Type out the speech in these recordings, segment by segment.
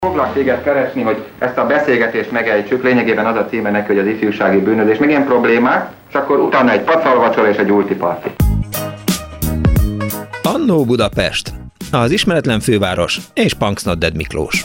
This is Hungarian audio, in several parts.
Foglak téged keresni, hogy ezt a beszélgetést megejtsük, lényegében az a címe neki, hogy az ifjúsági bűnözés, meg ilyen problémák, és akkor utána egy pacalvacsora és egy ultiparti. Annó Budapest, az ismeretlen főváros és Punks Not Dead Miklós.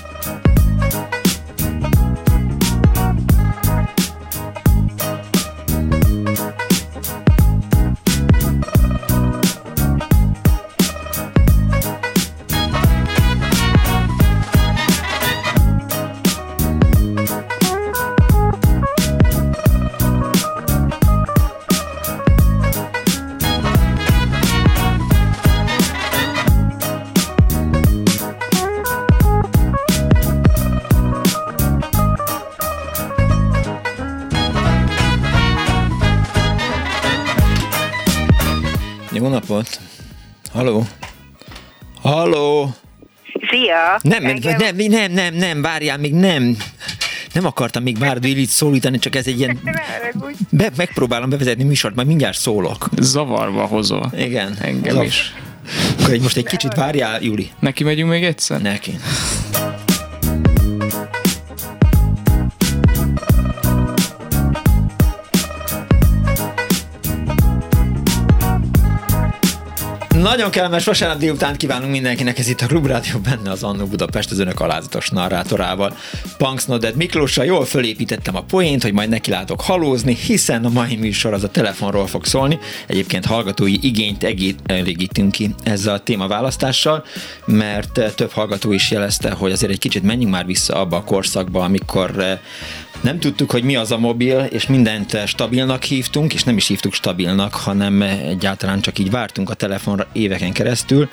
Jó napot! Halló! Halló! Szia! Nem, várjál, még nem. Nem akartam még Várdi Illit szólítani, csak ez egy ilyen... Megpróbálom bevezetni műsort, majd mindjárt szólok. Zavarba hozol. Igen. Engem is. Akkor most egy kicsit várjál, Juli. Neki megyünk még egyszer? Neki. Nagyon kellemes vasárnap délután kívánunk mindenkinek, ez itt a Klubrádió, benne az Annó Budapest az önök alázatos narrátorával, Punks Not Dead Miklóssal. Jól fölépítettem a poént, hogy majd neki látok halózni, hiszen a mai műsor az a telefonról fog szólni. Egyébként hallgatói igényt elégítünk ki ezzel a témaválasztással, mert több hallgató is jelezte, hogy azért egy kicsit menjünk már vissza abba a korszakba, amikor nem tudtuk, hogy mi az a mobil, és mindent stabilnak hívtunk, és nem is hívtuk stabilnak, hanem egyáltalán csak így vártunk a telefonra éveken keresztül,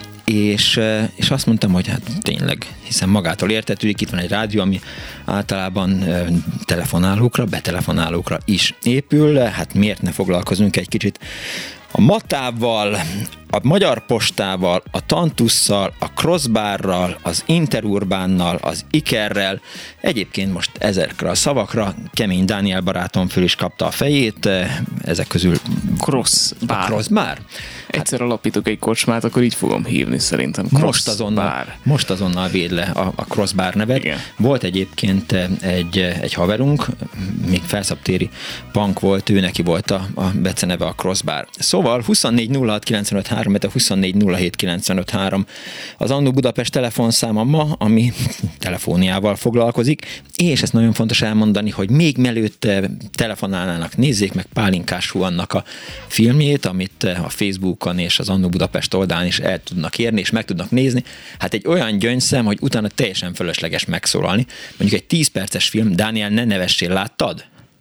és azt mondtam, hogy hát tényleg, hiszen magától értetődik, itt van egy rádió, ami általában telefonálókra, betelefonálókra is épül, hát miért ne foglalkozunk egy kicsit a Matával, a Magyar Postával, a Tantusszal, a Crossbarral, az Interurbánnal, az Ikerrel. Egyébként most ezekre a szavakra Kemény Dániel barátom föl is kapta a fejét, ezek közül Crossbar. Crossbar? Egyszer alapítok egy kocsmát, akkor így fogom hívni szerintem. Most azonnal véd le a Crossbar nevet. Igen. Volt egyébként egy haverunk, még felszabtéri punk volt, ő neki volt a beceneve a Crossbar. Szóval 24 06 95 3, 24 07 95 3 az Annó Budapest telefonszáma ma, ami telefóniával foglalkozik, és ezt nagyon fontos elmondani, hogy még mielőtt telefonálnának, nézzék meg Pálinkás Huannak a filmjét, amit a Facebookon és az Annó Budapest oldalán is el tudnak érni, és meg tudnak nézni. Hát egy olyan gyöngyszem, hogy utána teljesen fölösleges megszólalni. Mondjuk egy 10 perces film, Dániel, ne nevessél, láttad?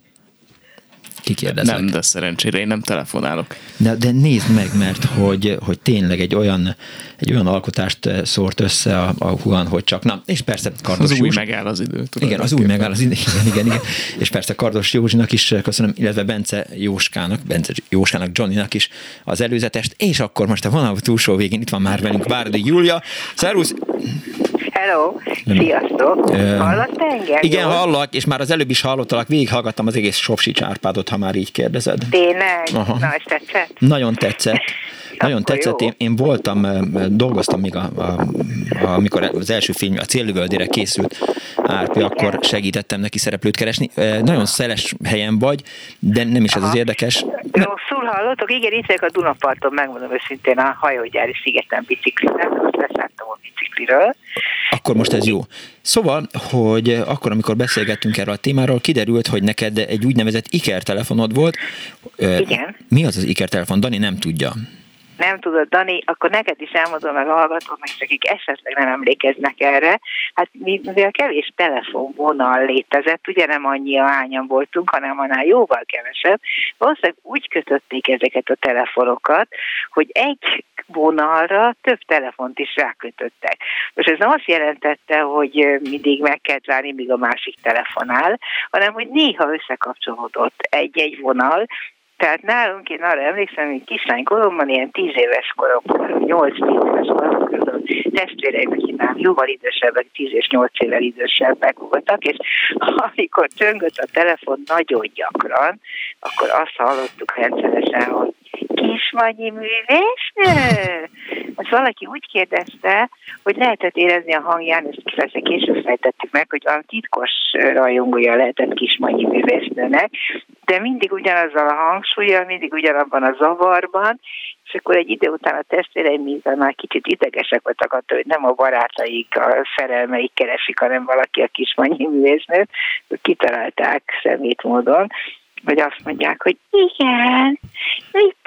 Kikérdezlek. Nem, de szerencsére én nem telefonálok. De nézd meg, mert hogy tényleg egy olyan alkotást szórt össze a Huan, hogy csak na, és persze Kardos az új megáll az idő. Igen, az új megáll az idő, igen. És persze Kardos Józsinak is köszönöm, illetve Bence Jóskának, Johnnynak is az előzetest, és akkor most a vonal túlsó végén itt van már velünk Várdi Júlia. Szervusz! Hello, sziasztok! Hallasz engem? Igen, hallak, és már az előbb is hallottalak, végighallgattam az egész Sopsics Árpádot, ha már így kérdezed. Tényleg? Aha. Na, és tetszett? Nagyon tetszett. Nagyon tetszett. Én dolgoztam még amikor az első film a Céllövöldére készült Árpi, akkor segítettem neki szereplőt keresni. Nagyon szeles helyen vagy, de nem is ez az érdekes. Rosszul hallottok? Igen, itt vagyok a Dunaparton, megmondom őszintén a hajógyári szigeten biciklinek, most leszálltam a bicikliről. Akkor most ez jó. Szóval, hogy akkor, amikor beszélgettünk erről a témáról, kiderült, hogy neked egy úgynevezett ikertelefonod volt. Igen. Mi az ikertelefon? Dani nem tudja. Nem tudod, Dani, akkor neked is elmondom, meg hallgatóknak, és akik esetleg nem emlékeznek erre. Hát mivel kevés telefonvonal létezett, ugye nem annyi hányan voltunk, hanem annál jóval kevesebb, valószínűleg úgy kötötték ezeket a telefonokat, hogy egy vonalra több telefont is rákötöttek. Most ez nem azt jelentette, hogy mindig meg kell várni, míg a másik telefonál, hanem hogy néha összekapcsolódott egy-egy vonal. Tehát nálunk, én arra emlékszem, hogy kislánykoromban, ilyen 10 éves koromban, 8-10 éves koromban, közül testvéreimnek nem jóval idősebbek, 10 és 8 évvel idősebbek voltak, és amikor csöngött a telefon nagyon gyakran, akkor azt hallottuk rendszeresen, hogy kis Kismannyi művésznő? Most valaki úgy kérdezte, hogy lehetett érezni a hangján, és persze később fejtettük meg, hogy a titkos rajongója lehetett Kismannyi művésznőnek, de mindig ugyanazzal a hangsúllyal, mindig ugyanabban a zavarban, és akkor egy idő után a testvéreim, mivel már kicsit idegesek voltak attól, hogy nem a barátaik, a szerelmeik keresik, hanem valaki a Kismannyi művésznőt, kitalálták szemét módon, hogy azt mondják, hogy igen, mit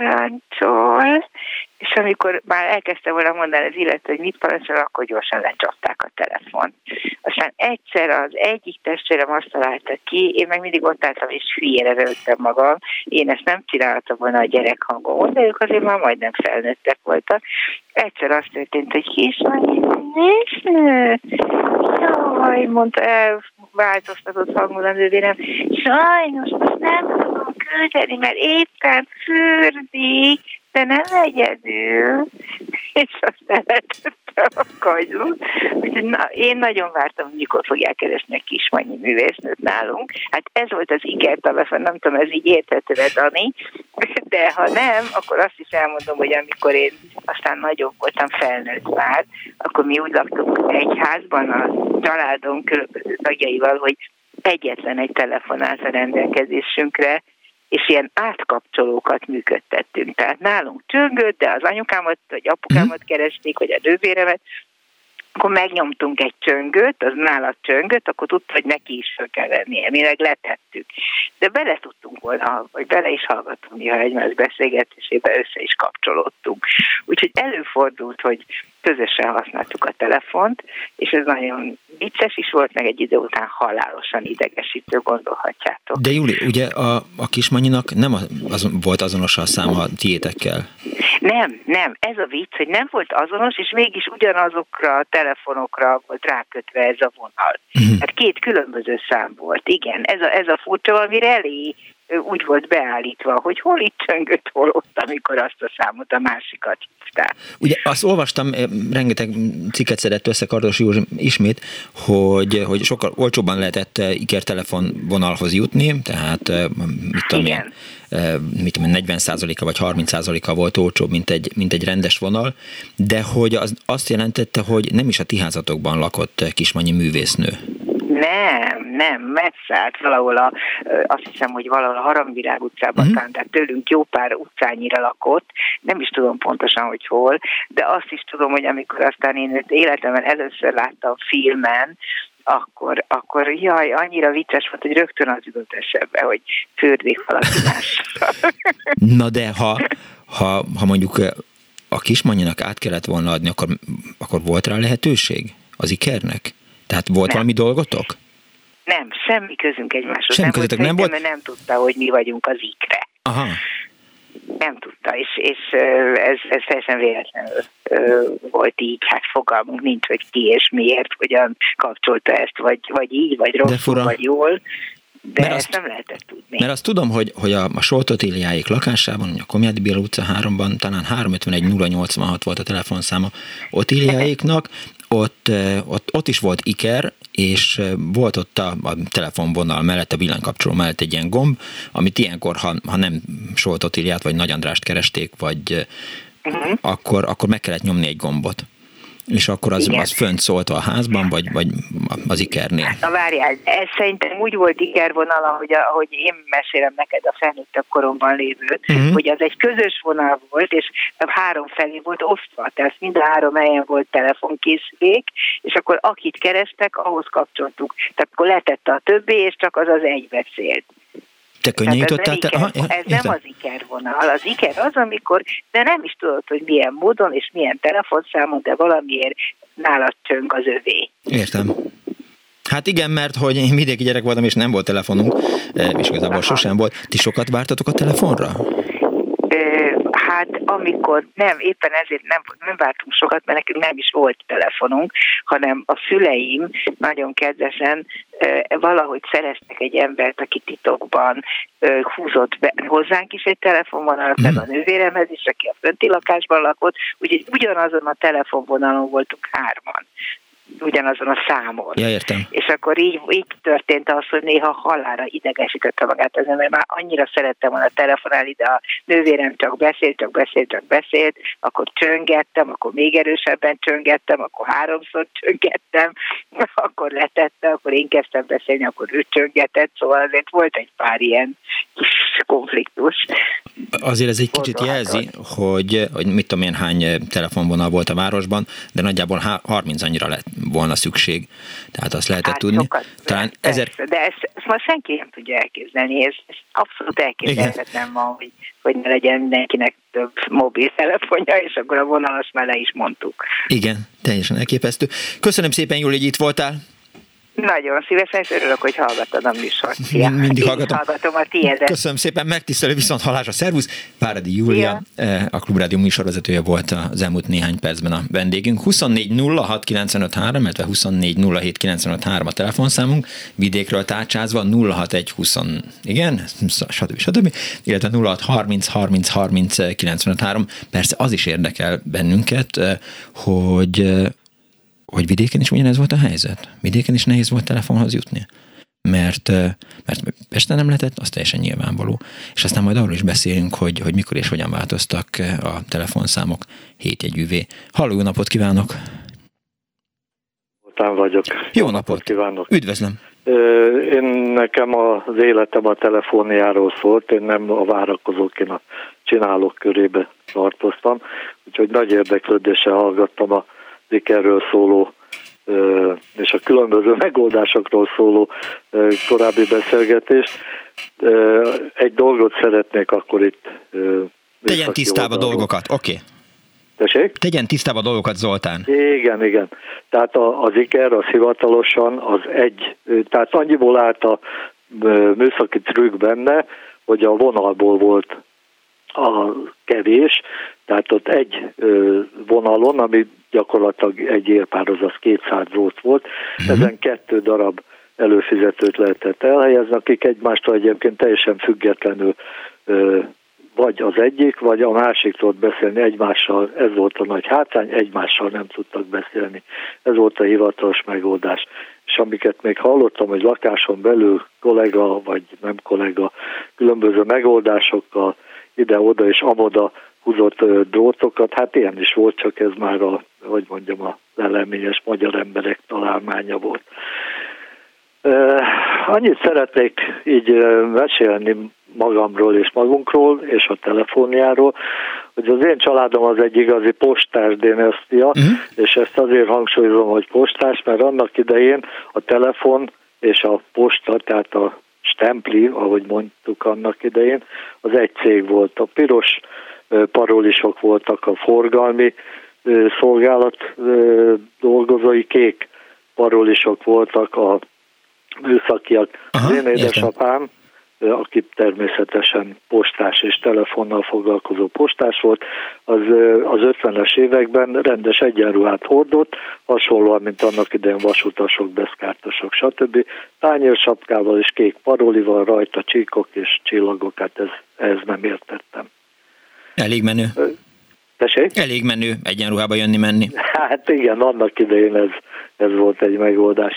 parancsol? És amikor már elkezdte volna mondani az illető, hogy mit parancsol, akkor gyorsan lecsapták a telefont. Aztán egyszer az egyik testvérem azt találta ki, én meg mindig ott álltam, és hülyére rögtem magam. Én ezt nem csináltam volna a gyerek hangon, de ők azért már majdnem felnőttek voltak. Egyszer az történt, hogy Kismannyi művésznő, jaj, mondta, elváltoztatott hangon a nővérem, sajnos most nem tudom küldeni, mert éppen fürdik, de nem egyedül, és aztán letettem a kagylót. Úgyhogy én nagyon vártam, hogy mikor fogják keresni a Kismannyi művésznőt nálunk. Hát ez volt az ikertelefon, nem tudom, ez így érthető-e, Dani, de ha nem, akkor azt is elmondom, hogy amikor én aztán nagyobb voltam, felnőtt már, akkor mi úgy laktunk egy házban a családon különböző tagjaival, hogy egyetlen egy telefon állt a rendelkezésünkre, és ilyen átkapcsolókat működtettünk. Tehát nálunk csörgött, de az anyukámat, vagy apukámat keresték, vagy a nővéremet, akkor megnyomtunk egy csöngöt, az nála csöngött, akkor tudta, hogy neki is fel kell vennie. Mi meg letettük. De bele tudtunk volna, vagy bele is hallgattunk, ha egymás beszélgetésébe össze is kapcsolódtunk. Úgyhogy előfordult, hogy közösen használtuk a telefont, és ez nagyon vicces is volt, meg egy idő után halálosan idegesítő, gondolhatjátok. De Júli, ugye a Kismannyinak nem volt azonos a száma tiétekkel? Nem. Ez a vicc, hogy nem volt azonos, és mégis ugyanazokra a telefonokra volt rákötve ez a vonal. Hát két különböző szám volt, igen. Ez a furcsa, amire elég úgy volt beállítva, hogy hol itt csöngött, hol ott, amikor azt a számot a másikat hívták. Ugye azt olvastam, rengeteg cikket szedett össze Kardos Józsi ismét, hogy sokkal olcsóbban lehetett ikertelefonvonalhoz jutni, tehát mit tudom én, 40%-a vagy 30%-a volt olcsóbb, mint egy rendes vonal, de hogy azt jelentette, hogy nem is a ti házatokban lakott Kismannyi művésznő. Nem, messze állt valahol azt hiszem, hogy valahol a Harangvirág utcában, tehát tőlünk jó pár utcányira lakott, nem is tudom pontosan, hogy hol, de azt is tudom, hogy amikor aztán én őt életemben először láttam filmen, akkor jaj, annyira vicces volt, hogy rögtön az jutott eszembe, hogy fürdik valaki másra. Na de ha mondjuk a Kismannyinak át kellett volna adni, akkor volt rá lehetőség az ikernek? Tehát volt valami dolgotok? Nem, semmi közünk egymáshoz. Semmi közöttök nem volt? Mert nem tudta, hogy mi vagyunk az ikre. Aha. Nem tudta, és ez teljesen véletlenül volt így, hát fogalmunk nincs, hogy ki és miért, hogyan kapcsolta ezt, vagy így, vagy rosszul, vagy jól. De mert ezt nem lehetett tudni. Mert azt tudom, hogy a Solt Otíliáék lakásában, a Komjádi Béla utca 3-ban, talán 351-086 volt a telefonszáma Otíliáéknak, ott is volt iker, és volt ott a telefonvonal mellett, a villanykapcsoló mellett egy ilyen gomb, amit ilyenkor, ha nem Solt Otíliát vagy Nagy Andrást keresték, vagy akkor meg kellett nyomni egy gombot. És akkor az fönt szólt a házban, vagy az ikernél? Hát, na várjál, ez szerintem úgy volt ikervonal, ahogy én mesélem neked a felnőttebb koromban lévőt, hogy az egy közös vonal volt, és három felé volt osztva, tehát mind a három helyen volt telefonkészülék, és akkor akit kerestek, ahhoz kapcsoltuk. Tehát akkor letette a többi, és csak az egy beszélt. Te könnyen jutottál? Ez nem az ikervonal. Az iker az, amikor, de nem is tudod, hogy milyen módon és milyen telefonszámon, de valamiért nálad csöng az övé. Értem. Hát igen, mert hogy én vidéki gyerek voltam, és nem volt telefonunk, és igazából sosem volt. Ti sokat vártatok a telefonra? Hát amikor éppen ezért nem vártunk sokat, mert nekünk nem is volt telefonunk, hanem a szüleim nagyon kedvesen valahogy szereztek egy embert, aki titokban húzott be hozzánk is egy telefonvonalat, meg a nővéremhez is, aki a fönti lakásban lakott, úgyhogy ugyanazon a telefonvonalon voltunk hárman. ugyanazon a számon. Ja, értem. És akkor így történt az, hogy néha halálra idegesítette magát az ember. Már annyira szerettem volna telefonálni, de a nővérem csak beszélt, akkor csöngettem, akkor még erősebben csöngettem, akkor 3-szor csöngettem, akkor letette, akkor én kezdtem beszélni, akkor ő csöngetett, szóval azért volt egy pár ilyen kis konfliktus. Azért ez egy kicsit jelzi, hogy mit tudom én, hány telefonvonal volt a városban, de nagyjából 30 annyira lett volna szükség. Tehát azt lehetett tudni. Sokat, talán persze, de ezt már senki nem tudja elképzelni. Ez abszolút elképzelhetetlen ma, hogy ne legyen mindenkinek több mobiltelefonja, és akkor a vonalas már le is mondtuk. Igen, teljesen elképesztő. Köszönöm szépen, Júli, hogy itt voltál. Nagyon szívesen, és örülök, hogy hallgatod a műsort. Mindig hallgatom a tiédet. Köszönöm szépen, megtisztelő viszonthallásra. Szervusz! Váradi Júlia, a Klubrádió műsorvezetője volt az elmúlt néhány percben a vendégünk. 24 06 953, illetve 24 07 953 a telefonszámunk, vidékről tárcsázva 061 20, igen, stb. Illetve 06 30 30 30 953. Persze az is érdekel bennünket, hogy vidéken is ugyanez volt a helyzet. Vidéken is nehéz volt telefonhoz jutni. Mert Pesten nem lehetett, az teljesen nyilvánvaló. És aztán majd arról is beszélünk, hogy mikor és hogyan változtak a telefonszámok 7 jegyűvé. Halló, jó napot kívánok! Után vagyok. Jó napot kívánok! Üdvözlöm! Nekem az életem a telefóniáról szólt, én nem a várakozók, én a csinálók körébe tartoztam, úgyhogy nagy érdeklődéssel hallgattam a erről szóló és a különböző megoldásokról szóló korábbi beszélgetést. Egy dolgot szeretnék akkor itt... Tegyen tisztába dolgokat, oké. Tessék? Tegyen tisztába dolgokat, Zoltán. Igen. Tehát az IKER, az hivatalosan az tehát annyiból állt a műszaki trükk benne, hogy a vonalból volt a kevés, tehát ott egy vonalon, ami gyakorlatilag egy érpároz, az 200 volt volt, ezen 2 darab előfizetőt lehetett elhelyezni, akik egymástól egyébként teljesen függetlenül vagy az egyik, vagy a másik tudott beszélni egymással, ez volt a nagy hátrány, egymással nem tudtak beszélni. Ez volt a hivatalos megoldás. És amiket még hallottam, hogy lakáson belül kollega, vagy nem kollega, különböző megoldásokkal ide-oda és amoda húzott drótokat, hát ilyen is volt, csak ez már a leleményes magyar emberek találmánya volt. Annyit szeretnék így mesélni magamról és magunkról, és a telefóniáról, hogy az én családom az egy igazi postás dinasztia, és ezt azért hangsúlyozom, hogy postás, mert annak idején a telefon és a posta, tehát a stempli, ahogy mondtuk annak idején, az egy cég volt. A piros parolisok voltak a forgalmi szolgálat dolgozói, kék parolisok voltak a műszakiak. Én édesapám, aki természetesen postás és telefonnal foglalkozó postás volt, az 50-es években rendes egyenruhát hordott, hasonlóan, mint annak idején vasutasok, beszkártasok, stb. Tányérsapkával és kék parolival, rajta csíkok és csillagok, hát ez nem értettem. Elég menő. Tessék? Elég menő egyenruhába jönni-menni. Hát igen, annak idején ez volt egy megoldás.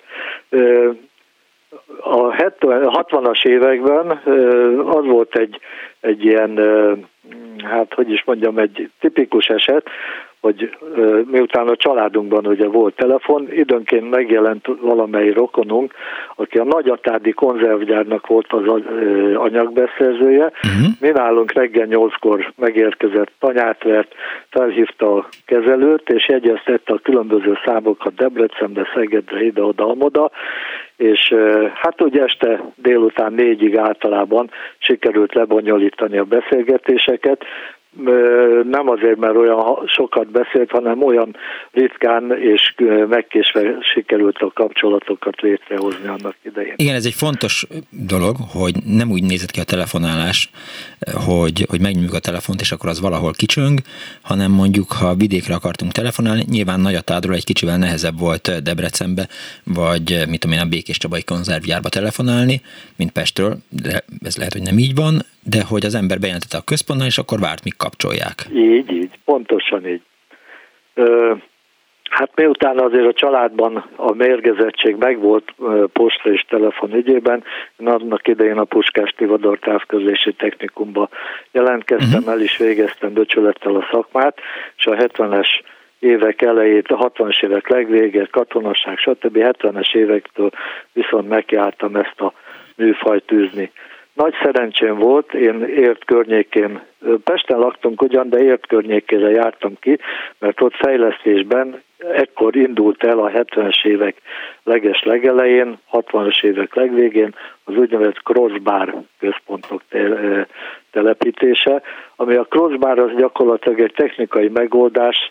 A 60-as években az volt egy ilyen, hát hogy is mondjam, egy tipikus eset, hogy miután a családunkban ugye volt telefon, időnként megjelent valamely rokonunk, aki a nagyatádi konzervgyárnak volt az anyagbeszerzője. Mi nálunk reggel 8-kor megérkezett, tanyát vert, felhívta a kezelőt, és jegyeztette a különböző számokat Debrecenbe, Szegedre, ide-oda-amoda, és hát ugye este délután 4-ig általában sikerült lebonyolítani a beszélgetéseket, nem azért, mert olyan sokat beszélt, hanem olyan ritkán és megkésve sikerült a kapcsolatokat létrehozni annak idején. Igen, ez egy fontos dolog, hogy nem úgy nézett ki a telefonálás, hogy megnyomjuk a telefont, és akkor az valahol kicsöng, hanem mondjuk, ha vidékre akartunk telefonálni, nyilván Nagyatádról egy kicsivel nehezebb volt Debrecenbe, vagy mit tudom én, a Békés Csabai konzervgyárba telefonálni, mint Pestről, de ez lehet, hogy nem így van, de hogy az ember bejelentette a központnál, és akkor várt, míg kapcsolják. Így, pontosan így. Hát miután azért a családban a mérgezettség megvolt posta és telefon ügyében, én annak idején a Puskás Tivadar Távközlési Technikumba jelentkeztem, el is végeztem becsülettel a szakmát, és a 70-es évek elejét, a 60-as évek legvégét, katonaság, stb. 70-es évektől viszont nekiálltam ezt a műfajt űzni. Nagy szerencsém volt, én Érd környékén, Pesten laktunk ugyan, de Érd környékére jártam ki, mert ott fejlesztésben ekkor indult el a 70-es évek legelején, 60-as évek legvégén az úgynevezett crossbar központok telepítése, ami a crossbar az gyakorlatilag egy technikai megoldás,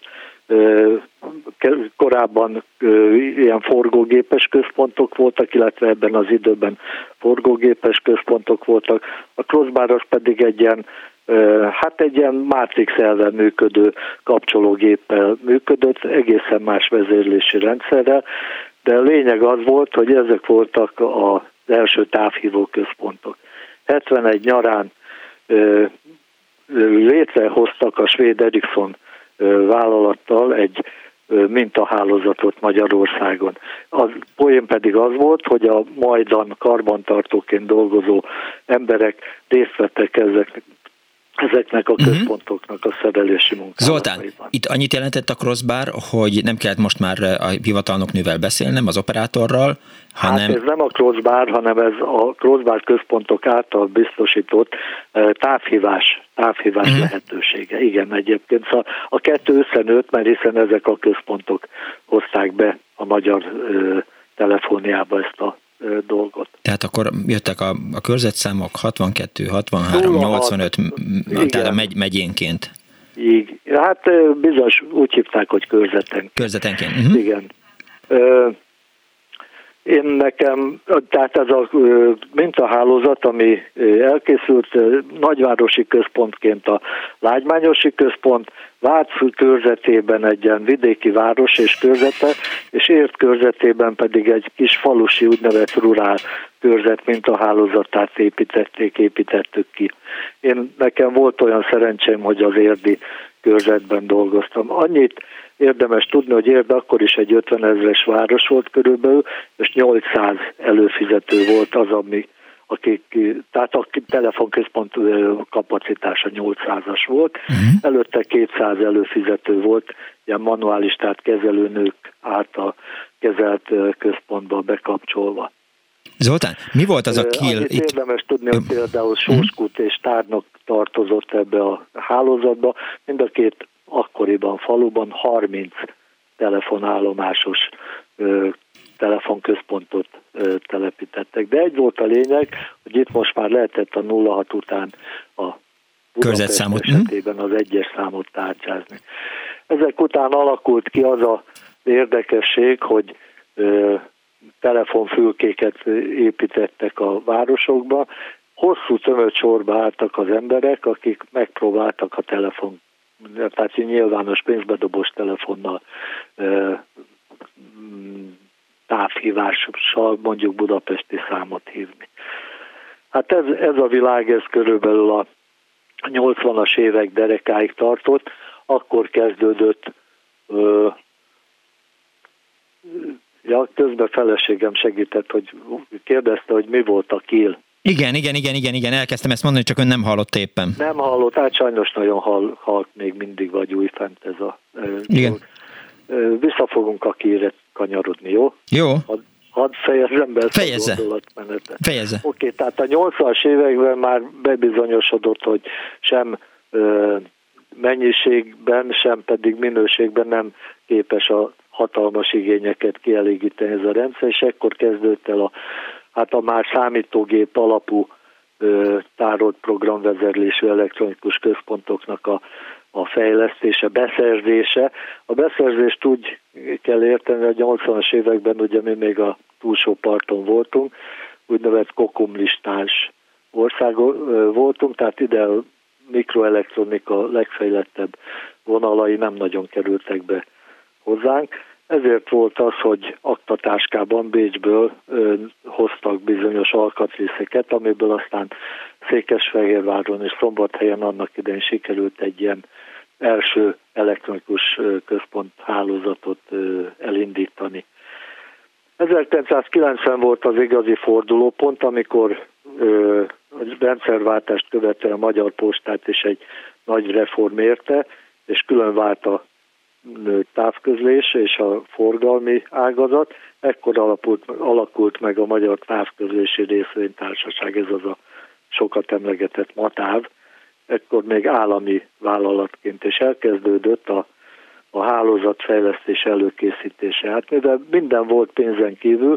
korábban ilyen forgógépes központok voltak, illetve ebben az időben forgógépes központok voltak. A crossbar az pedig egy ilyen Matrix elven működő kapcsológéppel működött, egészen más vezérlési rendszerrel, de a lényeg az volt, hogy ezek voltak az első távhívó központok. 71 nyarán létrehoztak a svéd Ericsson vállalattal egy mintahálózatot Magyarországon. A poén pedig az volt, hogy a Majdan karbantartóként dolgozó emberek részt vettek ezeknek a központoknak a szerelési munkálataiban. Zoltán, itt annyit jelentett a crossbar, hogy nem kellett most már a hivatalnoknővel beszélnem, az operátorral, hanem... Hát ez nem a crossbar, hanem ez a crossbar központok által biztosított távhívás lehetősége. Igen, egyébként a kettő összenőtt, mert hiszen ezek a központok hozták be a magyar telefóniába ezt a dolgot. Tehát akkor jöttek a körzetszámok 62, 63, 85, tehát megyénként. Igen. Hát bizonyos úgy hívták, hogy körzetenként. Körzetenként. Igen. Én nekem, tehát ez a mintahálózat, ami elkészült nagyvárosi központként a Lágymányosi Központ, Vác körzetében egy ilyen vidéki város és körzete, és Érd körzetében pedig egy kis falusi úgynevezett rurál körzet mintahálózatát építettük ki. Nekem volt olyan szerencsém, hogy az érdi körzetben dolgoztam. Annyit érdemes tudni, hogy Érd akkor is egy 50 000-es város volt körülbelül, és 800 előfizető volt az, tehát a telefonközpont kapacitása 800-as volt. Előtte 200 előfizető volt, ilyen manuális, tehát kezelőnők által kezelt központba bekapcsolva. Zoltán, mi volt az a kill? Annyit érdemes tudni, hogy például Sóskút és Tárnok tartozott ebbe a hálózatba, mind a két akkoriban faluban 30 telefonállomásos telefonközpontot telepítettek. De egy volt a lényeg, hogy itt most már lehetett a 06 után a Budapest esetében az 1-es számot tárcsázni. Ezek után alakult ki az az érdekesség, hogy telefonfülkéket építettek a városokba. Hosszú tömött sorba álltak az emberek, akik megpróbáltak a telefon, tehát nyilvános pénzbedobós telefonnal távhívással mondjuk budapesti számot hívni. Hát ez a világ, ez körülbelül a 80-as évek derekáig tartott, akkor kezdődött, közben feleségem segített, hogy kérdezte, hogy mi volt a kill. Igen, elkezdtem ezt mondani, csak ön nem hallott éppen. Nem hallott, hát sajnos nagyon halk még mindig vagy újfent ez a... Igen. Vissza fogunk a killre kanyarodni, jó? Jó. Hadd fejezzem be ezt a gondolatmenetet. Fejezze. Oké, tehát a 80-as években már bebizonyosodott, hogy sem mennyiségben, sem pedig minőségben nem képes a hatalmas igényeket kielégíteni ez a rendszer, és ekkor kezdődött el a már számítógép alapú tárolt programvezérlésű elektronikus központoknak a fejlesztése, beszerzése. A beszerzést úgy kell érteni, hogy a 80-as években ugye mi még a túlsó parton voltunk, úgynevezett kokumlistás ország voltunk, tehát ide a mikroelektronika legfejlettebb vonalai nem nagyon kerültek be hozzánk. Ezért volt az, hogy aktatáskában Bécsből hoztak bizonyos alkatrészeket, amiből aztán Székesfehérváron és Szombathelyen annak idején sikerült egy ilyen első elektronikus központhálózatot elindítani. 1990 volt az igazi fordulópont, amikor a rendszerváltást követően a Magyar Postát is egy nagy reform érte, és külön vált a távközlés és a forgalmi ágazat. Ekkor alakult meg a Magyar Távközlési Részvénytársaság, ez az a sokat emlegetett MATÁV. Ekkor még állami vállalatként is elkezdődött a hálózatfejlesztés előkészítése. Hát mivel minden volt pénzen kívül,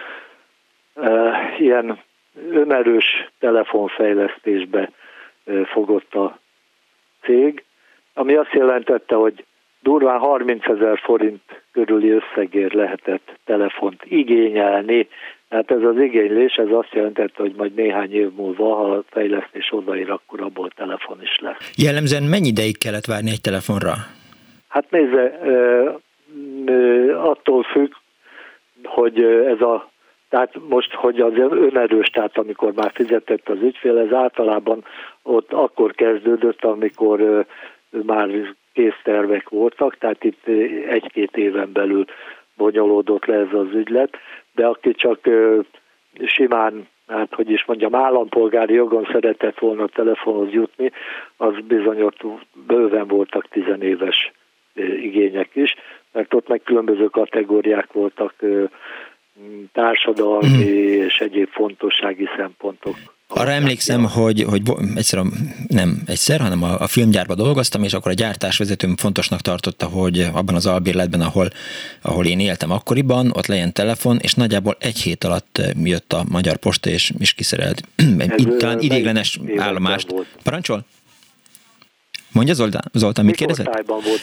ilyen önerős telefonfejlesztésbe fogott a cég, ami azt jelentette, hogy durván 30 000 forint körüli összegért lehetett telefont igényelni. Hát ez az igénylés, ez azt jelentette, hogy majd néhány év múlva, ha a fejlesztés odaér, akkor abból telefon is lesz. Jellemzően mennyi ideig kellett várni egy telefonra? Hát nézze, attól függ, hogy tehát most, hogy az önerős, tehát amikor már fizetett az ügyfél, ez általában ott akkor kezdődött, amikor már késztervek voltak, tehát itt 1-2 éven belül bonyolódott le ez az ügylet, de aki csak simán, hát hogy is mondjam, állampolgári jogon szeretett volna a telefonhoz jutni, az bizony ott bőven voltak 10 éves igények is, mert ott meg különböző kategóriák voltak, társadalmi és egyéb fontossági szempontok. Arra emlékszem, hogy nem egyszer, hanem a filmgyárban dolgoztam, és akkor a gyártásvezetőm fontosnak tartotta, hogy abban az albérletben, ahol én éltem akkoriban, ott legyen telefon, és nagyjából 1 hét alatt jött a Magyar Posta, és kiszerelt talán ideiglenes állomást. Parancsol? Mondja Zoltán, mit kérdezett?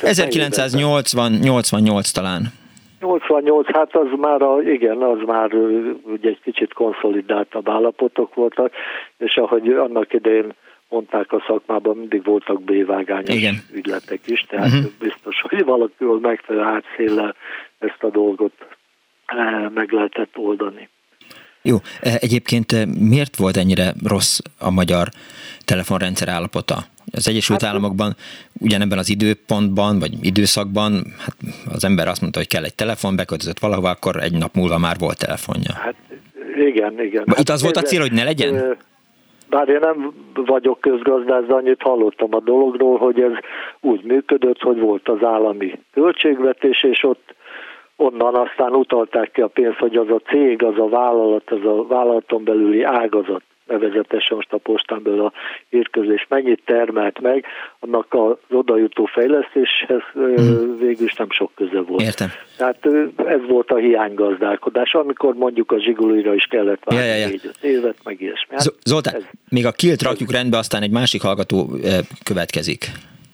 1988 talán. 88, hát az már ugye egy kicsit konszolidáltabb állapotok voltak, és ahogy annak idején mondták a szakmában, mindig voltak B-vágányos ügyletek is, tehát biztos, hogy valakivel megfelelő átszéllel ezt a dolgot meg lehetett oldani. Jó, egyébként miért volt ennyire rossz a magyar telefonrendszer állapota? Az Egyesült Államokban ugyanebben az időpontban, vagy időszakban, hát az ember azt mondta, hogy kell egy telefon, beköltözött valahova, akkor 1 nap múlva már volt telefonja. Hát igen. Itt az volt a cél, hogy ne legyen? Bár én nem vagyok közgazdász, de annyit hallottam a dologról, hogy ez úgy működött, hogy volt az állami költségvetés, és ott onnan aztán utalták ki a pénzt, hogy az a cég, az a vállalaton belüli ágazat, nevezetesen most a postán belül a hírközlés mennyit termelt meg, annak az odajutó fejlesztéshez végül is nem sok köze volt. Értem. Tehát ez volt a hiánygazdálkodás, amikor mondjuk a Zsigulira is kellett várni 4-5 évet, meg ilyesmi. Zoltán, még a Kilt rakjuk rendbe, aztán egy másik hallgató következik.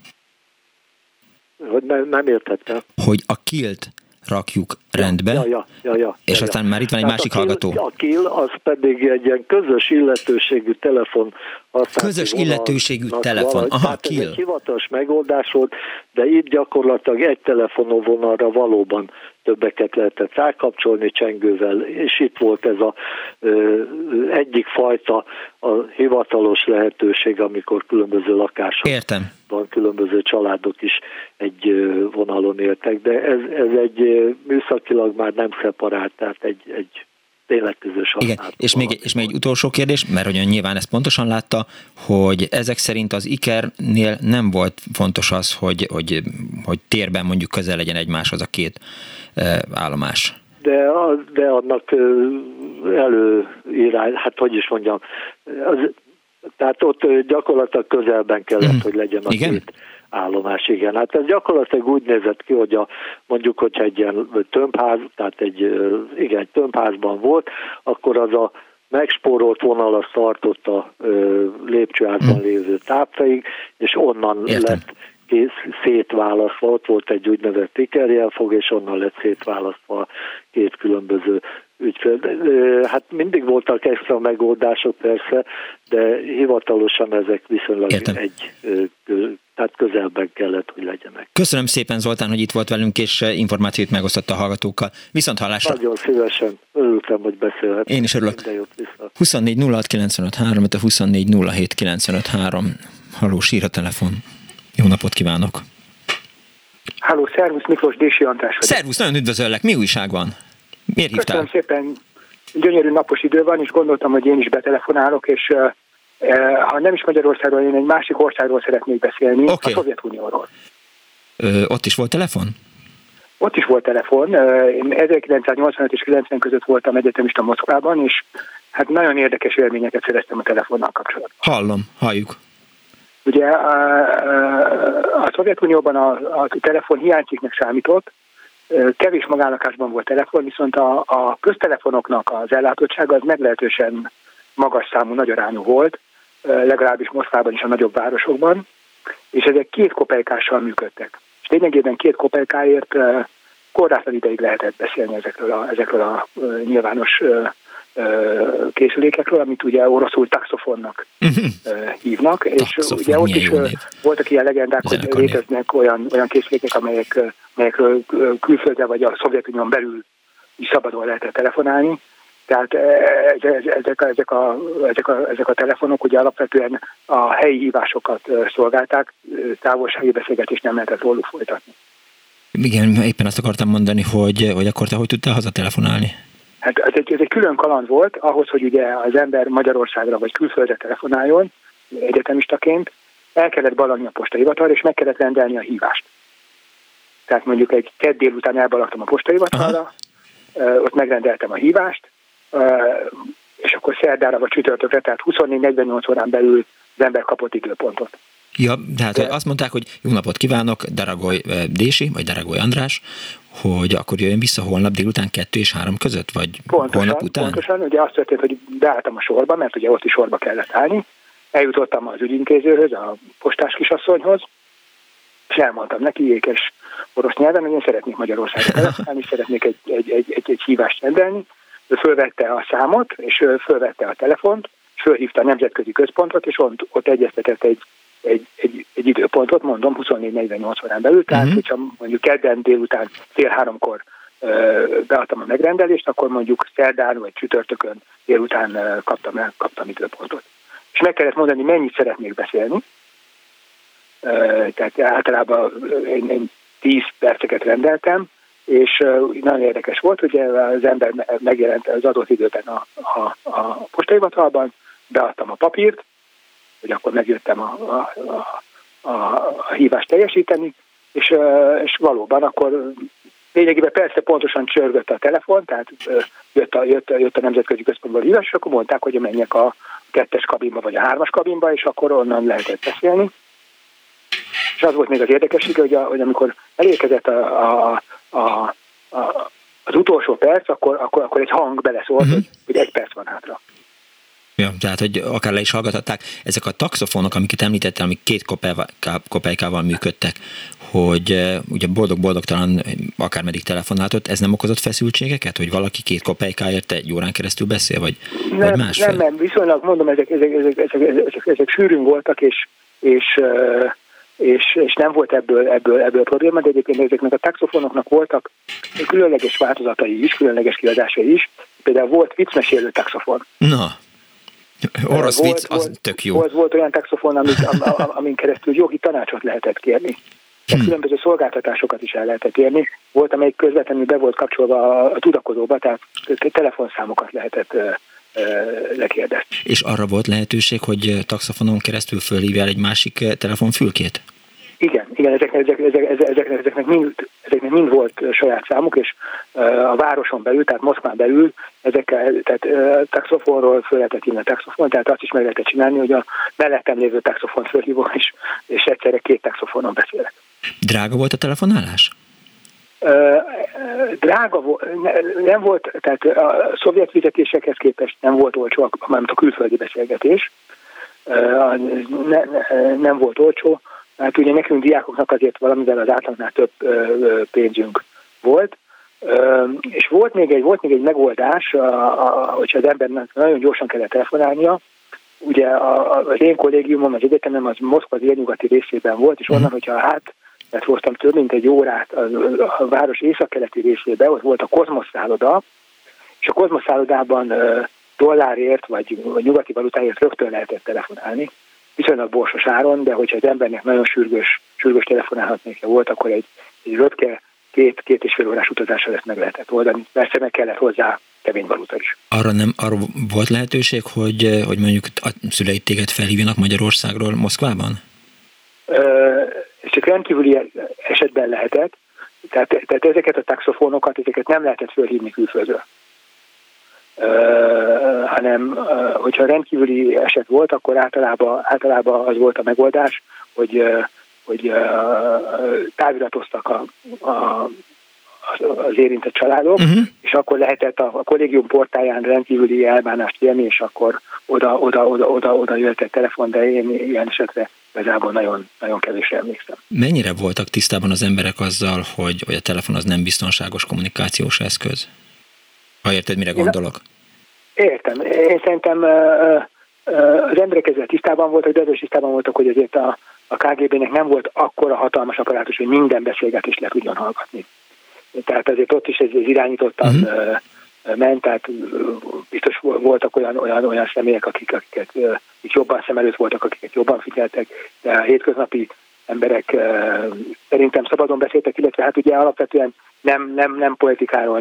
Hogy nem értettem. Hogy a Kilt rakjuk rendbe, és aztán már itt van egy másik hallgató. A KIL az pedig egy ilyen közös illetőségű telefon. Közös illetőségű telefon, tehát KIL. Ez egy hivatalos megoldás volt, de itt gyakorlatilag egy telefonvonalra valóban többeket lehetett rákapcsolni csengővel, és itt volt ez az egyik fajta a hivatalos lehetőség, amikor különböző lakásokban különböző családok is egy vonalon éltek, de ez egy műszakilag már nem szeparált, tehát egy tényleg közös használat. Igen, és még egy utolsó kérdés, mert hogy nyilván ezt pontosan látta, hogy ezek szerint az IKER-nél nem volt fontos az, hogy térben mondjuk közel legyen egymáshoz a 2 állomás. De annak előírás, hát hogy is mondjam, tehát ott gyakorlatilag közelben kellett, hogy legyen a 2 állomás, igen. Hát ez gyakorlatilag úgy nézett ki, hogy mondjuk, hogyha egy ilyen tömbház, tehát egy tömbházban volt, akkor az a megspórolt vonal azt tartott a lépcsőházban lévő tápfeig, és onnan lett szétválasztva, ott volt egy úgynevezett ikerjelfog, és onnan lett szétválasztva a 2 különböző ügyfél. Hát mindig voltak extra megoldások persze, de hivatalosan ezek viszonylag tehát közelben kellett, hogy legyenek. Köszönöm szépen, Zoltán, hogy itt volt velünk, és információt megosztotta a hallgatókkal. Viszont hallásra. Nagyon szívesen. Örültem, hogy beszélhetünk. Én is örülök. 24 06 95 3, 24 07 95 3. Halló, sír a telefon. Jó napot kívánok! Halló, szervusz, Miklós, Dési András vagyok. Szervusz, nagyon üdvözöllek. Mi újság van? Miért hívtál? Köszönöm szépen. Gyönyörű napos idő van, és gondoltam, hogy én is betelefonálok, és ha nem is Magyarországról, én egy másik országról szeretnék beszélni, okay. A Szovjetunióról. Ott is volt telefon? Ott is volt telefon. Én 1985 és 90 között voltam egyetemista Moszkvában, és hát nagyon érdekes élményeket szereztem a telefonnal kapcsolatban. Halljuk. Ugye a Szovjetunióban a telefon hiánycikknek számított, kevés magánlakásban volt telefon, viszont a köztelefonoknak az ellátottsága az meglehetősen magas számú, nagy arányú volt, legalábbis Moszkvában és a nagyobb városokban, és ezek 2 kopejkással működtek. És lényegében 2 kopejkáért korlátlan ideig lehetett beszélni ezekről a nyilvános készülékekről, amit ugye oroszul taxofonnak hívnak, és ugye ott is voltak ilyen legendák, hogy léteznek olyan készülékek, amelyekről külföldre vagy a Szovjetunión belül is szabadon lehetett telefonálni. Tehát ezek a telefonok ugye alapvetően a helyi hívásokat szolgálták, távolsági beszélgetést nem lehetett róluk folytatni. Igen, éppen azt akartam mondani, hogy akkor te hogy tudtál hazatelefonálni? Hát ez egy külön kaland volt, ahhoz, hogy ugye az ember Magyarországra vagy külföldre telefonáljon egyetemistaként, el kellett balagni a postahivatalra, és meg kellett rendelni a hívást. Tehát mondjuk egy kedd délután elbalagtam a postahivatalra, ott megrendeltem a hívást, és akkor szerdára vagy csütörtökre, tehát 24-48 órán belül az ember kapott időpontot. Ja, tehát azt mondták, hogy jó napot kívánok, Daragoly Dési, vagy Daragoly András, hogy akkor jöjjön vissza holnap délután 2 és 3 között, vagy holnap után? Pontosan, ugye azt történt, hogy beálltam a sorba, mert ugye ott is sorba kellett állni, eljutottam az ügyintézőhöz, a postás kisasszonyhoz, és elmondtam neki ékes orosz nyelven, hogy én szeretnék Magyarországra telefonálni, és szeretnék egy hívást rendelni. Ő fölvette a számot, és fölvette a telefont, és fölhívta a nemzetközi központot, és ott egyeztetett egy időpontot, mondom, 24-48 órán belül, tehát hogyha mondjuk kedden délután 2:30 beadtam a megrendelést, akkor mondjuk szerdán vagy csütörtökön délután kaptam időpontot. És meg kellett mondani, mennyit szeretnék beszélni, tehát általában én 10 perceket rendeltem, és nagyon érdekes volt, hogy az ember megjelent az adott időben a postahivatalban, beadtam a papírt, hogy akkor megjöttem a hívást teljesíteni, és valóban akkor lényegében persze pontosan csörgött a telefon, tehát jött a nemzetközi központból hívás, és akkor mondták, hogy menjek a 2-es kabinba vagy a 3-as kabinba, és akkor onnan lehetett beszélni. És az volt még az érdekessége, hogy amikor elérkezett az utolsó perc, akkor egy hang beleszólt, hogy 1 perc van hátra. Ja, tehát, hogy akár le is hallgathatták, ezek a taxofonok, amiket említettem, amik 2 kopejkával működtek, hogy ugye boldog-boldogtalan akármeddig telefonáltott, ez nem okozott feszültségeket, hogy valaki 2 kopejkáért 1 órán keresztül beszél, vagy másfél? Nem, viszonylag mondom, ezek sűrűn voltak, és nem volt ebből probléma, de egyébként ezeknek a taxofonoknak voltak különleges változatai is, különleges kiadásai is. Például volt viccmesélő taxofon. Na, orosz vicc, az tök jó. Volt olyan taxofon, amin keresztül jogi tanácsot lehetett kérni. Különböző szolgáltatásokat is el lehetett érni. Volt, amelyik közvetlenül be volt kapcsolva a tudakozóba, tehát telefonszámokat lehetett lekérdezni. És arra volt lehetőség, hogy taxofonon keresztül fölhívjál egy másik telefonfülkét? Igen, ezeknek mind volt saját számuk, és a városon belül, tehát Moszkván belül, tehát taxofonról föl lehetett hívni a taxofon, tehát azt is meg lehetett csinálni, hogy a mellettem lévő taxofon fölhívom, és egyszerre 2 taxofonon beszélek. Drága volt a telefonálás? Drága volt, nem volt, tehát a szovjet fizetésekhez képest nem volt olcsó, mármint a külföldi beszélgetés, nem volt olcsó. Hát ugye nekünk diákoknak azért valamivel az átlagnál több pénzünk volt, és volt még egy megoldás, hogyha az embernek nagyon gyorsan kellett telefonálnia. Ugye az én kollégiumom, az egyetemem az Moszkva délnyugati részében volt, és onnan, hogyha mert hoztam több mint 1 órát a város északkeleti részébe, ott volt a Kozmosz szálloda, és a Kozmosz szállodában dollárért vagy nyugati valutáért rögtön lehetett telefonálni, viszonylag borsos áron, de hogyha az embernek nagyon sürgős sürgős telefonálhatnék, ha volt, akkor egy röpke 2-2,5 órás utazással ezt meg lehetett oldani. Persze meg kellett hozzá keményvaluta is. Arra volt lehetőség, hogy mondjuk a szüleid téged felhívjanak Magyarországról Moszkvában? Ez csak rendkívüli esetben lehetett, tehát ezeket a taxofónokat, ezeket nem lehetett fölhívni külföldről. Hanem, hogyha hogyha eset volt, akkor általában az volt a megoldás, hogy táviratoztak az érintett családok, és akkor lehetett a kollégium portáján rendkívüli elbánást kérni, és akkor oda jött egy telefon, de én ilyen esetre igazából nagyon, nagyon kevésre emlékszem. Mennyire voltak tisztában az emberek azzal, hogy a telefon az nem biztonságos kommunikációs eszköz? Ha érted, mire gondolok? Értem. Én szerintem az emberek ezzel tisztában voltak, de ezzel tisztában voltak, hogy azért a KGB-nek nem volt akkora hatalmas apparátus, hogy minden beszélgetést le tudjon hallgatni. Tehát azért ott is ez irányítottan ment, tehát biztos voltak olyan személyek, akiket jobban szem előtt voltak, akiket jobban figyeltek, de a hétköznapi emberek szerintem szabadon beszéltek, illetve hát ugye alapvetően nem politikáról,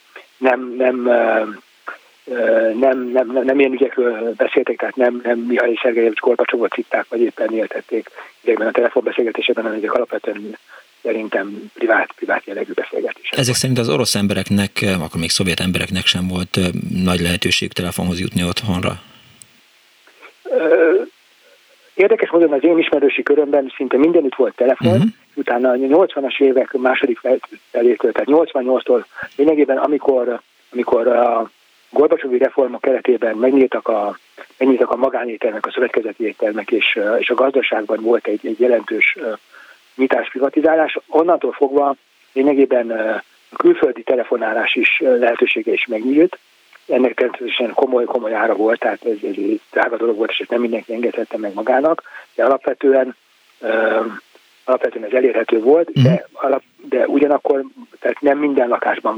nem ilyen ügyekről beszéltek, tehát nem Mihail Szergejevics Gorbacsovot szitták, vagy éppen éltették ezekben a telefonbeszélgetésében, hanem ezek alapvetően szerintem privát jellegű beszélgetések. Ezek szerint az orosz embereknek, akkor még szovjet embereknek sem volt nagy lehetőségük telefonhoz jutni otthonra? Érdekes módon az én ismerősi körömben szinte mindenütt volt telefon, utána a 80-as évek második felétől, tehát 88-tól lényegében, amikor a Gorbacsovi reformok keretében megnyíltak a magánételmek, a szövetkezeti ételmek, és a gazdaságban volt egy jelentős nyitás-privatizálás. Onnantól fogva lényegében a külföldi telefonálás is lehetősége is megnyílt. Ennek természetesen komoly ára volt, tehát ez egy drága dolog volt, és ezt nem mindenki engedhette meg magának, de alapvetően ez elérhető volt, de ugyanakkor tehát nem minden lakásban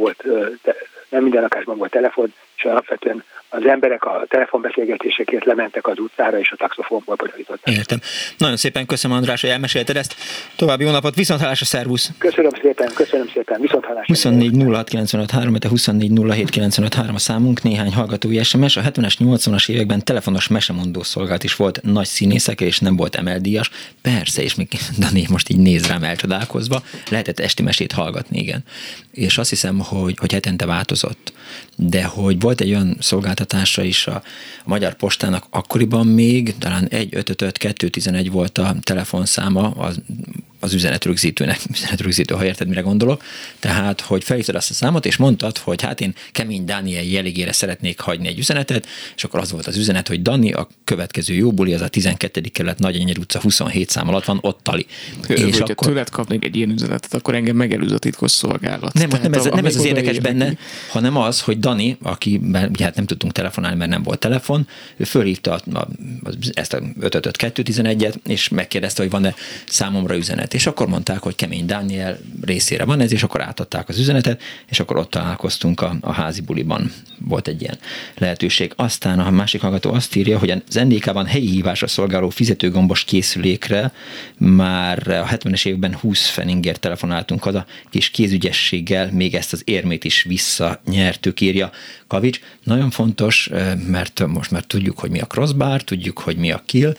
volt telefon, és alapvetően az emberek a telefonbeszélgetésekért lementek az utcára, és a taxofónból bonyolították. Értem. Nagyon szépen köszönöm, András, hogy elmesélted ezt. További jó napot, viszonthallásra, szervusz! Köszönöm szépen, viszonthallásra. 24 06 95 3, 24 07 95 3 a számunk, néhány hallgatói SMS. A 70-es, 80-as években telefonos mesemondó szolgálat is volt nagy színészekkel, és nem volt emeldíjas. Persze, és még Dani most így néz rám elcsodálkozva, lehetett esti mesét hallgatni, igen. És azt hiszem, hogy hetente változott. De hogy volt egy olyan szolgáltatása is a Magyar Postának akkoriban még, talán 1-555-211 volt a telefonszáma az üzenetrögzítőnek, ha érted, mire gondolok. Tehát, hogy felhívtad azt a számot, és mondtad, hogy hát én Kemény Dániel jelégére szeretnék hagyni egy üzenetet, és akkor az volt az üzenet, hogy Dani, a következő jó buli, az a 12. kerület Nagyenyér utca 27 szám alatt van, ott tali. És hogyha tőled kapnék egy ilyen üzenetet, akkor engem megelőz a titkos szolgálat. Nem ez az érdekes benne, hanem az, hogy Dani, akiben ugye hát nem tudtunk telefonálni, mert nem volt telefon, ő fölhívta ezt a 555-211-et, és megkérdezte, hogy van-e számomra üzenet. És akkor mondták, hogy Kemény Dániel részére van ez, és akkor átadták az üzenetet, és akkor ott találkoztunk a házi buliban. Volt egy ilyen lehetőség. Aztán a másik hallgató azt írja, hogy az NDK-ban helyi hívásra szolgáló fizetőgombos készülékre már a 70-es években 20 feningért telefonáltunk haza, és kézügyességgel még ezt az érmét is visszanyertük, írja Kavics. Nagyon fontos, mert most már tudjuk, hogy mi a crossbar, tudjuk, hogy mi a kill,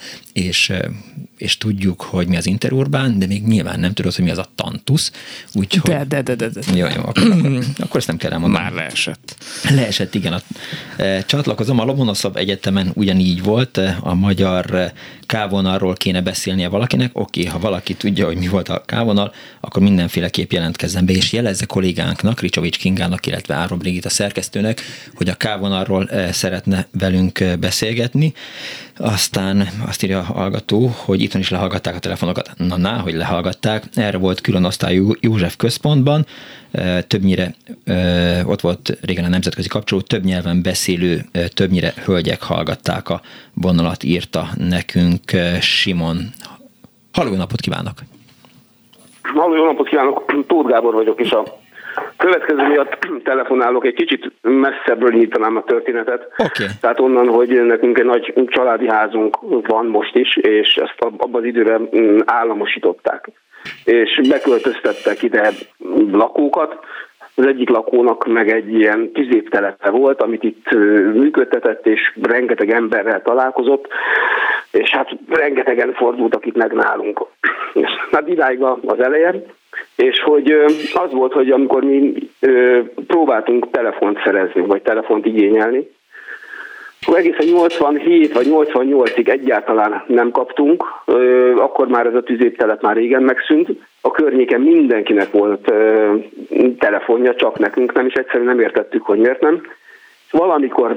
és tudjuk, hogy mi az interurbán, de még nyilván nem tudod, hogy mi az a tantusz. Úgyhogy... De. Jó, akkor ezt nem kell elmondani. Már leesett. Leesett, igen. Csatlakozom, a Lomonoszov Egyetemen ugyanígy volt, a magyar K-vonalról kéne beszélnie valakinek. Oké, ha valaki tudja, hogy mi volt a K-vonal, akkor mindenféleképp jelentkezzen be, és jelezze kollégánknak, Ricsovics Kingának, illetve Áron Brigitta szerkesztőnek, hogy a K-vonalról szeretne velünk beszélgetni. Aztán azt írja a hallgató, hogy itthon is lehallgatták a telefonokat. Hogy lehallgatták. Erre volt külön osztályú József központban, többnyire ott volt régen a nemzetközi kapcsoló, több nyelven beszélő, többnyire hölgyek hallgatták a vonalat, írta nekünk Simon. Halló, jó napot kívánok! Halló, jó napot kívánok! Tóth Gábor vagyok, és a következő miatt telefonálok, egy kicsit messzebbről nyítanám a történetet. Okay. Tehát onnan, hogy nekünk egy nagy családi házunk van most is, és ezt abban az időben államosították. és beköltöztettek ide lakókat. Az egyik lakónak meg egy ilyen tüzéptelepe volt, amit itt működtetett, és rengeteg emberrel találkozott, és hát rengetegen fordultak itt meg nálunk. És hát idáig az eleje, és hogy az volt, hogy amikor mi próbáltunk telefont szerezni, vagy telefont igényelni, akkor egészen 87 vagy 88-ig egyáltalán nem kaptunk, akkor már ez a tüzéptelep már régen megszűnt, a környéken mindenkinek volt telefonja, csak nekünk nem, és egyszerűen nem értettük, hogy miért nem. Valamikor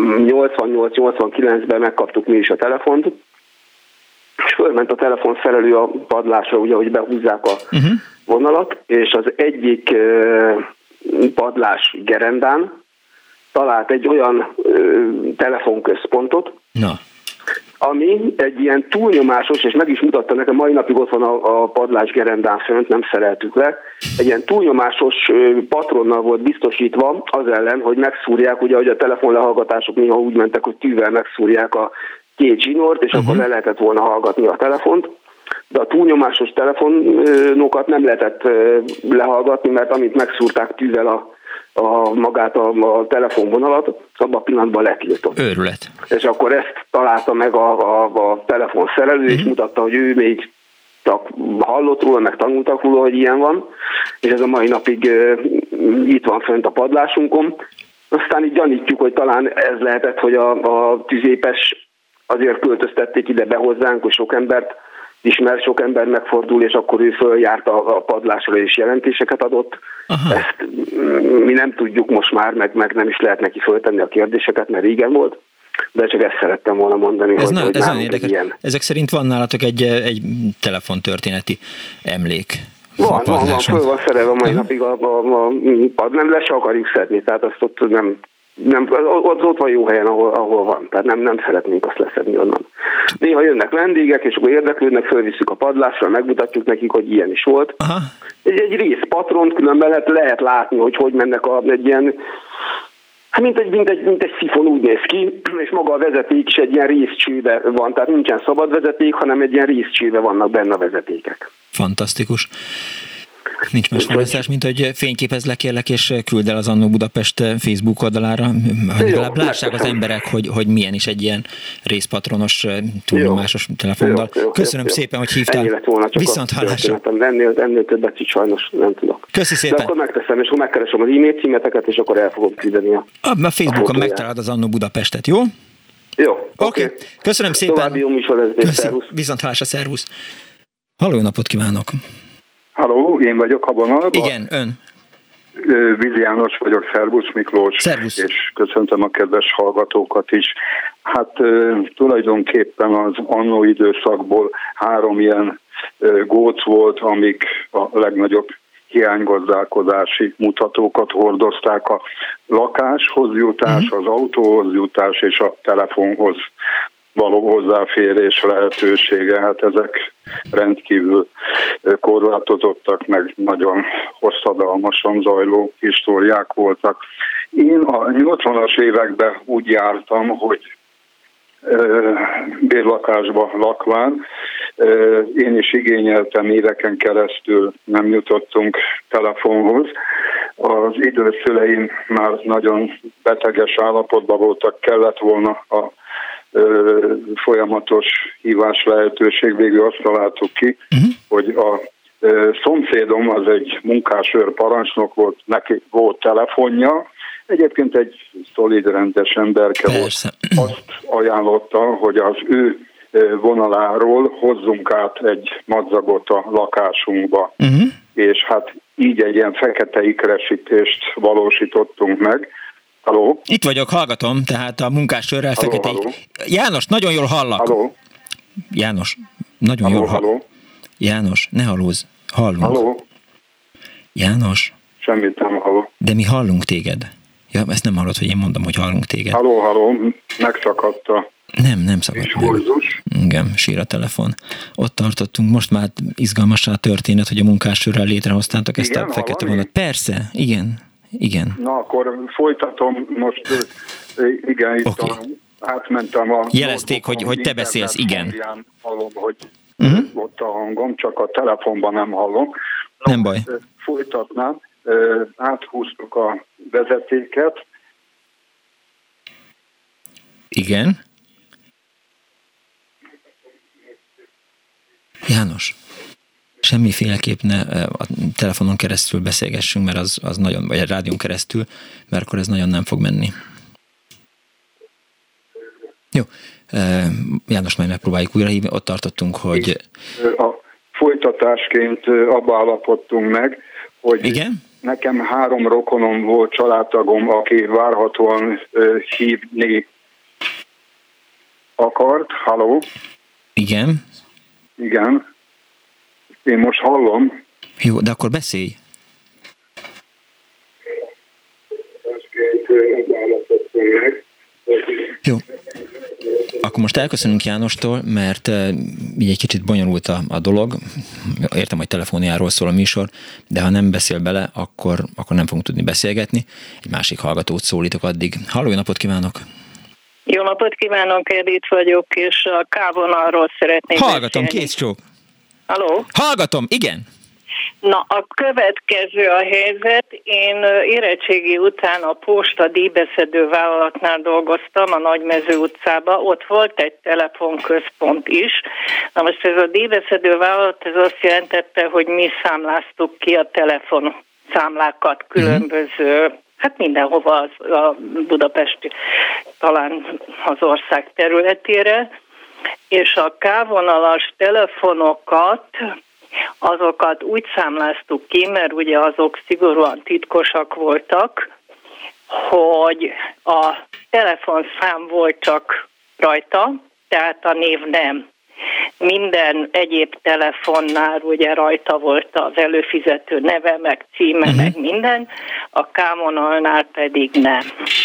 88-89-ben megkaptuk mi is a telefont, és fölment a telefonszerelő a padlásra, ugye, hogy behúzzák a vonalat, és az egyik padlás gerendán talált egy olyan telefonközpontot, ami egy ilyen túlnyomásos, és meg is mutatta nekem, mai napig ott van a padlás gerendán fönt, nem szereltük le, egy ilyen túlnyomásos patronnal volt biztosítva az ellen, hogy megszúrják, ugye, hogy a telefonlehallgatások néha úgy mentek, hogy tűvel megszúrják a két zsinort, és akkor le lehetett volna hallgatni a telefont, de a túlnyomásos telefonokat nem lehetett lehallgatni, mert amint megszúrták tűvel magát a telefonvonalat, abban a pillanatban letiltott. Őrület. És akkor ezt találta meg a telefonszerelő, és mutatta, hogy ő még csak hallott róla, meg tanultak róla, hogy ilyen van, és ez a mai napig itt van fönt a padlásunkon. Aztán így gyanítjuk, hogy talán ez lehetett, hogy a tüzépes azért költöztették ide be hozzánk, hogy sok embert ismer, sok ember megfordul, és akkor ő följárt a padlásra és jelentéseket adott. Aha. Ezt mi nem tudjuk most már, meg nem is lehet neki föltenni a kérdéseket, mert régen volt, de csak ezt szerettem volna mondani, ez hogy nagyon érdekes. Ilyen. Ezek szerint van nálatok egy telefontörténeti emlék. Van, föl van szerelve a mai napig a pad, nem le se akarjuk szedni, tehát azt ott nem, ott van jó helyen, ahol van, tehát nem szeretnénk azt leszedni onnan. Néha jönnek vendégek, és akkor érdeklődnek, fölvisszük a padlásra, megmutatjuk nekik, hogy ilyen is volt. Aha. Egy rész patront különben lehet látni, hogy mennek egy ilyen, mint egy szifon úgy néz ki, és maga a vezeték is egy ilyen részcsőbe van, tehát nincsen szabad vezeték, hanem egy ilyen részcsőbe vannak benne a vezetékek. Fantasztikus. Nincs más választás, mint hogy fényképezlek, kérlek, és küld el az Annó Budapest Facebook oldalára, hogy legalább lássák az emberek, hogy milyen is egy ilyen részpatronos, túlnyomásos telefonnal. Köszönöm szépen, hogy hívtál. Viszont hallásra. Ennél többet így sajnos nem tudok. Köszi szépen. De akkor megteszem, és akkor megkeresem az e-mail címeteket, és akkor el fogom küldeni a Facebookon megtalálod az Annó Budapestet, jó? Jó. Oké. Köszönöm szépen. További jó műsorvezetést. Viszont hallásra, szervusz. Halló, napot kívánok. Halló, én vagyok a vonalban. Igen, ön. Vizi János vagyok, szervusz Miklós. Szervusz. És köszöntöm a kedves hallgatókat is. Hát tulajdonképpen az annó időszakból 3 ilyen góc volt, amik a legnagyobb hiánygazdálkodási mutatókat hordozták: a lakáshoz jutás, az autóhoz jutás és a telefonhoz való hozzáférés lehetősége. Hát ezek rendkívül korlátozottak, meg nagyon hosszadalmasan zajló históriák voltak. Én a 80-as években úgy jártam, hogy bérlakásba lakván én is igényeltem, éveken keresztül nem jutottunk telefonhoz. Az időszüleim már nagyon beteges állapotban voltak, kellett volna a folyamatos hívás lehetőség, végül azt találtuk ki, hogy a szomszédom az egy munkásőr parancsnok volt, neki volt telefonja, egyébként egy szolid, rendes emberke volt. Azt ajánlotta, hogy az ő vonaláról hozzunk át egy madzagot a lakásunkba, és hát így egy ilyen fekete ikresítést valósítottunk meg. Halló? Itt vagyok, hallgatom, tehát a munkásőrrel fekete. János, nagyon jól hallak. Halló? János, nagyon jól hallak. János, ne hallózz, hallunk. Halló? János? Semmit nem hallok. De mi hallunk téged. Ja, ezt nem hallod, hogy én mondom, hogy hallunk téged. Halló, megszakadt a... Nem szakadt meg. Igen, sír a telefon. Ott tartottunk, most már izgalmassá a történet, hogy a munkásőrrel létrehoztátok ezt a fekete vonalat. Persze, igen. Na, akkor folytatom most, igen, itt átmentem a... Jelezték, hogy te beszélsz, igen. Hallom, hogy ott a hangom, csak a telefonban nem hallom. Nem baj. Folytatnám, áthúztuk a vezetéket. Igen. János, semmiféleképp ne a telefonon keresztül beszélgessünk, mert az nagyon, vagy a rádión keresztül, mert akkor ez nagyon nem fog menni. Jó, János, majd megpróbáljuk újra hívni, ott tartottunk, hogy... A folytatásként abba állapodtunk meg, hogy igen? Nekem 3 rokonom volt, családtagom, aki várhatóan hívni akart. Halló? Igen? Igen. Én most hallom. Jó, de akkor beszélj. Jó. Akkor most elköszönünk Jánostól, mert így egy kicsit bonyolult a dolog. Értem, hogy telefóniáról szól a műsor, de ha nem beszél bele, akkor nem fogunk tudni beszélgetni. Egy másik hallgatót szólítok addig. Halló, jó napot kívánok! Jó napot kívánok, Edith vagyok, és a K-vonalról szeretnék hallgatom, beszélni. kész csók! Halló? Hallgatom, igen! Na, a következő a helyzet. Én érettségi után a posta díjbeszedő vállalatnál dolgoztam a Nagymező utcában. Ott volt egy telefonközpont is. Na most ez a díjbeszedő vállalat, ez azt jelentette, hogy mi számláztuk ki a telefonszámlákat különböző, hát mindenhova a Budapesti, talán az ország területére, és a K-vonalas telefonokat, azokat úgy számláztuk ki, mert ugye azok szigorúan titkosak voltak, hogy a telefonszám volt csak rajta, tehát a név nem. Minden egyéb telefonnál ugye rajta volt az előfizető neve, meg címe, meg minden, a K-vonalnál pedig nem.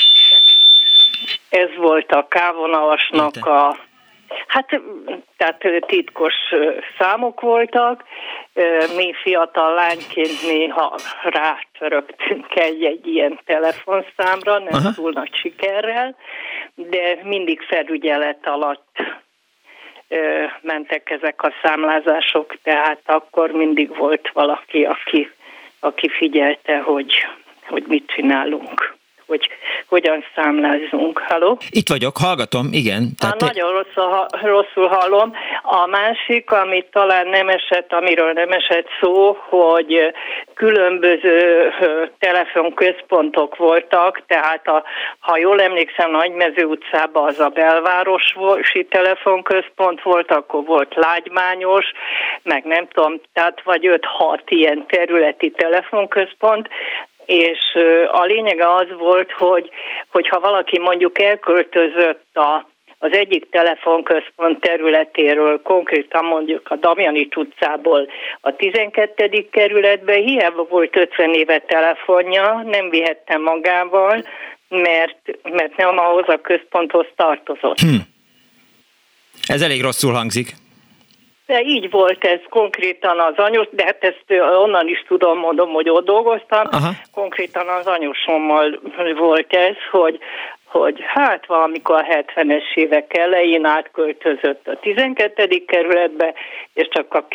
Ez volt a K-vonalasnak a... Hát, tehát titkos számok voltak, mi fiatal lányként néha rátörögtünk egy ilyen telefonszámra, nem túl nagy sikerrel, de mindig felügyelet alatt mentek ezek a számlázások, tehát akkor mindig volt valaki, aki figyelte, hogy mit csinálunk. Hogy hogyan számlázunk. Halló? Itt vagyok, hallgatom, igen. Nagyon rosszul hallom. A másik, amit talán nem esett, amiről nem esett szó, hogy különböző telefonközpontok voltak, tehát ha jól emlékszem, Nagymező utcában az a belvárosi telefonközpont volt, akkor volt Lágymányos, meg nem tudom, tehát vagy 5-6 ilyen területi telefonközpont, és a lényege az volt, hogy ha valaki mondjuk elköltözött az egyik telefonközpont területéről, konkrétan mondjuk a Damjanics utcából a 12. kerületbe, hiába volt 50 éve telefonja, nem vihette magával, mert nem ahhoz a központhoz tartozott. Ez elég rosszul hangzik. De így volt ez konkrétan az anyós, de hát ezt onnan is tudom, mondom, hogy ott dolgoztam. Konkrétan az anyósommal volt ez, hogy hát valamikor a 70-es évek elején átköltözött a 12. kerületbe, és csak a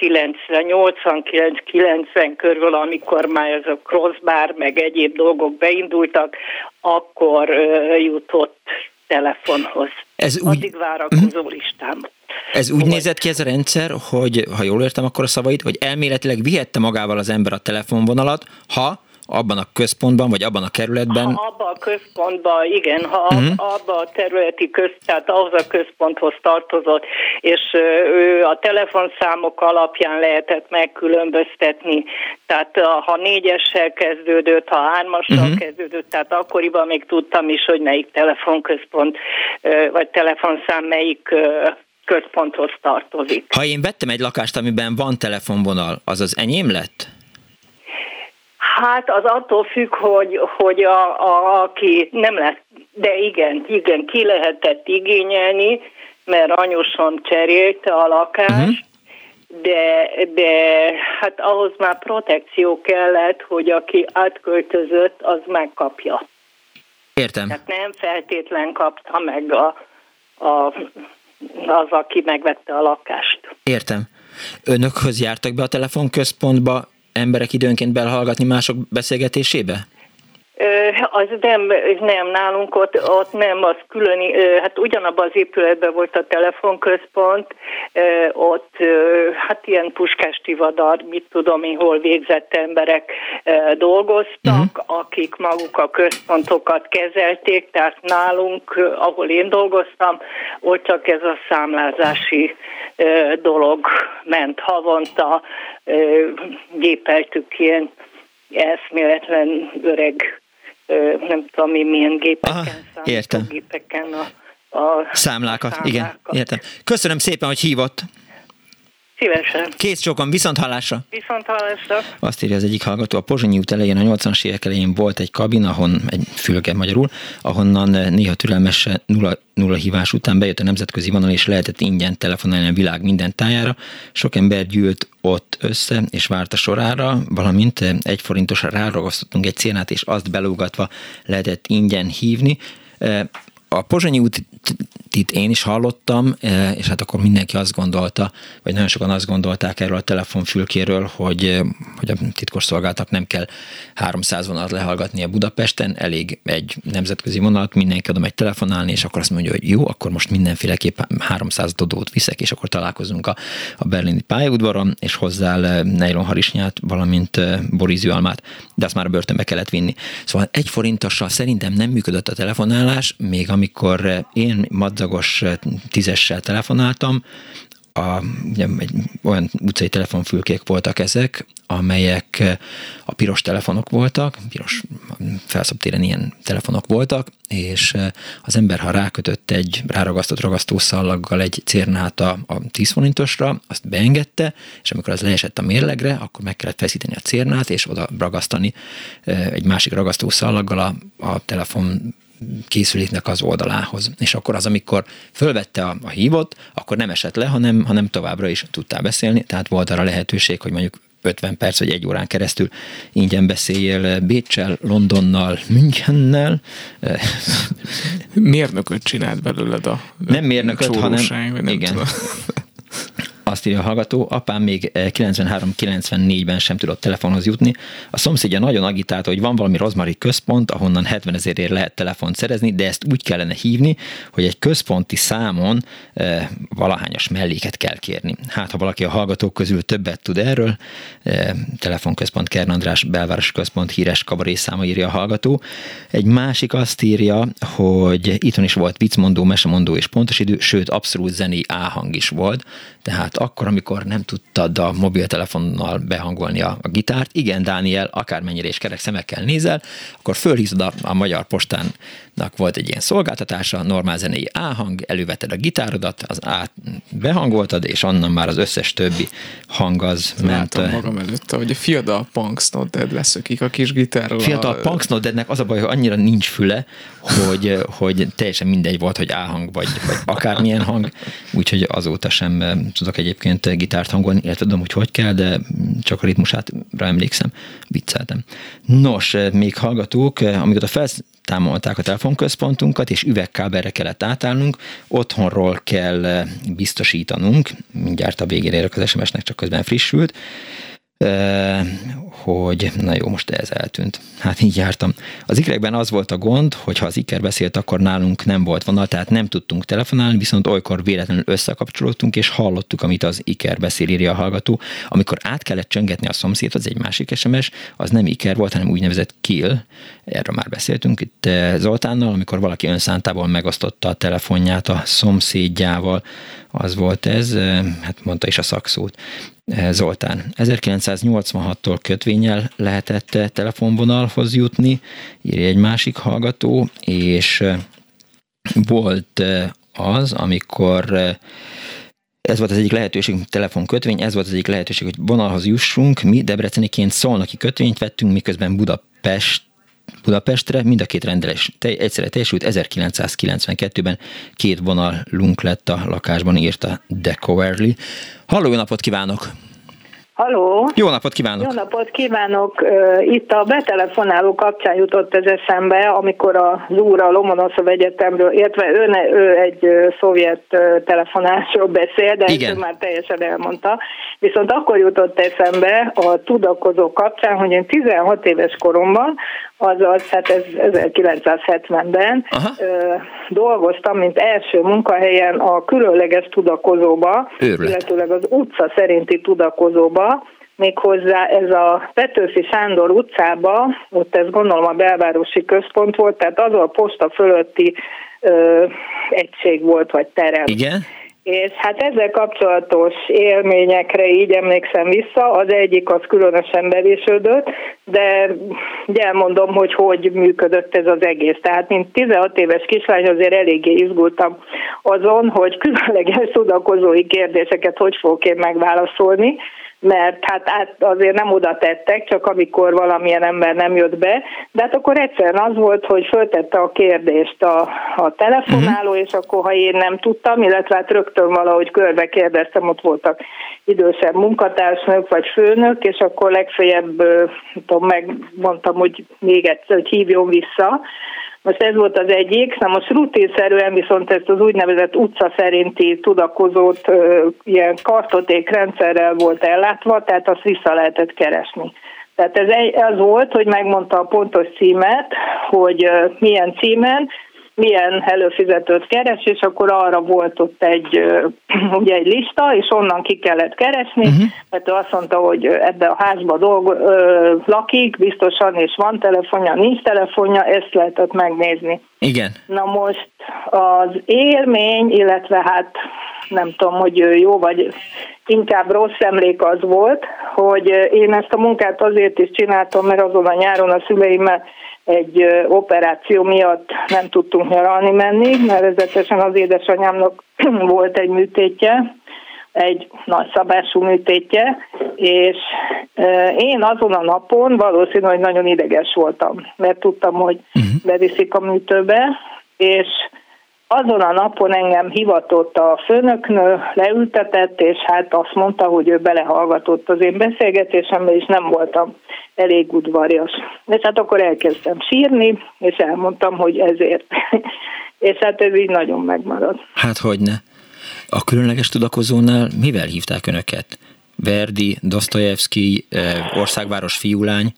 89-90 körül, amikor már ez a crossbar, meg egyéb dolgok beindultak, akkor jutott telefonhoz. Addig várakozó listám. Ez úgy nézett ki ez a rendszer, hogy, ha jól értem akkor a szavait, hogy elméletileg vihette magával az ember a telefonvonalat, ha abban a központban, vagy abban a kerületben... Ha abban a központban, igen, ha abban a területi tehát ahhoz a központhoz tartozott, és ő a telefonszámok alapján lehetett megkülönböztetni, tehát ha 4-essel kezdődött, ha 3-assal kezdődött, tehát akkoriban még tudtam is, hogy melyik telefonközpont, vagy telefonszám melyik központhoz tartozik. Ha én vettem egy lakást, amiben van telefonvonal, az az enyém lett? Hát az attól függ, hogy aki nem lett, de igen, ki lehetett igényelni, mert anyósom cserélte a lakást, de hát ahhoz már protekció kellett, hogy aki átköltözött, az megkapja. Értem. Tehát nem feltétlen kapta meg az, aki megvette a lakást. Értem. Önökhöz jártak be a telefonközpontba emberek időnként belehallgatni mások beszélgetésébe? Az nem nálunk ott nem, az külön, hát ugyanabban az épületben volt a telefonközpont, ott hát ilyen Puskás Tivadar, mit tudom én, hol végzett emberek dolgoztak, akik maguk a központokat kezelték, tehát nálunk, ahol én dolgoztam, ott csak ez a számlázási dolog ment havonta, gépeltük ilyen eszméletlen öreg, nem tudom én milyen gépeken, számítógépeken a számlákat. Igen, értem. Köszönöm szépen, hogy hívott. Szívesen. Kész csókom, viszont hallásra. Viszont hallásra. Azt írja az egyik hallgató, a Pozsonyi út elején, a 80-as évek elején volt egy kabin, egy fülke magyarul, ahonnan néha türelmes nulla hívás után bejött a nemzetközi vonal, és lehetett ingyen telefonálni a világ minden tájára. Sok ember gyűlt ott össze, és várt a sorára, valamint 1 forintosra ráragasztottunk egy cénát, és azt belógatva lehetett ingyen hívni. A Pozsonyi útit én is hallottam, és hát akkor mindenki azt gondolta, vagy nagyon sokan azt gondolták erről a telefonfülkéről, hogy a titkosszolgálatnak nem kell 300 vonalat lehallgatnia Budapesten, elég egy nemzetközi vonalat, mindenki oda megy telefonálni, és akkor azt mondja, hogy jó, akkor most mindenféleképp 300 dodót viszek, és akkor találkozunk a berlini pályaudvaron, és hozzá nejlonharisnyát, valamint borízűalmát, de azt már a börtönbe kellett vinni. Szóval 1 forintossal szerintem nem működött a telefonálás, még amikor én madzagos 10-essel telefonáltam, olyan utcai telefonfülkék voltak ezek, amelyek a piros telefonok voltak, piros felszabtéren ilyen telefonok voltak, és az ember, ha rákötött egy ráragasztott ragasztószallaggal egy cérnát a 10 forintosra, azt beengedte, és amikor az leesett a mérlegre, akkor meg kellett feszíteni a cérnát, és oda ragasztani egy másik ragasztószallaggal a telefon készüléknek az oldalához. És akkor az, amikor fölvette a hívót, akkor nem esett le, hanem továbbra is tudtál beszélni, tehát volt arra lehetőség, hogy mondjuk 50 perc vagy 1 órán keresztül ingyen beszéljél Béccsel, Londonnal, Münchennel. Mérnököt csinált belőled a nem mérnököt, hanem igen. Tudom. Azt írja a hallgató, apám még 93-94-ben sem tudott telefonhoz jutni. A szomszédja nagyon agitálta, hogy van valami rozmari központ, ahonnan 70 000-ért lehet telefont szerezni, de ezt úgy kellene hívni, hogy egy központi számon valahányas melléket kell kérni. Hát, ha valaki a hallgatók közül többet tud erről, telefonközpont, Kern András, belvárosi központ, híres kabarészáma, írja a hallgató. Egy másik azt írja, hogy itthon is volt viccmondó, mesemondó és pontos idő, sőt, abszolút zené áhang is volt. Tehát akkor, amikor nem tudtad a mobiltelefonnal behangolni a gitárt, igen, Dániel, akármennyire is kerek szemekkel nézel, akkor fölhívod a Magyar Postának volt egy ilyen szolgáltatása, normál zenei áhang, elővetted a gitárodat, az át behangoltad, és onnan már az összes többi hang az ment. Látom magam előtt, hogy a fiatal Punksnodded leszökik a kis gitárról. Fiatal Punksnoddednek az a baj, hogy annyira nincs füle, hogy teljesen mindegy volt, hogy áhang vagy akármilyen hang, úgyhogy azóta sem tudok egyébként gitárt hangolni, illetve tudom, hogy kell, de csak a ritmusát emlékszem, vicceltem. Nos, még hallgatók, amikor feltámolták a telefonközpontunkat, és üvegkábelre kellett átállnunk, otthonról kell biztosítanunk, mindjárt a végére érök az SMS-nek, csak közben frissült, hogy na jó, most ez eltűnt. Hát így jártam. Az ikerekben az volt a gond, hogy ha az iker beszélt, akkor nálunk nem volt vonal, tehát nem tudtunk telefonálni, viszont olykor véletlenül összekapcsolódtunk, és hallottuk, amit az iker beszél, írja a hallgató. Amikor át kellett csöngetni a szomszédhoz, egy másik SMS, az nem iker volt, hanem úgynevezett kill. Erről már beszéltünk itt Zoltánnal, amikor valaki önszántából megosztotta a telefonját a szomszédjával. Az volt ez, hát mondta is a szakszót. Zoltán, 1986-tól kötvényel lehetett telefonvonalhoz jutni, írja egy másik hallgató, és volt az, amikor ez volt az egyik lehetőség, telefonkötvény, ez volt az egyik lehetőség, hogy vonalhoz jussunk. Mi debreceniként szolnoki kötvényt vettünk, miközben Budapestre, mind a két rendelés egyszerre teljesült, 1992-ben 2 vonalunk lett a lakásban, írta De Coverly. Halló, jó napot kívánok! Halló! Jó napot kívánok! Jó napot kívánok! Itt a betelefonáló kapcsán jutott ez eszembe, amikor az úr a Lomonoszov Egyetemről, illetve ő egy szovjet telefonásról beszél, de ezt már teljesen elmondta. Viszont akkor jutott eszembe a tudakozó kapcsán, hogy én 16 éves koromban, azaz hát ez 1970-ben dolgoztam, mint első munkahelyen a különleges tudakozóba, illetőleg az utca szerinti tudakozóba, méghozzá ez a Petőfi Sándor utcába, ott ez gondolom a belvárosi központ volt, tehát az a posta fölötti egység volt, vagy terem. Igen. És hát ezzel kapcsolatos élményekre így emlékszem vissza, az egyik az különösen bevésődött, de elmondom, hogy működött ez az egész. Tehát mint 16 éves kislány azért eléggé izgultam azon, hogy különleges tudakozói kérdéseket hogy fogok én megválaszolni, mert hát azért nem oda tettek, csak amikor valamilyen ember nem jött be, de hát akkor egyszerűen az volt, hogy föltette a kérdést a telefonáló, és akkor ha én nem tudtam, illetve hát rögtön valahogy körbe kérdeztem, ott voltak idősebb munkatársnők vagy főnök, és akkor legfeljebb megmondtam, hogy még egyszer, hogy hívjon vissza. Most ez volt az egyik, na most rutinszerűen viszont ezt az úgynevezett utca szerinti tudakozót ilyen kartotékrendszerrel volt ellátva, tehát azt vissza lehetett keresni. Tehát ez az volt, hogy megmondta a pontos címet, hogy milyen címen, milyen előfizetőt keres, és akkor arra volt ott egy lista, és onnan ki kellett keresni, mert ő azt mondta, hogy ebbe a házba lakik, biztosan, és van telefonja, nincs telefonja, ezt lehetett megnézni. Igen. Na most az élmény, illetve hát nem tudom, hogy jó vagy inkább rossz emlék az volt, hogy én ezt a munkát azért is csináltam, mert azon a nyáron a szüleimmel egy operáció miatt nem tudtunk nyaralni menni, nevezetesen az édesanyámnak volt egy műtétje, egy nagyszabású műtétje, és én azon a napon valószínű, hogy nagyon ideges voltam, mert tudtam, hogy beviszik a műtőbe, és azon a napon engem hivatott a főnöknő, leültetett, és hát azt mondta, hogy ő belehallgatott az én beszélgetésembe, és nem voltam elég udvarias. És hát akkor elkezdtem sírni, és elmondtam, hogy ezért. És hát ez így nagyon megmaradt. Hát hogyne. A különleges tudakozónál mivel hívták önöket? Verdi, Dosztojevszkij, Országváros fiúlány?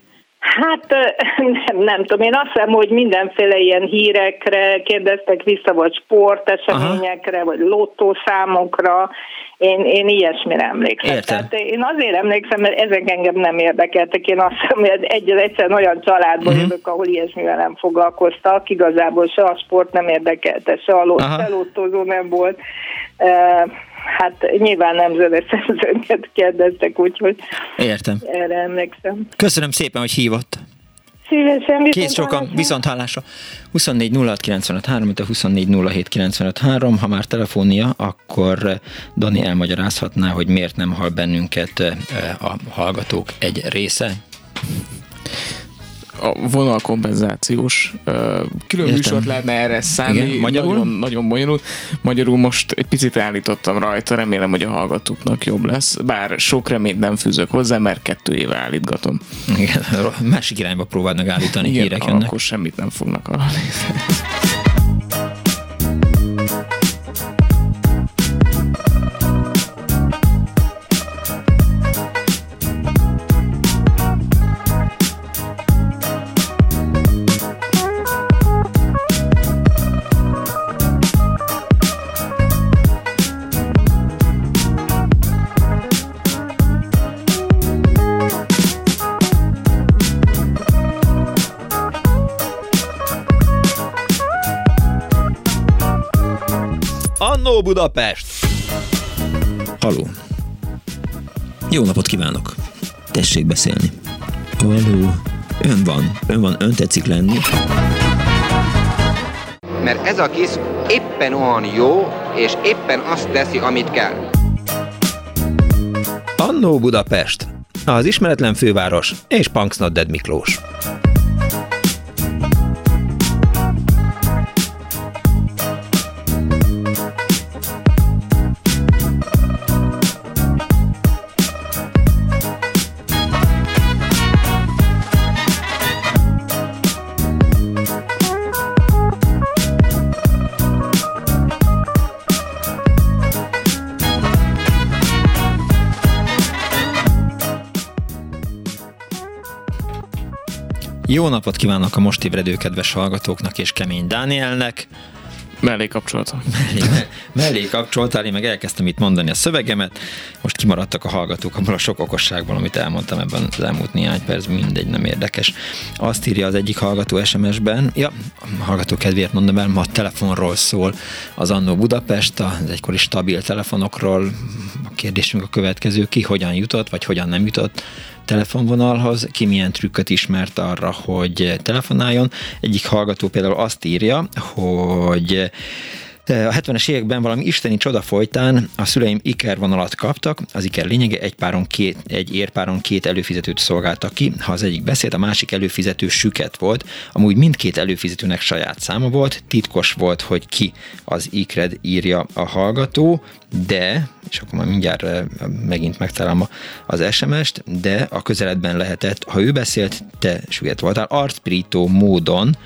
Hát nem tudom, én azt hiszem, hogy mindenféle ilyen hírekre kérdeztek vissza, vagy sporteseményekre, vagy lottószámokra. Én ilyesmire emlékszem. Értem. Tehát én azért emlékszem, mert ezek engem nem érdekeltek. Én azt hiszem, hogy egyszerűen olyan családból jövök, ahol ilyesmivel nem foglalkoztak. Igazából se a sport nem érdekelte, se a lottózó nem volt. Hát nyilván nemzetes szerzőket kérdeztek, úgyhogy értem. Erre emlékszem. Köszönöm szépen, hogy hívott. Szívesen, Kész sokan, viszonthallásra. 24 06 95 3, de 24 07 95 3. Ha már telefonja, akkor Dani elmagyarázhatná, hogy miért nem hall bennünket a hallgatók egy része. A vonalkompenzációs külön műsort lehetne erre szállni. Igen, magyarul? Nagyon bonyolult. Magyarul most egy picit állítottam rajta, remélem, hogy a hallgatóknak jobb lesz. Bár sok reményt nem fűzök hozzá, mert 2 éve állítgatom. Igen, másik irányba próbáld meg állítani, igen, hírek jönnek. Akkor semmit nem fognak hallani. Annó Budapest! Halló! Jó napot kívánok! Tessék beszélni. Halló! Ön van, ön tetszik lenni. Mert ez a kis éppen olyan jó, és éppen azt teszi, amit kell. Annó Budapest! Az ismeretlen főváros és Punks Not Dead Miklós. Jó napot kívánok a most ébredő kedves hallgatóknak és Kemény Dánielnek. Mellé kapcsoltam. Mellé kapcsoltál, én meg elkezdtem itt mondani a szövegemet. Most kimaradtak a hallgatók abból a sok okosságból, amit elmondtam ebben az elmúlt néhány perc, mindegy, nem érdekes. Azt írja az egyik hallgató SMS-ben, a hallgató kedvéért mondom el, ma a telefonról szól az Annó Budapest, az egykori stabil telefonokról. A kérdésünk a következő, ki hogyan jutott, vagy hogyan nem jutott telefonvonalhoz, ki milyen trükköt ismert arra, hogy telefonáljon. Egyik hallgató például azt írja, hogy a 70-es években valami isteni csoda folytán a szüleim ikervonalat kaptak, az iker lényege egy érpáron 2 előfizetőt szolgáltak ki, ha az egyik beszélt, a másik előfizető süket volt, amúgy mindkét előfizetőnek saját száma volt, titkos volt, hogy ki az ikred, írja a hallgató, de, és akkor már mindjárt megint megtalálom az SMS-t, de a közeledben lehetett, ha ő beszélt, te süket voltál, arcpirító módon,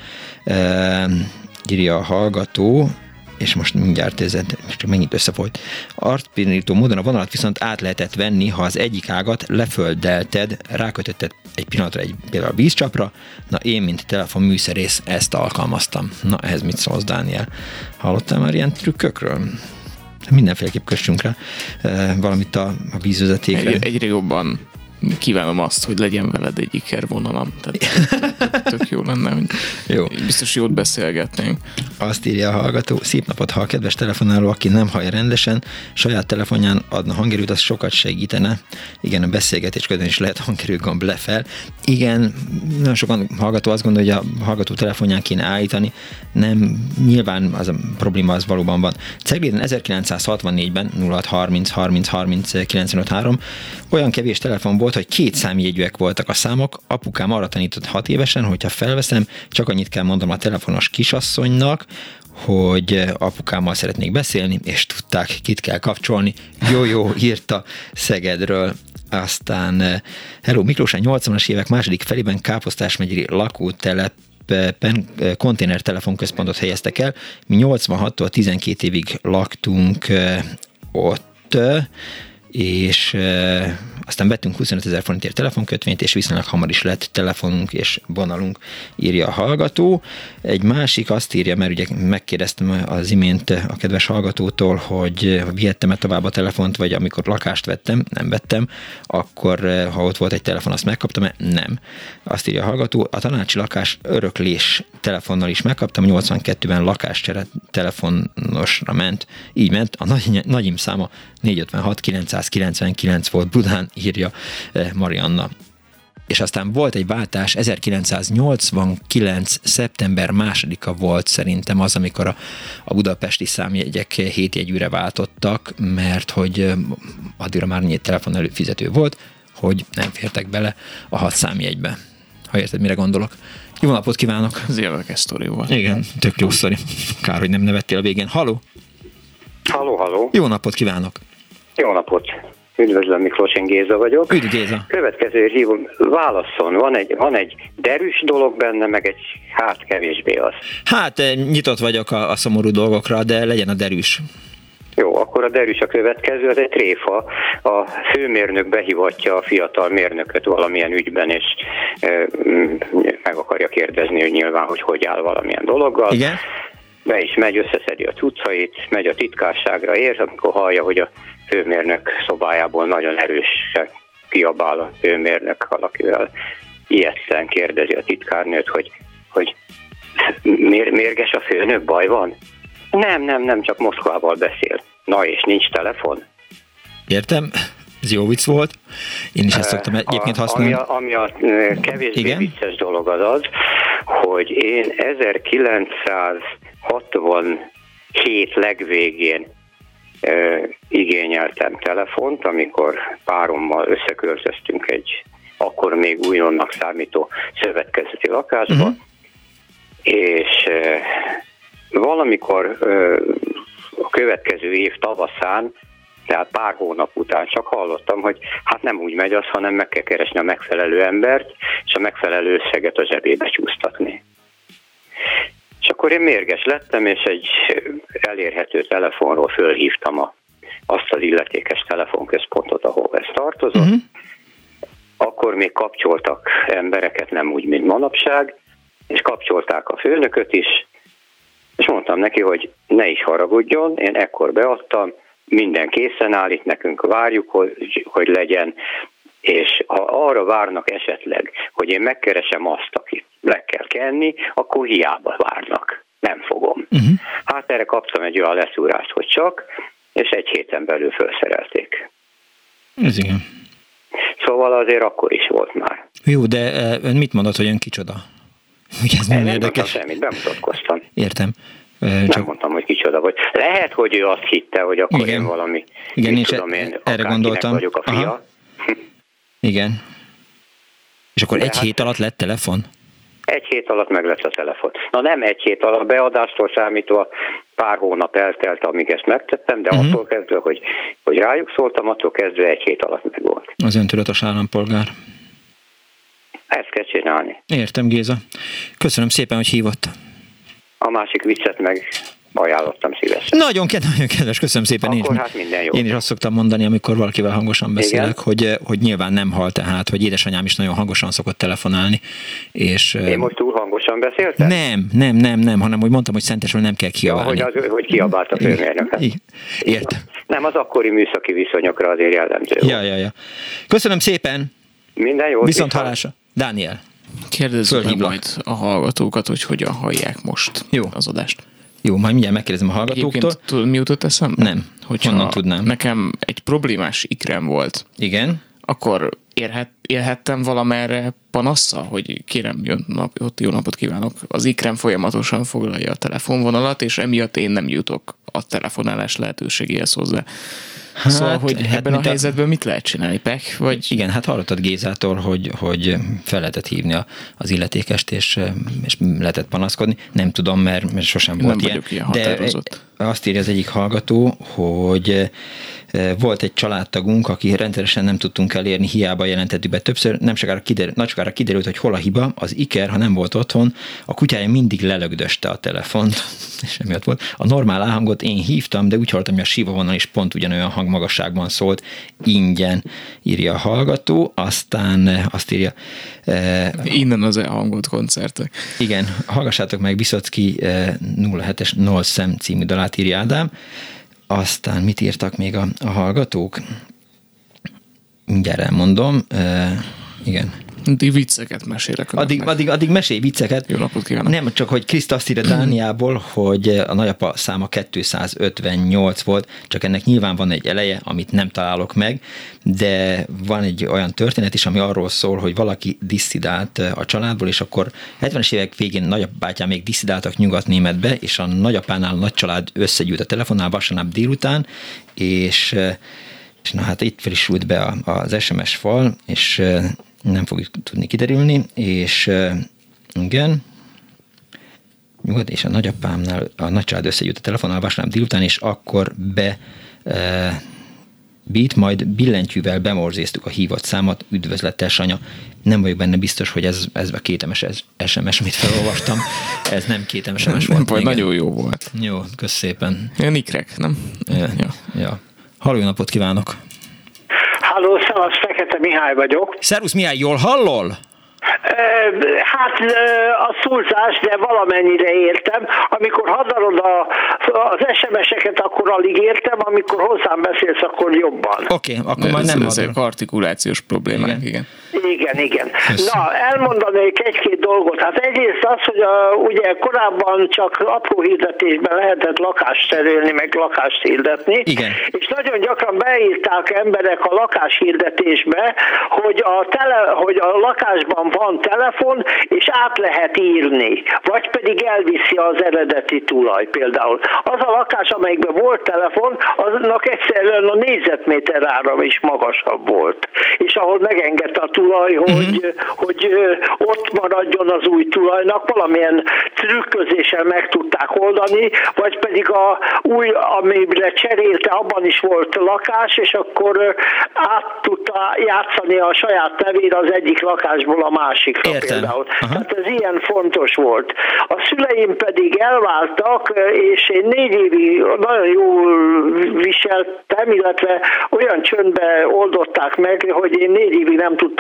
írja a hallgató, és most mindjárt ez csak megint összefolyt. Arcpirító módon a vonalat viszont át lehetett venni, ha az egyik ágat leföldelted, rákötötted egy pillanatra például a vízcsapra. Na én, mint telefonműszerész, ezt alkalmaztam. Na ehhez mit szólsz, Dániel? Hallottál már ilyen trükkökről? Mindenféleképp kössünk rá valamit a vízvezetékre. Egyre jobban kívánom azt, hogy legyen veled egy ikervonalam. Tehát tök jó lenne, hogy jó. Biztos jót beszélgetnénk. Azt írja a hallgató, szép napot, ha a kedves telefonáló, aki nem hallja rendesen, saját telefonján adna hangerőt, az sokat segítene. Igen, a beszélgetés közben is lehet hangerőgomb lefel. Igen, nagyon sokan hallgató azt gondolja, hogy a hallgató telefonján kéne állítani. Nem, nyilván az a probléma az valóban van. Cegléden 1964-ben 0630 30 30 953 olyan kevés telefon volt, hogy 2 számjegyűek voltak a számok. Apukám arra tanított 6 évesen, hogyha felveszem, csak annyit kell mondanom a telefonos kisasszonynak, hogy apukámmal szeretnék beszélni, és tudták, kit kell kapcsolni. Jó, írta Szegedről. Aztán, hello, Miklósán 80-as évek második felében Káposztás megyei lakótelepen konténertelefonközpontot helyeztek el. Mi 86-tól 12 évig laktunk ott, és aztán vettünk 25 000 forintért telefonkötvényt, és viszonylag hamar is lett telefonunk és vonalunk, írja a hallgató. Egy másik azt írja, mert ugye megkérdeztem az imént a kedves hallgatótól, hogy vihettem-e tovább a telefont, vagy amikor lakást vettem, nem vettem, akkor ha ott volt egy telefon, azt megkaptam-e? Nem. Azt írja a hallgató, a tanácsi lakás öröklés telefonnal is megkaptam, 82-ben lakáscsere telefonosra ment, így ment, a nagyim száma 456 999 volt Budán, írja Marianna. És aztán volt egy váltás, 1989. szeptember 2-a volt szerintem az, amikor a budapesti számjegyek 7 jegyűre váltottak, mert hogy addigra már 4 telefon előfizető volt, hogy nem fértek bele a 6 számjegybe. Ha érted, mire gondolok. Jó napot kívánok! Ez érdekes sztori volt. Igen, tök jó sztori. Kár, hogy nem nevettél a végén. Halló! Halló! Jó napot kívánok! Jó napot! Üdvözlöm, Miklós, én Géza vagyok. Üdv, Géza! Következőért hívom, válasszon, van egy derűs dolog benne, meg egy kevésbé az. Nyitott vagyok a szomorú dolgokra, de legyen a derűs. Jó, akkor a derűs a következő, az egy tréfa. A főmérnök behívatja a fiatal mérnököt valamilyen ügyben, és meg akarja kérdezni, hogy nyilván, hogy áll valamilyen dologgal. Igen? Be is megy, összeszedi a cuccait, megy a titkárságra, ér, amikor hallja, hogy a főmérnök szobájából nagyon erősen kiabál a főmérnök valakivel. Ijesztően kérdezi a titkárnőt, hogy mérges a főnök, baj van? Nem, csak Moszkvával beszél. Na, és nincs telefon? Értem, ez jó vicc volt. Én is ezt szoktam egyébként használni. Ami a kevésbé vicces dolog az, hogy én 1967 legvégén igényeltem telefont, amikor párommal összeköltöztünk egy akkor még újonnan számító szövetkezeti lakásba, és valamikor a következő év tavaszán, tehát pár hónap után csak hallottam, hogy hát nem úgy megy az, hanem meg kell keresni a megfelelő embert, és a megfelelő összeget a zsebébe csúsztatni. És akkor én mérges lettem, és egy elérhető telefonról fölhívtam azt az illetékes telefonközpontot, ahol ez tartozott, akkor még kapcsoltak embereket, nem úgy, mint manapság, és kapcsolták a főnököt is, és mondtam neki, hogy ne is haragudjon, én ekkor beadtam, minden készen áll, itt nekünk várjuk, hogy legyen, és ha arra várnak esetleg, hogy én megkeresem azt, akit le kell kenni, akkor hiába várnak. Nem fogom. Hát erre kaptam egy olyan leszúrást, hogy csak, és egy héten belül felszerelték. Ez igen. Szóval azért akkor is volt már. Jó, de ön mit mondott, hogy ön kicsoda? Ugye ez nagyon érdekes. Nem mondtam semmit, bemutatkoztam. Értem. Nem mondtam, hogy kicsoda vagy. Lehet, hogy ő azt hitte, hogy akkor igen. Én valami, igen, mit tudom én, erre gondoltam. Vagyok a fia. Aha. Igen. És akkor egy hét alatt lett telefon? Egy hét alatt meg lett a telefon. Na nem egy hét alatt, beadástól számítva pár hónap eltelt, amíg ezt megtettem, de attól kezdve, hogy rájuk szóltam, attól kezdve egy hét alatt meg volt. Az öntudatos állampolgár. Ezt kell csinálni. Értem, Géza. Köszönöm szépen, hogy hívott. A másik viccet meg ajánlottam szívesen. Nagyon kedves, köszönöm szépen. Akkor hát minden jó. Én is azt szoktam mondani, amikor valakivel hangosan beszélek, hogy nyilván nem hal, tehát, hogy édesanyám is nagyon hangosan szokott telefonálni. És, én most túl hangosan beszéltem? Nem, hanem hogy mondtam, hogy szentesről nem kell kiabálni. Ja, hogy kiabált a főmérnök. Értem. Nem, az akkori műszaki viszonyokra azért jellemző. Ja. Köszönöm szépen. Minden jó. Viszont hallásra. Dániel. Kérdezzük meg majd a hallgatókat, hogy hogyan hallják most az adást. Jó, majd mindjárt megkérdezem a hallgatóktól. Egyébként tudod, mi jutott eszembe? Nem. Honnan tudnám? Nekem egy problémás ikrem volt. Igen. Akkor élhettem valamerre panasszal, hogy kérem, jó napot kívánok. Az ikrem folyamatosan foglalja a telefonvonalat, és emiatt én nem jutok a telefonálás lehetőségéhez hozzá. Hát, szóval, hogy ebben a helyzetben mit lehet csinálni? Pek? Vagy... Igen, hát hallottad Gézától, hogy fel lehetett hívni az illetékest, és lehetett panaszkodni. Nem tudom, mert sosem volt ilyen. De azt írja az egyik hallgató, hogy volt egy családtagunk, aki rendszeresen nem tudtunk elérni, hiába jelentettük be többször, nagy sokára kiderült, hogy hol a hiba, az Iker, ha nem volt otthon, a kutyája mindig lelögdöste a telefont, és emiatt volt. A normál állhangot én hívtam, de úgy hallottam, hogy a sívavonal is pont ugyanolyan hangmagasságban szólt, ingyen, írja a hallgató, aztán azt írja... Innen az elhangolt koncertek. Igen, hallgassátok meg Viszocki 07-es Null Szem című dalát, írja Ádám. Aztán mit írtak még a hallgatók? Mindjárt elmondom. Igen. Addig vicceket mesélek. Addig mesélj vicceket. Jó napot kívánok. Nem, csak hogy Kriszta azt írja Dániából, hogy a nagyapa száma 258 volt, csak ennek nyilván van egy eleje, amit nem találok meg, de van egy olyan történet is, ami arról szól, hogy valaki disszidált a családból, és akkor 70-es évek végén nagyapátyám még disszidáltak Nyugat-Németbe, és a nagyapánál a nagy család összegyűlt a telefonnál vasárnap délután, és na hát itt frissült be az SMS fal, és nem fogjuk tudni kiderülni, és igen, nyugodt, és a nagyapámnál a nagycsalád összegyűlt a telefonnál vasárnap délután, és akkor majd billentyűvel bemorzéztuk a hívott számot, üdvözlettel Sanya. Nem vagyok benne biztos, hogy ez a két SMS, amit felolvastam, ez nem két SMS volt. Vagy nagyon jó volt. Jó, kösz szépen. Ilyen ikrek, nem? Ja. Halló, jó napot kívánok! Halló, szevasz, Fekete Mihály vagyok. Szervusz Mihály, jól hallol? Hát a szúzás, de valamennyire értem. Amikor hadarod az SMS-eket, akkor alig értem, amikor hozzám beszélsz, akkor jobban. Oké, akkor már nem ezek artikulációs problémák, igen. Igen. Na, elmondanék egy-két dolgot. Hát egyrészt az, hogy ugye korábban csak apró hirdetésben lehetett lakást cserélni, meg lakást hirdetni. Igen. És nagyon gyakran beírták emberek a lakáshirdetésbe, hogy a lakásban van telefon, és át lehet írni, vagy pedig elviszi az eredeti tulaj például. Az a lakás, amelyikben volt telefon, aznak egyszerűen a négyzetméter ára is magasabb volt. És ahol megengedte a tulaj, hogy ott maradjon az új tulajnak, valamilyen trükközéssel meg tudták oldani, vagy pedig a új, amire cserélte, abban is volt lakás, és akkor át tudta játszani a saját nevére az egyik lakásból a másikra. Értem. Például. Tehát ez ilyen fontos volt. A szüleim pedig elváltak, és én 4 évig nagyon jól viseltem, illetve olyan csöndbe oldották meg, hogy én 4 évig nem tudtam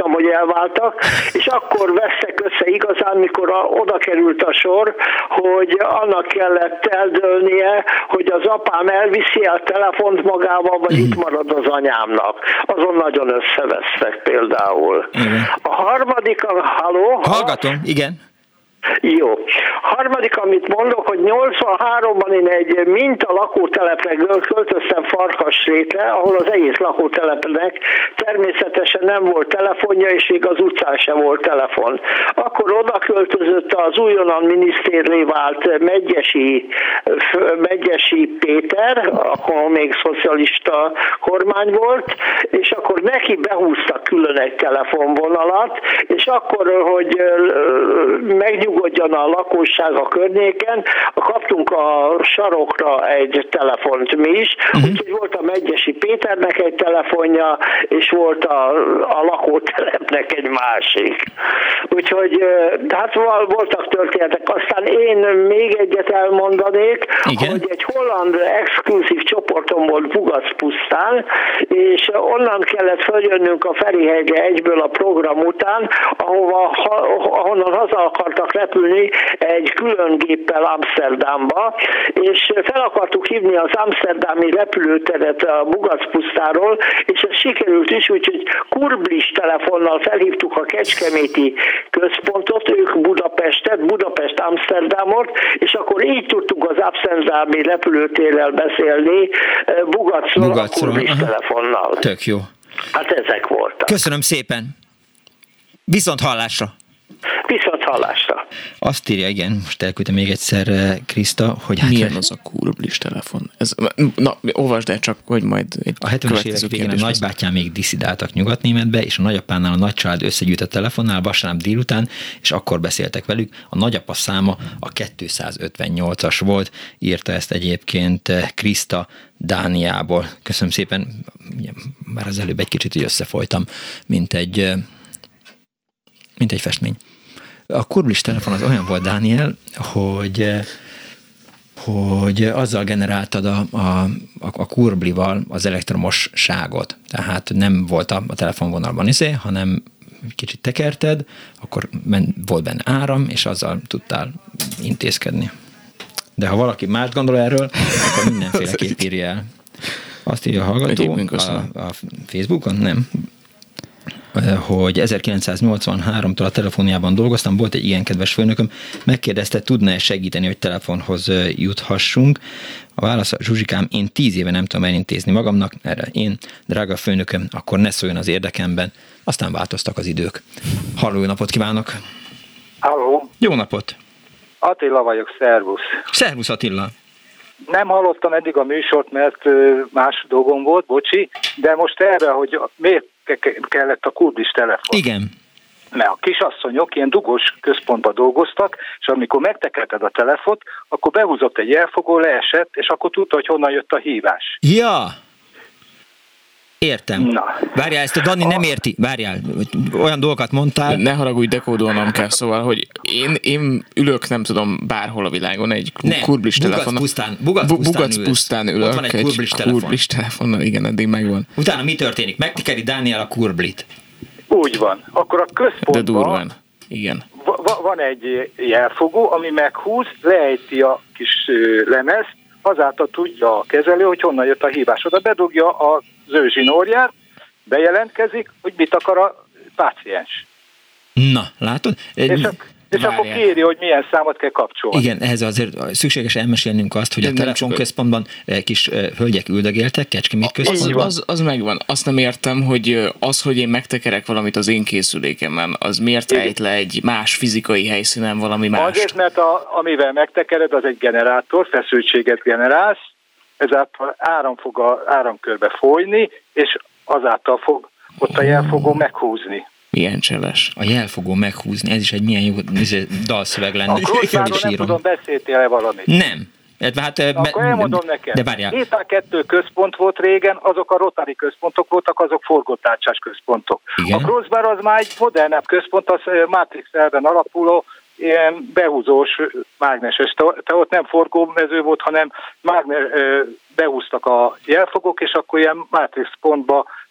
tudtam, hogy elváltak, és akkor vesztek össze igazán, mikor oda került a sor, hogy annak kellett eldőlnie, hogy az apám elviszi a telefont magával, vagy itt marad az anyámnak. Azon nagyon összevesztek például. A harmadik, halló? Hallgatom, igen. Jó. Harmadik, amit mondok, hogy 83-ban én egy minta lakótelepre költöztem Farkasrétre, ahol az egész lakótelepnek természetesen nem volt telefonja, és még az utcán sem volt telefon. Akkor oda költözött az újonnan minisztérré vált Megyesi Péter, akkor még szocialista kormány volt, és akkor neki behúztak külön egy telefonvonalat, és akkor, hogy megnyugodjon a lakosság a környéken, kaptunk a sarokra egy telefont mi is, úgyhogy volt a Megyesi Péternek egy telefonja, és volt a lakótelepnek egy másik. Úgyhogy hát voltak történetek. Aztán én még egyet elmondanék, hogy egy holland exkluzív csoportom volt Bugacpusztán, és onnan kellett följönnünk a Ferihegyre egyből a program után, ahonnan haza akartak repülni egy külön géppel Amsterdamba, és fel akartuk hívni az amszterdami repülőteret a Bugacpusztáról, és ez sikerült is, úgyhogy kurblis telefonnal felhívtuk a kecskeméti központot, ők Budapestet, Budapest Amsterdamot, és akkor így tudtunk az amszterdami repülőtérrel beszélni Bugacról a kurblis telefonnal. Tök jó. Hát ezek voltak. Köszönöm szépen. Viszont hallásra. Viszont hallásra. Azt írja, igen, most elküldtem még egyszer Kriszta, hogy... Milyen az a kurblis telefon? Na, olvasd el csak, hogy majd... A 70-es évek végén a nagybátyám még diszidáltak Nyugatnémetbe, és a nagyapánál a nagycsalád összegyűjtött telefonnál vasárnap délután, és akkor beszéltek velük. A nagyapa száma a 258-as volt, írta ezt egyébként Kriszta Dániából. Köszönöm szépen, már az előbb egy kicsit így összefolytam, mint egy festmény. A kurblis telefon az olyan volt, Dániel, hogy azzal generáltad a kurblival az elektromosságot. Tehát nem volt a telefonvonalban hanem kicsit tekerted, akkor volt benne áram, és azzal tudtál intézkedni. De ha valaki mást gondol erről, akkor mindenféleképp írja el. Azt írja a hallgató a Facebookon, nem? Hogy 1983-tól a telefonjában dolgoztam, volt egy ilyen kedves főnököm, megkérdezte, tudna-e segíteni, hogy telefonhoz juthassunk. A válasz: Zsuzsikám, én 10 éve nem tudom elintézni magamnak, erre én, drága főnököm, akkor ne szóljon az érdekemben. Aztán változtak az idők. Halló, jó napot kívánok! Halló! Jó napot! Attila vagyok, szervusz! Szervusz, Attila! Nem hallottam eddig a műsort, mert más dolgom volt, bocsi, de most erre, hogy miért kellett a kurblis telefon. Igen. Mert a kisasszonyok ilyen dugós központban dolgoztak, és amikor megtekerted a telefont, akkor behúzott egy elfogó, leesett, és akkor tudta, hogy honnan jött a hívás. Ja! Értem. Na. Várjál, ezt a Dani nem érti. Várjál, olyan dolgokat mondtál. Ne haragudj, dekódolnom kell, szóval, hogy én ülök, nem tudom, bárhol a világon egy kurblis telefonnal. Bugacpusztán ülök. Ott van egy kurblis telefonnal, igen, eddig megvan. Utána mi történik? Megtikeri Dániel a kurblit. Úgy van. Akkor a központban... De durván, igen. Van egy jelfogó, ami meghúz, leejti a kis lemezt, azáltal tudja a kezelő, hogy honnan jött a hívás. Oda bedugja az ő zsinórját, bejelentkezik, hogy mit akar a páciens. Na, látod? És akkor kéri, hogy milyen számot kell kapcsolni. Igen, ehhez azért szükséges elmesélnünk azt, hogy a telefonközpontban kis hölgyek üldögéltek, Kecskemét központban. Az megvan. Azt nem értem, hogy hogy én megtekerek valamit az én készülékemen, az miért ejt le egy más fizikai helyszínen valami mást? Azért, mert amivel megtekered, az egy generátor, feszültséget generálsz, ezáltal áram fog a áramkörbe folyni, és azáltal fog ott a jelfogó meghúzni. Milyen cseles. A jelfogó meghúzni, ez is egy milyen jó dalszöveg lenne. A Grossmáról nem tudom, beszéltél-e valamit? Nem. Hát, akkor elmondom neked. De várjál. 2 központ volt régen, azok a Rotary központok voltak, azok forgótárcsás központok. Igen? A Grossmár az már egy modernebb központ, az Matrix elven alapuló, ilyen behúzós, mágneses. Te ott nem forgómező volt, hanem behúztak a jelfogók, és akkor ilyen Matrix pontba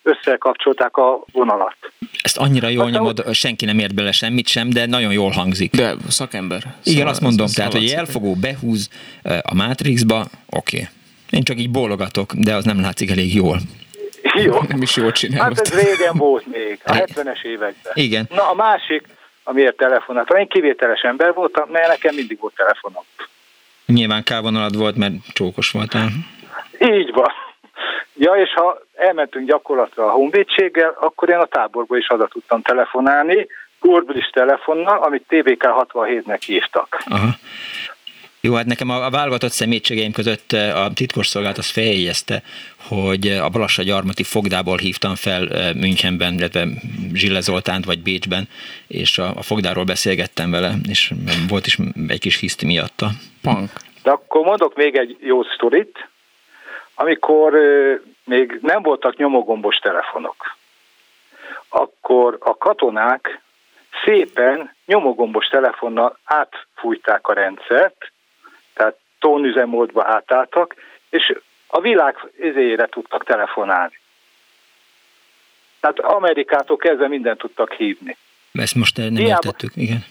összekapcsolták a vonalat. Ezt annyira jól nyomod, senki nem ért bele semmit sem, de nagyon jól hangzik. De szakember. Igen, azt mondom, tehát, hogy elfogó behúz a Matrixba, oké. Én csak így bólogatok, de az nem látszik elég jól. Jó. Nem is jól csinálod. Hát ez régen volt még, a 70-es években. Igen. Na a másik, amiért telefonáltam, én kivételes ember voltam, mert nekem mindig volt telefonom. Nyilván K-vonalad volt, mert csókos voltál. Így van. Ja, és ha elmentünk gyakorlatra a honvédséggel, akkor én a táborból is oda tudtam telefonálni, kurbilis telefonnal, amit TBK 67-nek hívtak. Aha. Jó, hát nekem a válogatott személységeim között a titkosszolgálat azt feljegyezte, hogy a Balassagyarmati fogdából hívtam fel Münchenben, illetve Zsille Zoltánt vagy Bécsben, és a fogdáról beszélgettem vele, és volt is egy kis hiszti miatta. Punk. De akkor mondok még egy jó sztorit, amikor még nem voltak nyomogombos telefonok. Akkor a katonák szépen nyomogombos telefonnal átfújták a rendszert, tehát tónüzemmódba átálltak, és a világ izére tudtak telefonálni. Tehát Amerikától kezdve mindent tudtak hívni. Ezt most nem értettük, igen.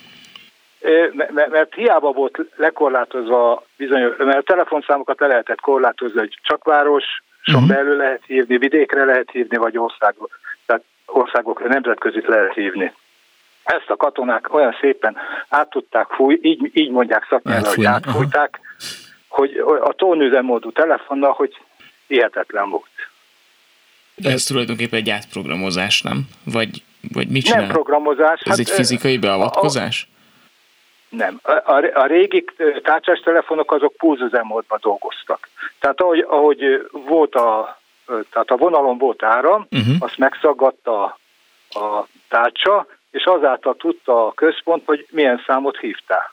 Mert hiába volt lekorlátozva bizonyos, mert a telefonszámokat le lehetett korlátozni, hogy csak városon belül lehet hívni, vidékre lehet hívni, vagy országokra, nemzetközit lehet hívni. Ezt a katonák olyan szépen át tudták fújni, így mondják szaknyelven, hogy átfújták, hogy a tónüzemmódú telefonnal, hogy hihetetlen volt. De ez tulajdonképpen egy átprogramozás, nem? Vagy mit csinál? Nem programozás. Ez egy fizikai beavatkozás? Nem. A régi tárcsás telefonok azok pulzüzemmódban dolgoztak. Tehát ahogy volt tehát a vonalon volt áram, azt megszaggatta a tárcsa, és azáltal tudta a központ, hogy milyen számot hívtál.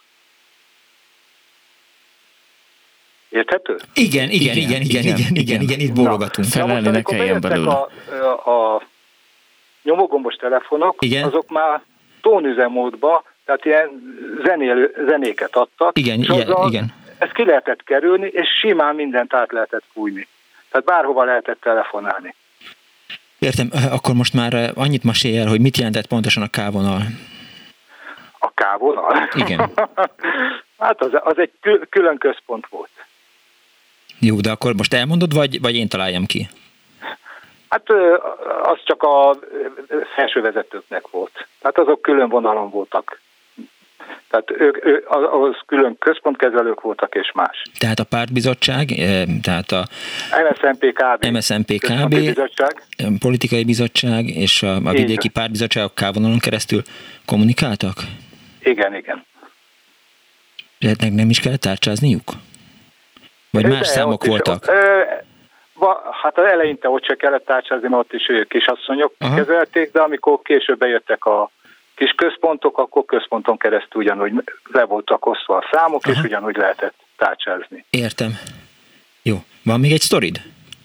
Érthető? Igen, itt bólogatunk. Felelni ne kelljen belőle. A nyomogombos telefonok, azok már tónüzemmódba, tehát ilyen zenéket adtak. Igen. Ezt ki lehetett kerülni, és simán mindent át lehetett fújni. Tehát bárhova lehetett telefonálni. Értem, akkor most már annyit mesélj el, hogy mit jelentett pontosan a K-vonal. A K-vonal? Igen. Hát az egy külön központ volt. Jó, de akkor most elmondod, vagy én találjam ki? Hát az csak a felső vezetőknek volt. Tehát azok külön vonalon voltak. Tehát az külön központkezelők voltak és más. Tehát a pártbizottság, tehát a MSZNP-KB, politikai bizottság és a vidéki pártbizottságok K-vonalon keresztül kommunikáltak? Igen. Lehetnek nem is kellett tárcsázniuk? Vagy más számok voltak? Hát az eleinte ott se kellett tárcsázni, mert ott is kisasszonyok kezelték, de amikor később bejöttek a kis központok, akkor központon keresztül ugyanúgy le voltak osztva a számok, és ugyanúgy lehetett tárcsázni. Értem. Jó. Van még egy sztorid?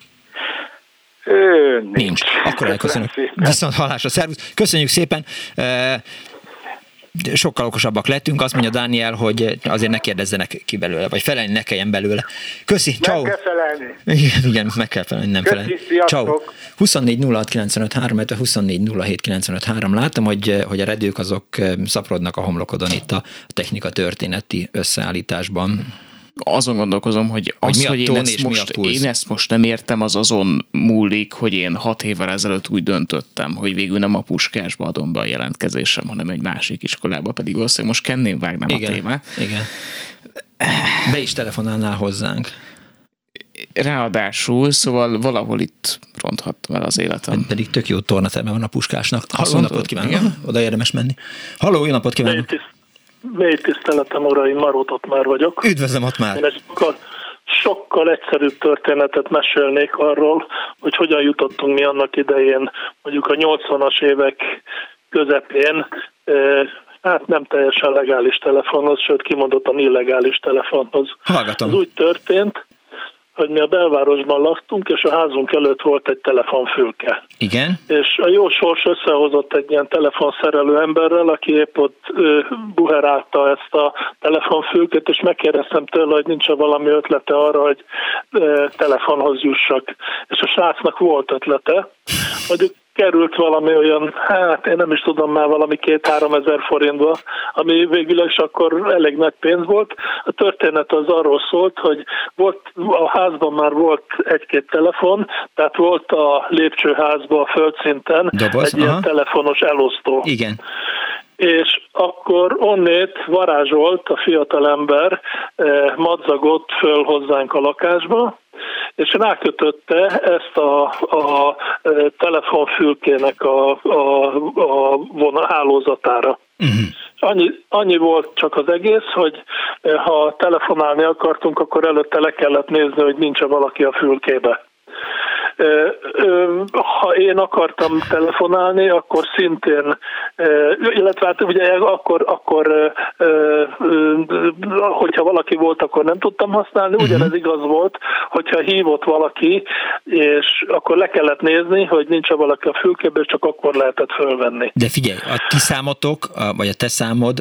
Nincs. Akkor elköszönök. Viszont hallásra. Szervusz. Köszönjük szépen. Sokkal okosabbak lettünk. Azt mondja Dániel, hogy azért ne kérdezzenek ki belőle, vagy felelni ne kelljen belőle. Köszi, ciao. Nem kell felelni. Igen, meg kell felelni, nem felelni. Ciao. 24 06 95 3, 24 07 95 3. Látom, hogy a redők azok szaporodnak a homlokodon itt a technika történeti összeállításban. Azon gondolkozom, hogy én ezt most nem értem, az azon múlik, hogy én 6 évvel ezelőtt úgy döntöttem, hogy végül nem a Puskásba adom be a jelentkezésem, hanem egy másik iskolába, pedig valószínűleg most kennén vágnám a témát. Igen. Be is telefonálnál hozzánk. Ráadásul, szóval valahol itt ronthattam el az életem. Pedig tök jó tornaterme van a Puskásnak. Halló, napot kívánok! Oda érdemes menni. Halló, jó napot kívánok! Mély tiszteletem, uraim, Maró Ottmár vagyok. Üdvözlöm, Ottmár! Én egy sokkal egyszerűbb történetet mesélnék arról, hogy hogyan jutottunk mi annak idején, mondjuk a 80-as évek közepén, hát nem teljesen legális telefonhoz, sőt kimondottan illegális telefonhoz. Hallgatom. Ez úgy történt, hogy mi a belvárosban laktunk, és a házunk előtt volt egy telefonfülke. Igen. És a jó sors összehozott egy ilyen telefonszerelő emberrel, aki épp ott buherálta ezt a telefonfülket, és megkérdeztem tőle, hogy nincs valami ötlete arra, hogy telefonhoz jussak. És a srácnak volt ötlete, mondjuk került valami olyan, hát én nem is tudom már, valami 2-3 ezer forintba, ami végül is akkor elég nagy pénz volt. A történet az arról szólt, hogy a házban már volt 1-2 telefon, tehát volt a lépcsőházban a földszinten egy ilyen telefonos elosztó. Igen. És akkor onnét varázsolt a fiatalember, madzagott föl hozzánk a lakásba, és rákötötte ezt a telefonfülkének a hálózatára. Annyi volt csak az egész, hogy ha telefonálni akartunk, akkor előtte le kellett nézni, hogy nincs-e valaki a fülkébe. Ha én akartam telefonálni, akkor szintén, illetve hát ugye akkor hogyha valaki volt, akkor nem tudtam használni, ugyanez igaz volt, hogyha hívott valaki, és akkor le kellett nézni, hogy nincs-e valaki a fülkében, és csak akkor lehetett fölvenni. De figyelj, a ti számotok, vagy a te számod,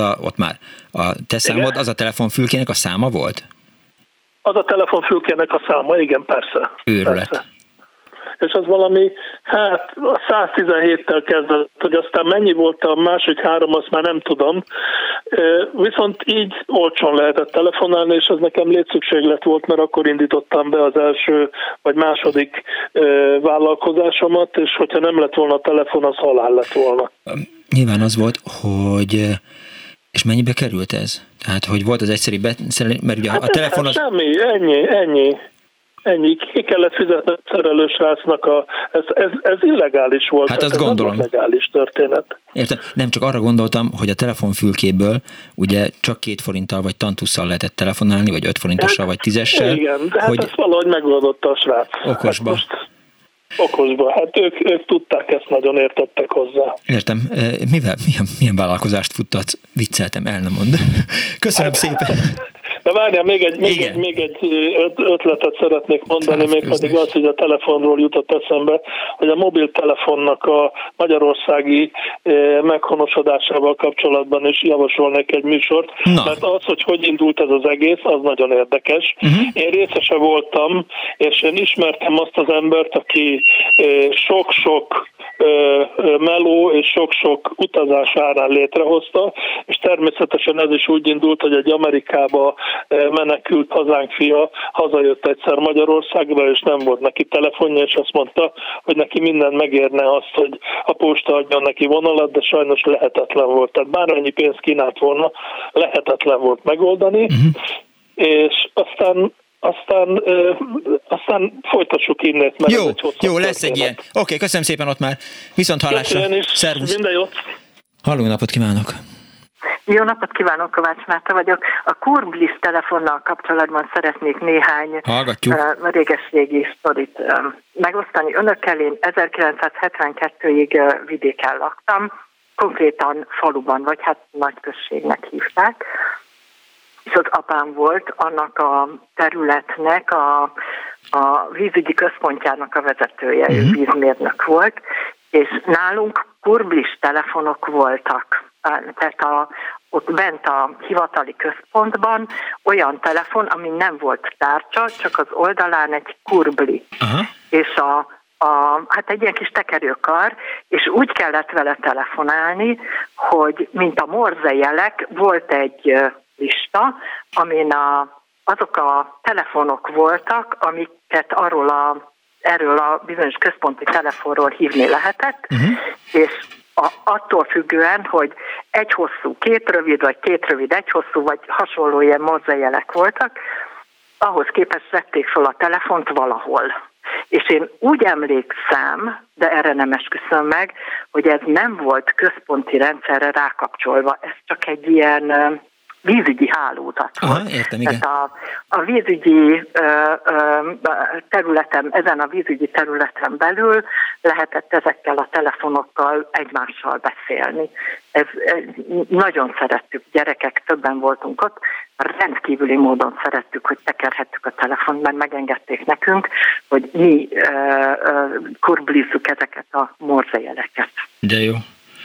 az a telefonfülkének a száma volt? Az a telefonfülkének a száma, igen, persze. Őrület. Persze. És az valami, hát 117-tel kezdett, hogy aztán mennyi volt a másik 3, azt már nem tudom. Viszont így olcsón lehetett telefonálni, és az nekem létszükséglet volt, mert akkor indítottam be az első vagy második vállalkozásomat, és hogyha nem lett volna a telefon, az halál lett volna. Nyilván az volt, hogy... És mennyibe került ez? Tehát, hogy volt az egyszerű mert ugye a telefon az... Semmi, ennyi. Ki kellett fizetni a szerelősrácnak ez illegális volt. Hát azt gondolom. Ez legális történet. Értem, nem csak arra gondoltam, hogy a telefonfülkéből ugye csak 2 forinttal vagy tantusszal lehetett telefonálni, vagy 5 forintossal, vagy 10-essel. Igen, de hát ezt valahogy megoldotta a srác. Okosba. Okosba. Hát ők tudták, ezt nagyon értettek hozzá. Értem. Milyen vállalkozást futtatsz? Vicceltem, el nem mond. Köszönöm szépen. De várjál, még egy ötletet szeretnék mondani, mégpedig az, hogy a telefonról jutott eszembe, hogy a mobiltelefonnak a magyarországi meghonosodásával kapcsolatban is javasolnék egy műsort, mert az, hogy indult ez az egész, az nagyon érdekes. Én részese voltam, és én ismertem azt az embert, aki sok-sok meló és sok-sok utazás árán létrehozta, és természetesen ez is úgy indult, hogy egy Amerikába menekült hazánk fia hazajött egyszer Magyarországra, és nem volt neki telefonja, és azt mondta, hogy neki minden megérne azt, hogy a posta adjon neki vonalat, de sajnos lehetetlen volt. Tehát bármennyi pénzt kínált volna, lehetetlen volt megoldani, és aztán folytassuk innét, mert jó, lesz egy ilyen. Oké, köszönöm szépen ott már. Viszont hallásra. Szervusz. Minden jót. Halló, napot kívánok. Jó napot kívánok, Kovács Márta vagyok. A Kurbliss telefonnal kapcsolatban szeretnék néhány réges-régi sztorit megosztani önökkel. Én 1972-ig vidéken laktam, konkrétan faluban, vagy hát nagyközségnek hívták. És az apám volt annak a területnek a vízügyi központjának a vezetője, ő vízmérnök volt, és nálunk Kurbliss telefonok voltak. Tehát ott bent a hivatali központban olyan telefon, ami nem volt tárcsa, csak az oldalán egy kurbli. És hát egy ilyen kis tekerőkar, és úgy kellett vele telefonálni, hogy mint a morze jelek, volt egy lista, amin azok a telefonok voltak, amiket erről a bizonyos központi telefonról hívni lehetett, és attól függően, hogy egy hosszú, 2 rövid, vagy 2 rövid, egy hosszú, vagy hasonló ilyen morzejelek voltak, ahhoz képest vették fel a telefont valahol. És én úgy emlékszem, de erre nem esküszöm meg, hogy ez nem volt központi rendszerre rákapcsolva, ez csak egy ilyen vízügyi hálózat volt. Értem, igen. Tehát a vízügyi területen, ezen a vízügyi területen belül lehetett ezekkel a telefonokkal egymással beszélni. Nagyon szerettük, gyerekek, többen voltunk ott, rendkívüli módon szerettük, hogy tekerhettük a telefont, mert megengedték nekünk, hogy mi kurblizzuk ezeket a morzejeleket. De jó.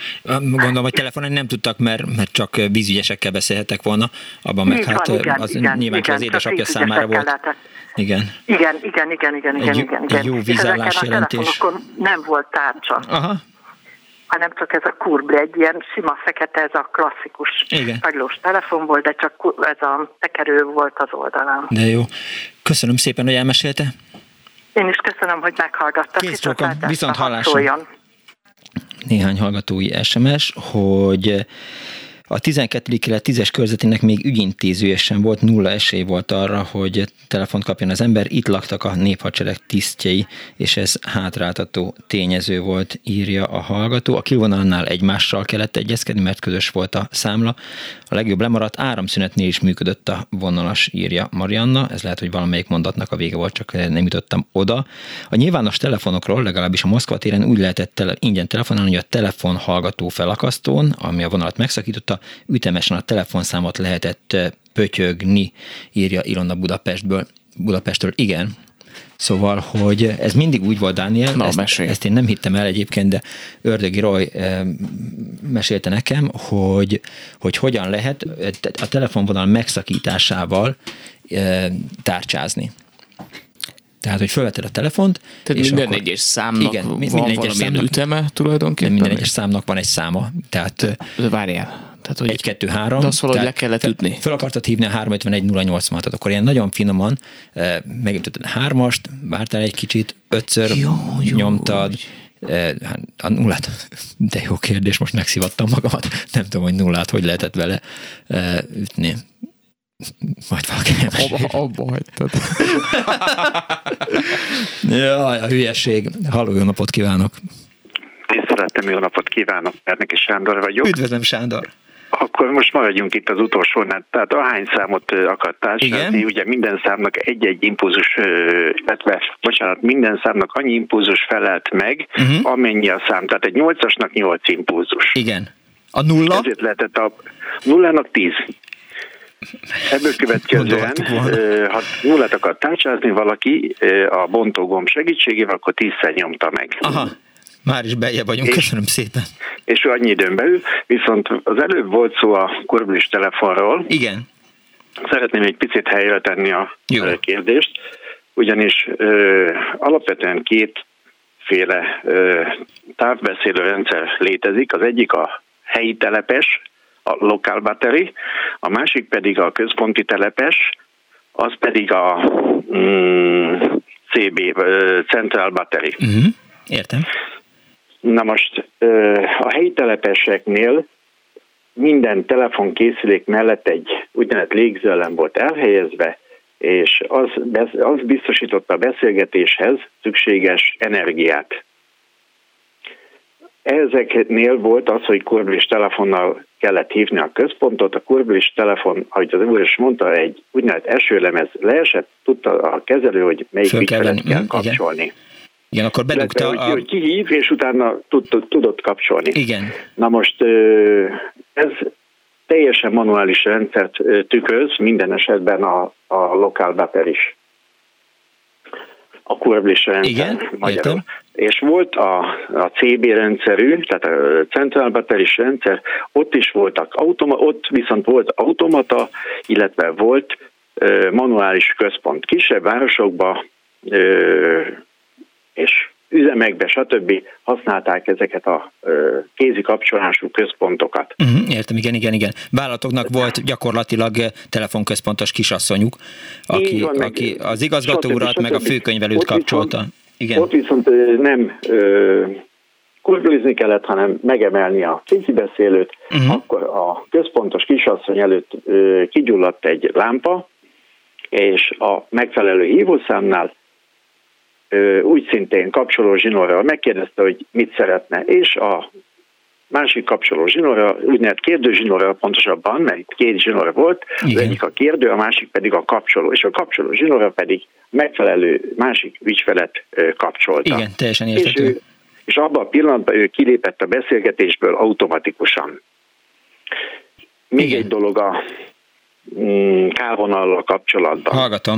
Gondolom, hogy telefonon nem tudtak, mert csak vízügyesekkel beszélhettek volna, abban meg hát nyilván csak az édesapja számára volt. Igen. Igen. Egy jó vízállás jelentés. Nem volt tárcsa. Aha. Hanem csak ez a kurbli, egy ilyen sima fekete, ez a klasszikus tagylós telefon volt, de csak ez a tekerő volt az oldalán. De jó. Köszönöm szépen, hogy elmesélte. Én is köszönöm, hogy meghallgattak. Kész csókom, viszont hallásra. Néhány hallgatói SMS, hogy a 12. kelet 10-es körzetének még ügyintézője sem volt, 0 esély volt arra, hogy telefont kapjon az ember. Itt laktak a néphadsereg tisztjei, és ez hátráltató tényező volt, írja a hallgató. A kilvonalnál egymással kellett egyezkedni, mert közös volt a számla. A legjobb lemaradt áramszünetnél is működött a vonalas, írja Marianna. Ez lehet, hogy valamelyik mondatnak a vége volt, csak nem jutottam oda. A nyilvános telefonokról, legalábbis a Moszkva téren úgy lehetett ingyen telefonálni, hogy a telefonhallgató felakasztón, ami a vonalat megszakította, ütemesen a telefonszámot lehetett pötyögni, írja Ilona Budapestről. Igen. Szóval, hogy ez mindig úgy volt, Dániel, ezt én nem hittem el egyébként, de Ördögi Roy mesélte nekem, hogy hogyan lehet a telefonvonal megszakításával tárcsázni. Tehát, hogy felveted a telefont. Tehát és minden egyes számnak van valamilyen üteme tulajdonképpen? Minden egyes számnak van egy száma. Tehát, várjál. Tehát, 1, 2, 3. De azt valahogy le kellett ütni. Fel akartad hívni a 351 086-ot, akkor ilyen nagyon finoman megütötted a 3-ast, vártál egy kicsit, 5-ször nyomtad, a 0-át, de jó kérdés, most megszivattam magamat, nem tudom, hogy 0-át hogy lehetett vele ütni. Majd valaki elmesél. Abba hagytad. Jaj, a hülyeség. Halló, jó napot kívánok! Tiszteletem, jó napot kívánok, Erdnyi Sándor vagyok. Üdvözlöm, Sándor! Akkor most maradjunk itt az utolsónál. Tehát ahány számot akart társadalmi, ugye minden számnak egy-egy impulzus, minden számnak annyi impulzus felelt meg, amennyi a szám. Tehát egy 8-asnak 8 impulzus. Igen. A 0? Ezért lehetett a 0-nak 10. Ebből következően, ha 0-at akar tárcsázni valaki a bontógomb segítségével, akkor 10-szer nyomta meg. Aha. Már is beljebb vagyunk, köszönöm szépen. És annyi időn belül, viszont az előbb volt szó a kurblis telefonról. Igen. Szeretném egy picit helyre tenni a kérdést, ugyanis alapvetően kétféle távbeszélő rendszer létezik. Az egyik a helyi telepes, a local battery, a másik pedig a központi telepes, az pedig a CB, Central Battery. Értem. Na most a helyi telepeseknél minden telefonkészülék mellett egy úgynevezett légzőelem volt elhelyezve, és az biztosította a beszélgetéshez szükséges energiát. Ezeknél volt az, hogy kurblis telefonnal kellett hívni a központot. A kurblis telefon, ahogy az úr is mondta, egy úgynevezett esőlemez leesett, tudta a kezelő, hogy melyik ügyfelet kell kapcsolni. Igen, akkor bedugta hogy ki hív, és utána tudott kapcsolni. Igen. Na most ez teljesen manuális rendszert tükröz, minden esetben a local battery is. A kurblis rendszer. Igen, magyarul. És volt a CB rendszerű, tehát a Central Battery rendszer, ott is voltak ott viszont volt automata, illetve volt manuális központ. Kisebb városokban és üzemekbe, stb. Használták ezeket a kézi kapcsolású központokat. Értem, igen. Vállalatoknak volt gyakorlatilag telefonközpontos kisasszonyuk, aki az igazgató urat meg a főkönyvelőt kapcsolta. Igen. Ott viszont nem kurblizni kellett, hanem megemelni a kézibeszélőt, akkor a központos kisasszony előtt kigyulladt egy lámpa, és a megfelelő hívószámnál úgy szintén kapcsoló zsinórral megkérdezte, hogy mit szeretne, és a másik kapcsoló zsinórral, úgynevezett kérdőzsinórral pontosabban, mert itt két zsinóra volt, az egyik a kérdő, a másik pedig a kapcsoló, és a kapcsoló zsinórral pedig megfelelő másik ügyfelet kapcsolta. Igen, teljesen érthető. És abban a pillanatban ő kilépett a beszélgetésből automatikusan. Még egy dolog a K-vonallal kapcsolatban. Hallgatom.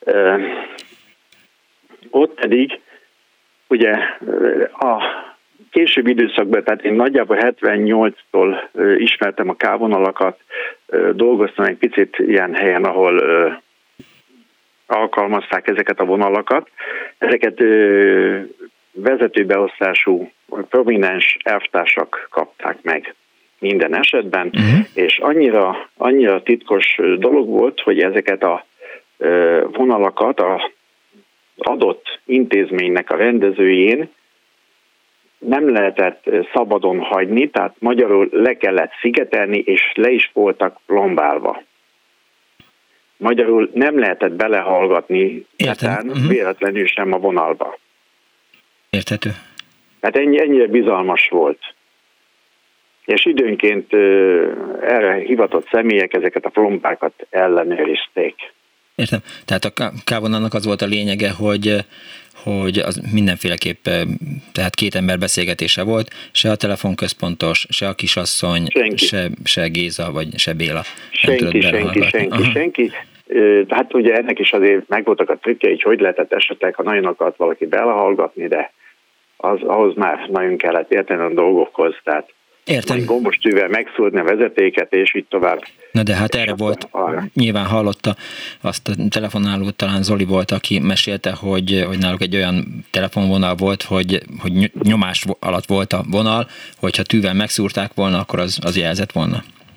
Ott pedig ugye a később időszakban, tehát én nagyjából 78-tól ismertem a kávonalakat, dolgoztam egy picit ilyen helyen, ahol alkalmazták ezeket a vonalakat. Ezeket vezetőbeosztású, prominens elvtársak kapták meg minden esetben, és annyira titkos dolog volt, hogy ezeket a vonalakat az adott intézménynek a rendezőjén nem lehetett szabadon hagyni, tehát magyarul le kellett szigetelni, és le is voltak plombálva. Magyarul nem lehetett belehallgatni véletlenül sem a vonalba. Érthető. Hát ennyire bizalmas volt. És időnként erre hivatott személyek ezeket a plombákat ellenőrizték. Értem. Tehát a kávonalnak az volt a lényege, hogy az mindenféleképp, tehát két ember beszélgetése volt, se a telefonközpontos, se a kisasszony, se Géza, vagy se Béla. Senki. Hát ugye ennek is azért megvoltak a trükkjei, hogy lehetett esetleg, ha nagyon akart valaki belehallgatni, de ahhoz már nagyon kellett érteni a dolgokhoz, tehát gombostűvel megszúrni a vezetéket, és így tovább. Na de hát erre volt, nyilván hallotta azt a telefonálót, talán Zoli volt, aki mesélte, hogy náluk egy olyan telefonvonal volt, hogy nyomás alatt volt a vonal, hogyha tűvel megszúrták volna, akkor az jelzett volna.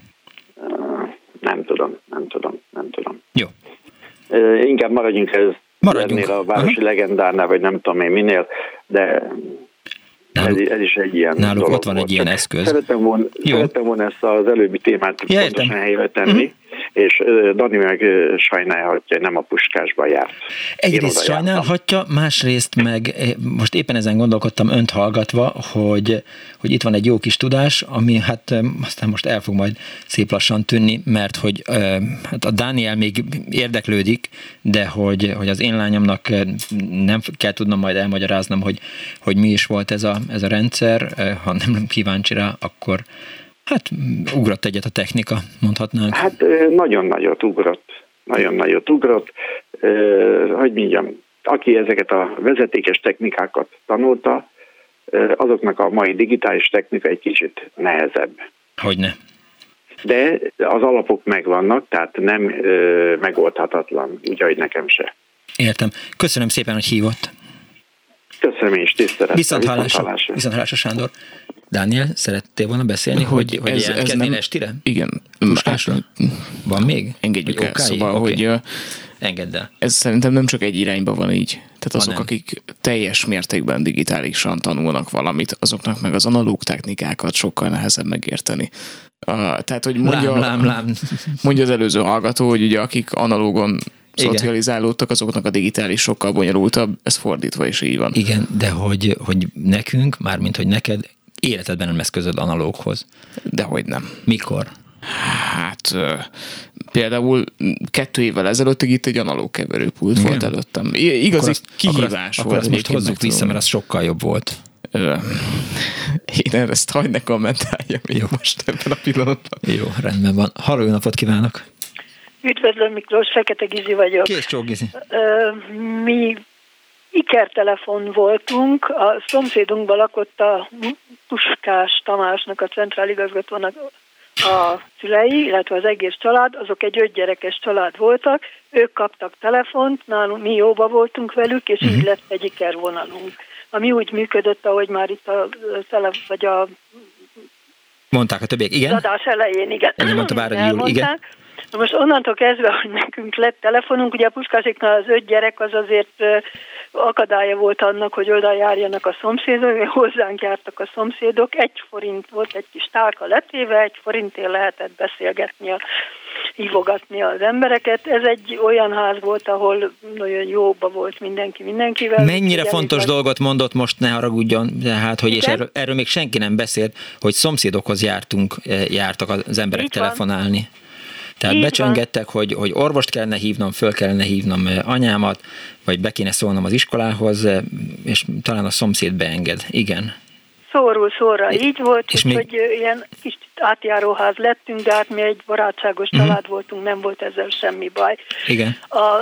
Nem tudom. Jó. Inkább maradjunk ennél a városi legendárnál, vagy nem tudom én minél, de ez is egy ilyen náluk dolog ott van volt. egy ilyen eszköz. Szerettem volna ezt az előbbi témát pontosan helyre tenni, és Dani meg sajnálhatja, hogy nem a Puskásban járt. Egyrészt sajnálhatja, másrészt meg most éppen ezen gondolkodtam önt hallgatva, hogy itt van egy jó kis tudás, ami hát aztán most el fog majd szép lassan tűnni, mert hogy hát a Dániel még érdeklődik, de hogy az én lányomnak nem kell tudnom majd elmagyaráznom, hogy mi is volt ez a rendszer, ha nem kíváncsi rá, akkor hát ugrott egyet a technika, mondhatnánk. Hát nagyon nagyot ugrott. Hogy mondjam, aki ezeket a vezetékes technikákat tanulta, azoknak a mai digitális technika egy kicsit nehezebb. Hogyne. De az alapok megvannak, tehát nem megoldhatatlan, úgyhogy nekem se. Értem. Köszönöm szépen, hogy hívott. Köszönöm és tisztelettel. Viszonthallásra, Sándor. Dániel, szerettél volna beszélni, hogy ez nem estire? Igen. Van még? Engedjük el, szóval, hogy engedd el. Ez szerintem nem csak egy irányba van így. Tehát azok, akik teljes mértékben digitálisan tanulnak valamit, azoknak meg az analóg technikákat sokkal nehezebb megérteni. Tehát, hogy mondja az előző hallgató, hogy ugye akik analógon szocializálódtak, azoknak a digitális sokkal bonyolultabb, ez fordítva is így van. Igen, de hogy nekünk, mármint hogy neked, életedben nem lesz közöd analóghoz. Dehogy nem. Mikor? Hát például 2 évvel ezelőttig itt egy analóg keverőpult volt előttem. Igazi kihívás volt. Akkor ezt most hozzuk vissza, mert az sokkal jobb volt. Én ezt hagyd ne kommentáljam most ebben a pillanatban. Jó, rendben van. Halló, jó napot kívánok! Üdvözlöm, Miklós, Fekete Gizi vagyok. Kész csók, Gizi. Mi ikertelefon voltunk, a szomszédunkban lakott a Puskás Tamásnak, a centráligazgatónak a szülei, illetve az egész család, azok egy 5 gyerekes család voltak, ők kaptak telefont, nálunk mi jóba voltunk velük, és így lett egy ikervonalunk. Ami úgy működött, ahogy már itt mondták a többiek, igen? Az adás elején, igen. Igen, mondta Báradi Júli, igen. Na most onnantól kezdve, hogy nekünk lett telefonunk, ugye a Puskásiknál az 5 gyerek az azért akadálya volt annak, hogy oda járjanak a szomszédok, hozzánk jártak a szomszédok, 1 forint volt, egy kis tálka letéve, 1 forintért lehetett beszélgetni, hívogatni az embereket. Ez egy olyan ház volt, ahol nagyon jóba volt mindenkivel. Mennyire fontos dolgot mondott most, ne haragudjon, tehát, hogy és erről még senki nem beszélt, hogy szomszédokhoz jártak az emberek telefonálni. Tehát becsöngettek, hogy orvost kellene hívnom, föl kellene hívnom anyámat, vagy be kéne szólnom az iskolához, és talán a szomszéd beenged. Igen. szóról szóra így volt, úgyhogy ilyen kis átjáróház lettünk, de hát mi egy barátságos család voltunk, nem volt ezzel semmi baj. Igen.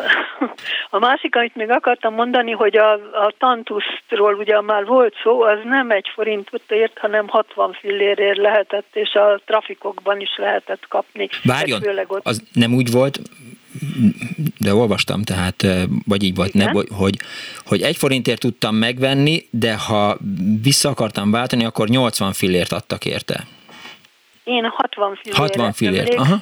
A másik, amit még akartam mondani, hogy a tantusztról ugye már volt szó, az nem 1 forintot ért, hanem 60 fillérért lehetett, és a trafikokban is lehetett kapni. Várjon, az nem úgy volt, de olvastam, tehát, vagy így volt, hogy 1 forintért tudtam megvenni, de ha vissza akartam váltani, akkor 80 fillért adtak érte. Én 60 fillért. 60 fillért, aha.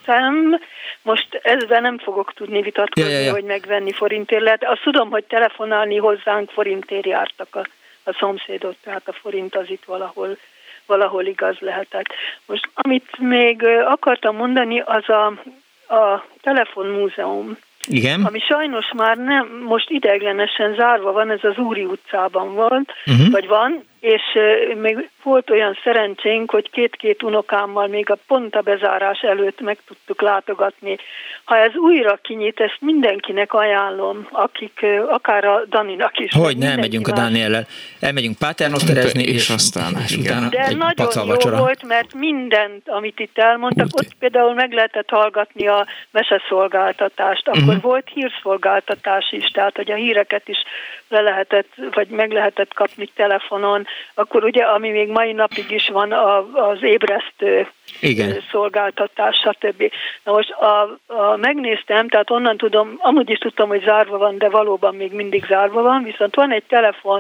Most ezzel nem fogok tudni vitatkozni, hogy megvenni forintért lehet. Azt tudom, hogy telefonálni hozzánk forintért jártak a szomszédot, tehát a forint az itt valahol igaz lehetett. Most amit még akartam mondani, az a telefonmúzeum. Igen. Ami sajnos már nem, most ideiglenesen zárva van, ez az Úri utcában volt, vagy van, és még volt olyan szerencsénk, hogy két unokámmal még pont a bezárás előtt meg tudtuk látogatni. Ha ez újra kinyit, ezt mindenkinek ajánlom, akik akár a Daninak is. Hogy ne elmegyünk a Dániellel. Elmegyünk Paternoszterezni, és aztán utána de egy nagyon jó volt, mert mindent, amit itt elmondtak, ott például meg lehetett hallgatni a meseszolgáltatást, akkor volt hírszolgáltatás is, tehát hogy a híreket is vagy meg lehetett kapni telefonon, akkor ugye, ami még mai napig is van, az ébresztő szolgáltatás, stb. Na most megnéztem, tehát onnan tudom, amúgy is tudtam, hogy zárva van, de valóban még mindig zárva van, viszont van egy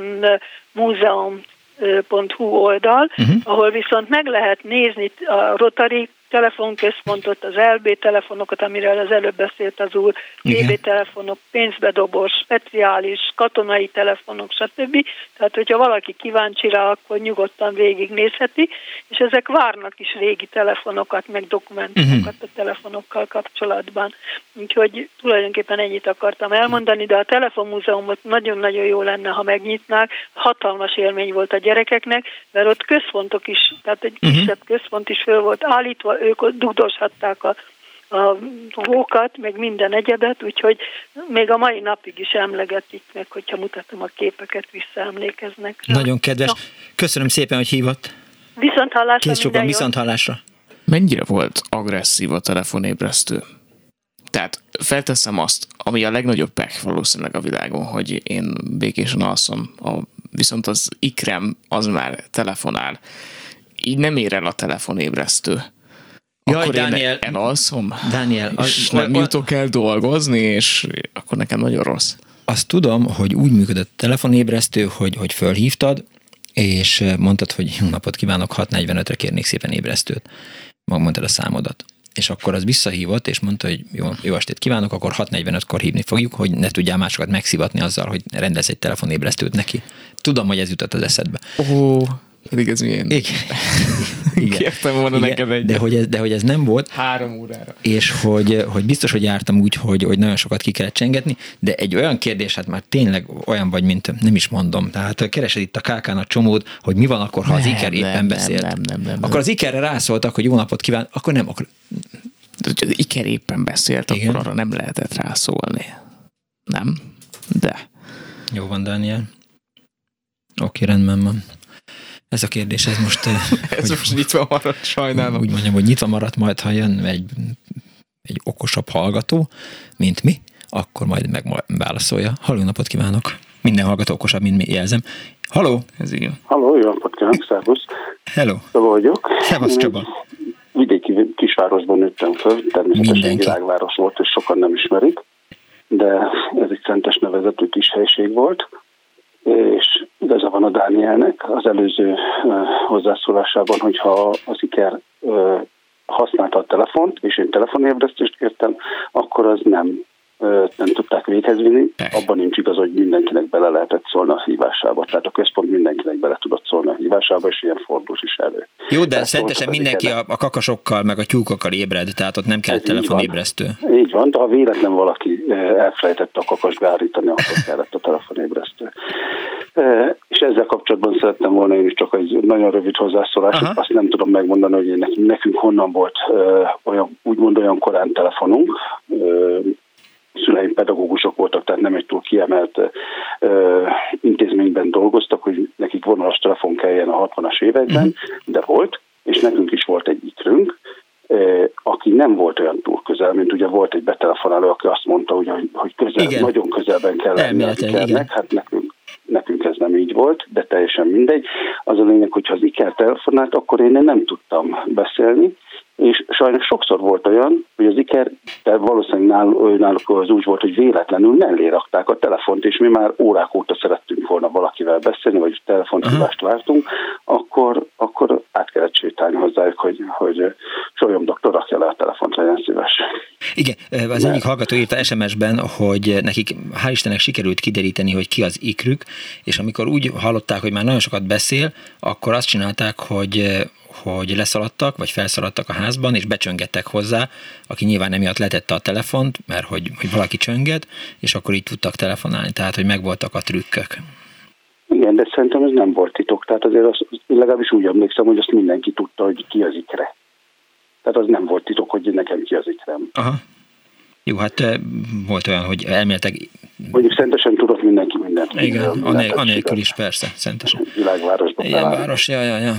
telefonmuzeum.hu oldal, ahol viszont meg lehet nézni a Rotary telefonközpontot, az LB telefonokat, amiről az előbb beszélt az úr, TB telefonok, pénzbedobós, speciális, katonai telefonok, stb. Tehát, hogyha valaki kíváncsi rá, akkor nyugodtan végignézheti, és ezek várnak is régi telefonokat, meg dokumentumokat a telefonokkal kapcsolatban. Úgyhogy tulajdonképpen ennyit akartam elmondani, de a telefonmúzeumot nagyon-nagyon jó lenne, ha megnyitnák. Hatalmas élmény volt a gyerekeknek, mert ott központok is, tehát egy kisebb központ is föl volt állítva, ők dugdoshatták a hókat, meg minden egyebet, úgyhogy még a mai napig is emlegetik meg, hogyha mutatom a képeket, visszaemlékeznek. Nagyon kedves. Köszönöm szépen, hogy hívott. Viszonthallásra. Kész sokan, viszonthallásra. Mennyire volt agresszív a telefonébresztő? Tehát felteszem azt, ami a legnagyobb pech valószínűleg a világon, hogy én békésen alszom, viszont az ikrem az már telefonál. Így nem ér el a telefonébresztő. Jaj, akkor Dániel, én elalszom, Dániel, és nem jutok el dolgozni, és akkor nekem nagyon rossz. Azt tudom, hogy úgy működött a telefonébresztő, hogy fölhívtad, és mondtad, hogy jó napot kívánok, 6:45-re kérnék szépen ébresztőt. Mondtad a számodat. És akkor az visszahívott, és mondta, hogy jó estét kívánok, akkor 6:45-kor hívni fogjuk, hogy ne tudjál másokat megszivatni azzal, hogy rendelsz egy telefonébresztőt neki. Tudom, hogy ez jutott az eszedbe. Pedig ez milyen? Igen. Kértem volna neked egy. De hogy ez nem volt. 3 órára. És hogy biztos, hogy jártam úgy, hogy nagyon sokat ki kellett csengetni, de egy olyan kérdés, hát már tényleg olyan vagy, mint nem is mondom. Tehát keresed itt a KK-n a csomód, hogy mi van akkor, ha az Iker éppen beszélt. Nem. Akkor az Ikerre rászóltak, hogy jó napot kíván, akkor nem. De az Iker éppen beszélt, igen? Akkor arra nem lehetett rászólni. Nem? De. Jó van, Dániel. Oké, rendben van. Ez a kérdés, ez most... ez most nyitva maradt, sajnálom. Úgy mondjam, hogy nyitva maradt, majd ha jön egy okosabb hallgató, mint mi, akkor majd megválaszolja. Halló, napot kívánok! Minden hallgató okosabb, mint mi, jelzem. Halló! Ez igen. Halló, jó napot kívánok, szervusz! Hello! Csaba vagyok. Szevasz, Csaba! Vidéki kisvárosban nőttem föl, természetesen világváros volt, és sokan nem ismerik, de ez egy Szentes nevezetű kis helység volt, és igaza van a Dánielnek az előző hozzászólásában, hogyha az Iker használta a telefont, és én telefonébresztést kértem, akkor az nem tudták véghez vinni. Abban nincs igaz, hogy mindenkinek bele lehetett szólni a hívásába. Tehát a központ mindenkinek bele tudott szólni a hívásába, és ilyen fordulós is elő. Jó, de szentesen mindenki a kakasokkal, meg a tyúkokkal ébred, tehát ott nem kellett telefonébresztő. Így van, de ha véletlen valaki elfelejtette a kakast beállítani, akkor kellett a telefonébresztő. És ezzel kapcsolatban szerettem volna én is csak egy nagyon rövid hozzászólás, azt nem tudom megmondani, hogy nekünk honnan volt úgymond olyan korán telefonunk. Szüleim pedagógusok voltak, tehát nem egy túl kiemelt intézményben dolgoztak, hogy nekik vonalas telefon kelljen a 60-as években, de volt, és nekünk is volt egy ikrünk, aki nem volt olyan túl közel, mint ugye volt egy betelefonáló, aki azt mondta, hogy közel, nagyon közelben kell lenni az ikernek, hát nekünk ez nem így volt, de teljesen mindegy. Az a lényeg, hogyha az iker telefonált, akkor én nem tudtam beszélni, és sajnos sokszor volt olyan, hogy az iker, de valószínűleg náluk az úgy volt, hogy véletlenül mellé rakták a telefont, és mi már órák óta szerettünk volna valakivel beszélni, vagy telefonhívást vártunk, akkor át kellett sétálni hozzájuk, hogy Solyom doktor, rakja le a telefont, legyen szíves. Igen, az egyik hallgató írta SMS-ben, hogy nekik hál' Istennek sikerült kideríteni, hogy ki az ikrük, és amikor úgy hallották, hogy már nagyon sokat beszél, akkor azt csinálták, hogy leszaladtak, vagy felszaladtak a házban, és becsöngettek hozzá, aki nyilván emiatt letette a telefont, mert hogy valaki csönget, és akkor így tudtak telefonálni, tehát hogy megvoltak a trükkök. Igen, de szerintem ez nem volt titok, tehát azért legalábbis úgy emlékszem, hogy azt mindenki tudta, hogy ki az ikre. Tehát az nem volt titok, hogy nekem ki az ikrem. Aha. Jó, hát volt olyan, hogy elméletek... Mondjuk szentesen tudott mindenki mindent. Igen, anélkül is persze, szentesen. Világvárosban. Ilyen város, ja.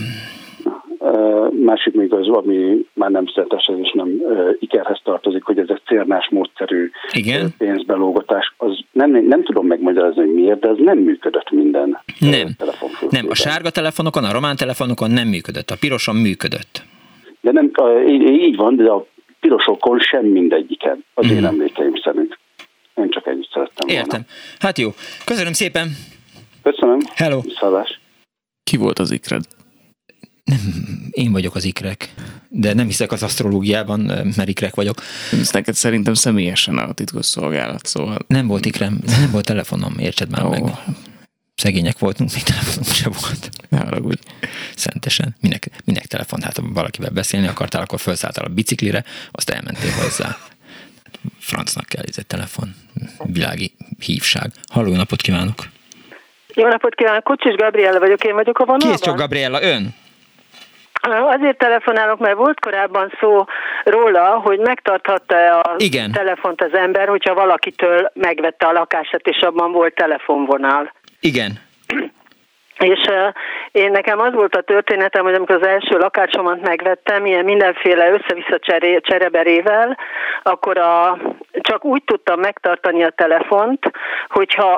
Másik még az, ami már nem szentesen és nem ikerhez tartozik, hogy ez egy cérnás módszerű pénzbelógatás. Az nem tudom megmagyarázni, hogy miért, de ez nem működött minden telefonfülkében. Nem, a sárga telefonokon, a román telefonokon nem működött, a piroson működött. De nem, így van, de a pirosokon sem mindegyiken, az én emlékeim szerint. Én csak ennyit szerettem volna. Értem. Hát jó. Köszönöm szépen. Köszönöm. Hello. Viszlátás. Ki volt az ikred? Nem, én vagyok az ikrek, de nem hiszek az asztrológiában, mert ikrek vagyok. Ez neked szerintem személyesen a titkosszolgálat, szóval... Nem volt ikrem, nem volt telefonom, értsed már meg. Szegények voltunk, még telefonunk sem volt. Ne haragudj. Szentesen. Minek telefon? Hát ha valakivel beszélni akartál, akkor felszálltál a biciklire, azt elmentél hozzá. Francnak kell ez egy telefon. Világi hívság. Halló, jó napot kívánok! Jó napot kívánok, Kocsis Gabriella vagyok, én vagyok a vonalban. Ki csak Gabriella, ön? Azért telefonálok, mert volt korábban szó róla, hogy megtarthatta a telefont az ember, hogyha valakitől megvette a lakását, és abban volt telefonvonal. Igen. És én nekem az volt a történetem, hogy amikor az első lakásomat megvettem, ilyen mindenféle össze-vissza csereberével, akkor csak úgy tudtam megtartani a telefont, hogyha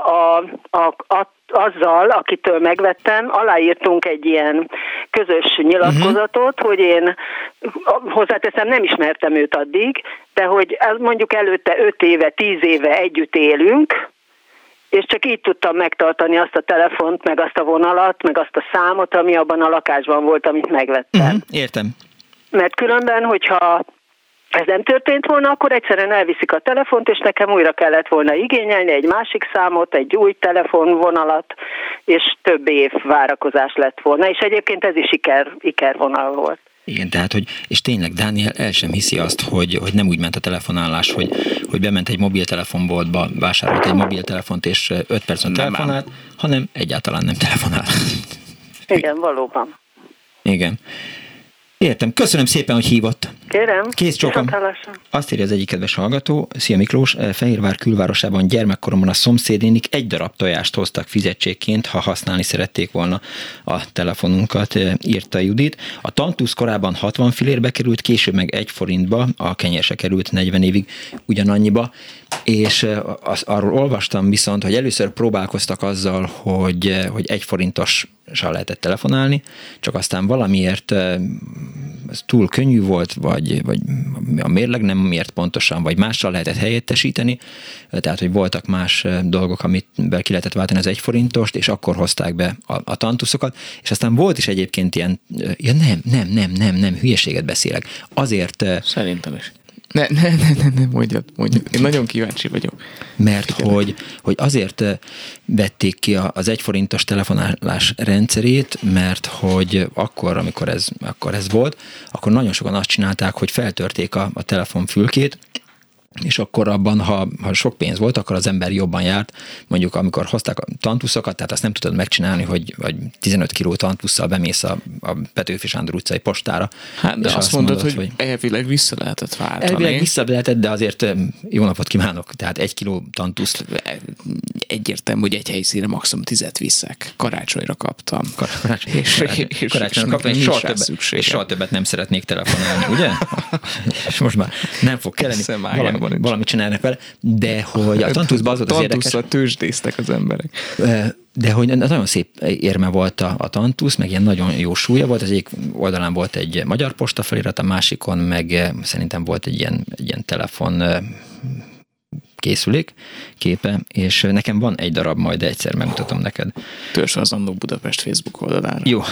azzal, akitől megvettem, aláírtunk egy ilyen közös nyilatkozatot, hogy én hozzáteszem, nem ismertem őt addig, de hogy mondjuk előtte 5 éve, 10 éve együtt élünk, és csak így tudtam megtartani azt a telefont, meg azt a vonalat, meg azt a számot, ami abban a lakásban volt, amit megvettem. Értem. Mert különben, hogyha ez nem történt volna, akkor egyszerűen elviszik a telefont, és nekem újra kellett volna igényelni egy másik számot, egy új telefonvonalat, és több év várakozás lett volna. És egyébként ez is ikervonal volt. Igen, tehát, és tényleg Dániel el sem hiszi azt, hogy nem úgy ment a telefonálás, hogy bement egy mobiltelefonboltba, vásárolt egy mobiltelefont, és 5 percen telefonált, hanem egyáltalán nem telefonál. Igen, valóban. Igen. Értem. Köszönöm szépen, hogy hívott. Kérem. Kész csókom. Azt írja az egyik kedves hallgató, szia Miklós, Fehérvár külvárosában gyermekkoromban a szomszédénik 1 darab tojást hoztak fizetségként, ha használni szerették volna a telefonunkat, írta Judit. A tantusz korábban 60 fillérbe került, később meg 1 forintba, a kenyér se került 40 évig ugyanannyiba, és arról olvastam viszont, hogy először próbálkoztak azzal, hogy 1 forintossal lehetett telefonálni, csak aztán valamiért ez túl könnyű volt, vagy a mérleg nem mért pontosan, vagy mással lehetett helyettesíteni, tehát, hogy voltak más dolgok, amivel ki lehetett váltani az 1 forintost, és akkor hozták be a tantuszokat, és aztán volt is egyébként ilyen, nem, hülyeséget beszélek. Azért... Szerintem is. Ne, mondjad. Én nagyon kíváncsi vagyok. Mert hogy azért vették ki az 1 forintos telefonálás rendszerét, mert hogy akkor, amikor ez volt, akkor nagyon sokan azt csinálták, hogy feltörték a telefonfülkét, és akkor abban, ha sok pénz volt, akkor az ember jobban járt, mondjuk amikor hozták a tantuszokat, tehát azt nem tudod megcsinálni, hogy 15 kiló tantusszal bemész a Petőfi Sándor utcai postára. Hát de azt mondod, hogy elvileg vissza lehetett váltani. Elvileg vissza lehetett, de azért jó napot kívánok, tehát 1 kiló tantuszt. Egyértelmű, hogy egy helyszínre maximum 10 viszek. Karácsonyra kaptam. Karácsonyra kaptam, és soha többet nem szeretnék telefonálni, ugye? És most már nem fog kelleni. Valamit csinálni vele, de hogy a tantuszban az volt az érdekes. Tantuszra tőzsdéztek az emberek. De hogy nagyon szép érme volt a tantusz, meg ilyen nagyon jó súlya volt, az egyik oldalán volt egy Magyar Posta felirat, a másikon meg szerintem volt egy ilyen telefon készülék képe, és nekem van egy darab, majd egyszer megmutatom neked. Törzs az Annó Budapest Facebook oldalára. Jó,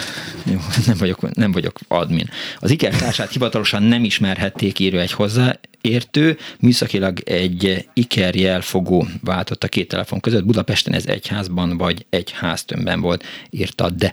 nem vagyok admin. Az ikertársát hivatalosan nem ismerhették, írja egy hozzáértő, műszakilag egy ikerjelfogó váltott a 2 telefon között, Budapesten ez egy házban vagy egy háztömbben volt, írta de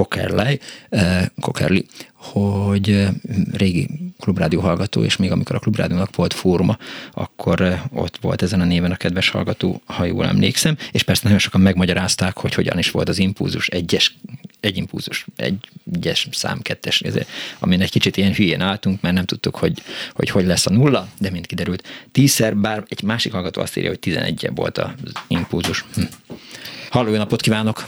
Kokerli, hogy régi Klubrádió hallgató, és még amikor a Klubrádiónak volt fóruma, akkor ott volt ezen a néven a kedves hallgató, ha jól emlékszem, és persze nagyon sokan megmagyarázták, hogy hogyan is volt az impulzus, egy impulzus, egyes szám, 2-es, amin egy kicsit ilyen hülyén álltunk, mert nem tudtuk, hogy lesz a 0, de mint kiderült 10-szer, bár egy másik hallgató azt írja, hogy 11 volt az impulzus. Halló, jó napot kívánok!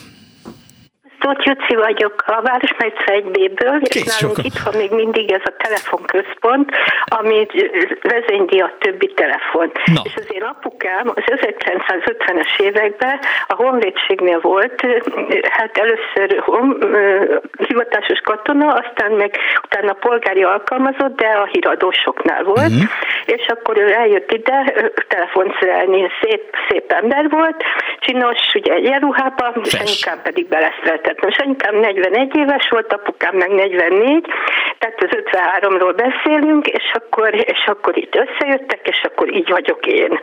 Juci vagyok a Városmegysze 1B-ből, és nálunk itt van még mindig ez a telefonközpont, amit vezénydi a többi telefon. No. És az én apukám az 1950-es években a honvédségnél volt, hát először hivatásos katona, aztán meg utána polgári alkalmazott, de a híradósoknál volt, és akkor ő eljött ide telefont szerelni, szép ember volt, csinos, ugye egyenruhában, és anyukám pedig beleszteltetett. Most anyukám 41 éves volt, apukám meg 44, tehát az 53-ról beszélünk, és akkor itt összejöttek, és akkor így vagyok én.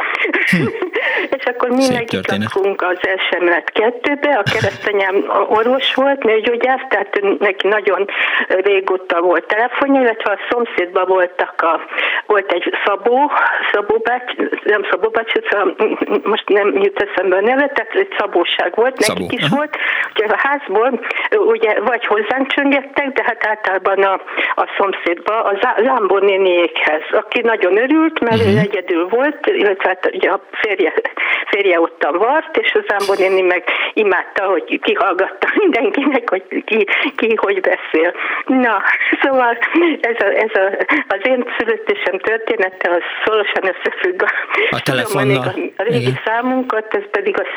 És akkor mi meg itt lakunk az első emelet 2-be, a keresztanyám orvos volt, nőgyógyász, tehát neki nagyon régóta volt telefonja, illetve a szomszédban volt egy Szabó bácsi, most nem jut eszembe a neve, tehát egy szabóság volt, nekik is volt, úgyhogy a házból ugye vagy hozzánk csöngettek, de hát általában a szomszédba, a Zámbor néniékhez, aki nagyon örült, mert ő egyedül volt, illetve hát ugye a férje ottan vart, és a Zámbor néni meg imádta, hogy kihallgatta mindenkinek, hogy ki hogy beszél. Na, szóval ez az én születésem története, az szorosan összefügg a telefonnal. A régi számunkat, ez pedig a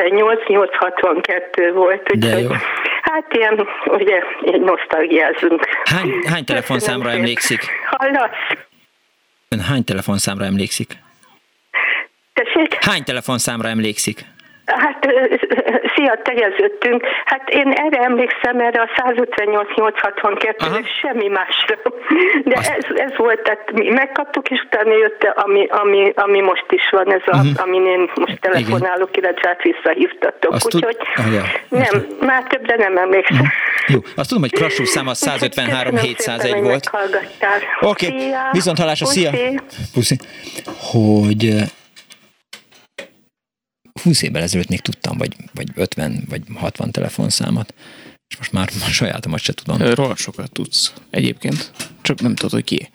158-862 volt, úgyhogy hát ilyen, ugye, így nosztalgiázunk. Hány telefonszámra emlékszik? Hallasz? Ön hány telefonszámra emlékszik? Tessék? Hány telefonszámra emlékszik? Hát, szia, tegeződtünk. Hát én erre emlékszem, erre a 158-862, semmi másra. De ez volt, tehát mi megkaptuk, és utána jött, ami most is van, ez amin én most telefonálok, illetve hát visszahívtatok. Úgyhogy már többre nem emlékszem. Jó, azt tudom, hogy klasszus szám az 153-701 volt. Oké, viszont hallásra, szia! Puszi. Hogy 20 évvel ezelőtt még tudtam, vagy 50, vagy 60 telefonszámot, és most már sajátomat se tudom. Róla sokat tudsz egyébként, csak nem tudod, hogy ki.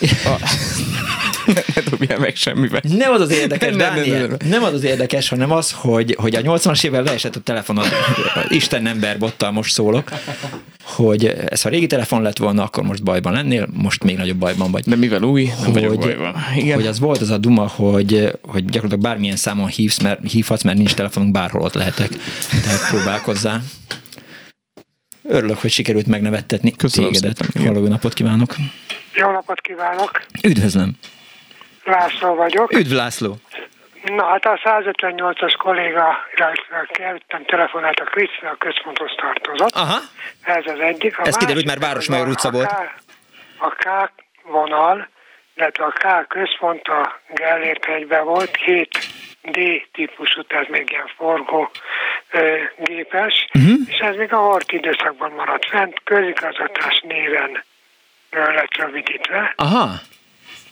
Ne dobjál meg semmivel. Nem az az érdekes, Dániel. Nem az az érdekes, hanem az, hogy a 80-as évvel leesett a telefonod. Isten ember bottal most szólok, hogy ez ha régi telefon lett volna, akkor most bajban lennél, most még nagyobb bajban vagy. De mivel új, nem vagyok bajban. Igen. Hogy az volt az a duma, hogy gyakorlatilag bármilyen számon hívhatsz, mert nincs telefonunk, bárhol ott lehetek. Tehát próbálkozzál. Örülök, hogy sikerült megnevettetni tégedet. Halló, napot kívánok! Jó napot kívánok! Üdvözlöm! László vagyok. Üdv, László! Na hát a 158-as kolléga, kerültem telefonát a Krisztina a központhoz tartozott. Aha. Ez az egyik. Ez kiderült, mert Városmajor utca volt. A K vonal, illetve a K központ a Gellért hegyben volt, 7D típusú, tehát még ilyen forgó gépes, és ez még a Hort időszakban maradt fent, közigazgatás néven lett rövidítve. Aha.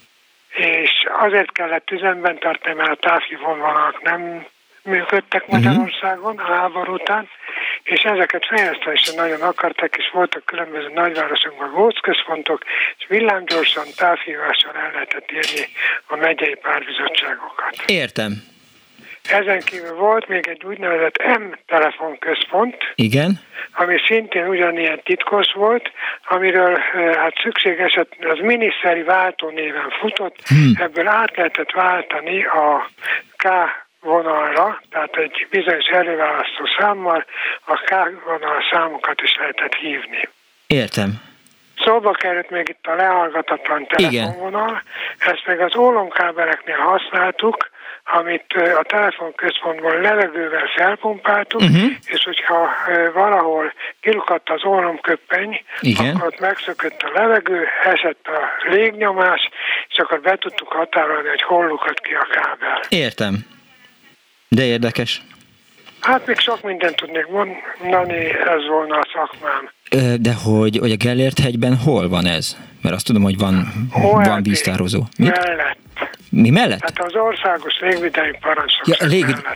és azért kellett üzemben tartani, mert a távhívóvonalak nem működtek Magyarországon a háború után, és ezeket fejleszteni nagyon akarták, és voltak különböző nagyvárosokban gócközpontok, és villámgyorsan távhívással el lehetett érni a megyei párbizottságokat. Értem. Ezen kívül volt még egy úgynevezett M-telefonközpont, igen, ami szintén ugyanilyen titkos volt, amiről hát szükség eset, az miniszteri váltó néven futott, ebből át lehetett váltani a K vonalra, tehát egy bizonyos előválasztó számmal a K vonal számokat is lehetett hívni. Értem. Szóba került még itt a lehallgatatlan telefonvonal, ezt meg az ólomkábeleknél használtuk, amit a telefonközpontból levegővel felpumpáltuk, és hogyha valahol kilukadt az ólomköppeny, akkor ott megszökött a levegő, esett a légnyomás, és akkor be tudtuk határolni, hogy hol lukadt ki a kábel. Értem. De érdekes. Hát még sok mindent tudnék mondani, ez volna a szakmám. De hogy a Gellért-hegyben hol van ez? Mert azt tudom, hogy van víztározó. Mellett. Mi mellett? Hát az országos légvédelmi parancsnokság mellett.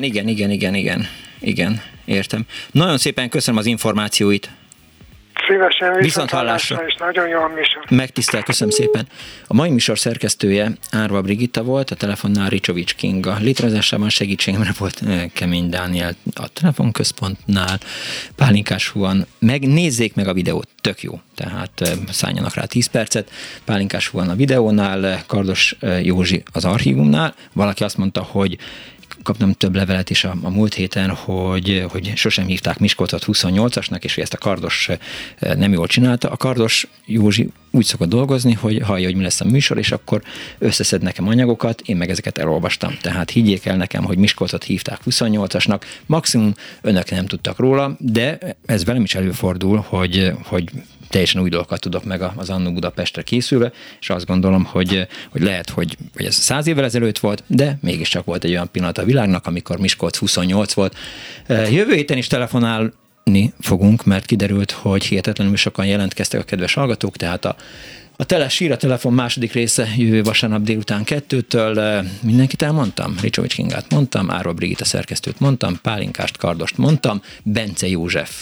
Igen, értem. Nagyon szépen köszönöm az információit. Szívesen viszonthallásra, és nagyon jó a műsor. Megtisztel, köszönöm szépen. A mai műsor szerkesztője Árva Brigitta volt, a telefonnál Ricsovics Kinga. Létrehozásában segítségemre volt Kemény Dániel a telefonközpontnál, Pálinkás Huan. Nézzék meg a videót, tök jó, tehát szálljanak rá 10 percet. Pálinkás Huan a videónál, Kardos Józsi az archívumnál. Valaki azt mondta, hogy kaptam több levelet is a múlt héten, hogy sosem hívták Miskolcot 28-asnak, és hogy ezt a Kardos nem jól csinálta. A Kardos Józsi úgy szokott dolgozni, hogy hallja, hogy mi lesz a műsor, és akkor összeszed nekem anyagokat, én meg ezeket elolvastam. Tehát higgyék el nekem, hogy Miskolcot hívták 28-asnak, maximum önök nem tudtak róla, de ez velem is előfordul, hogy teljesen új dolgokat tudok meg az Annó Budapestre készülve, és azt gondolom, hogy lehet, hogy ez 100 évvel ezelőtt volt, de mégiscsak volt egy olyan pillanat a világnak, amikor Miskolc 28 volt. Jövő héten is telefonálni fogunk, mert kiderült, hogy hihetetlenül sokan jelentkeztek a kedves hallgatók, tehát a sír a telefon második része jövő vasárnap délután 2-től. Mindenkit elmondtam? Ricsovics Kingát mondtam, Árva Brigitta szerkesztőt mondtam, Pálinkást, Kardost mondtam, Bence József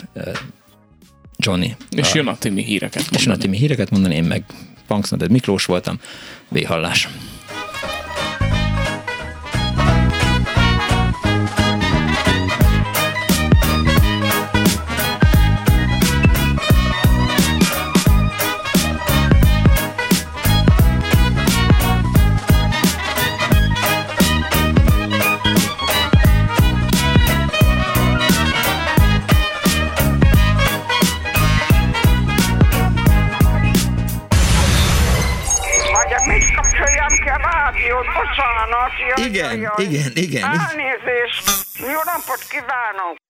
Johnny. És jön a Timi híreket mondani. Én meg Punks Not Dead Miklós voltam. Véhallás. Bocsánat, igen. Elnézést, jó napot kívánok!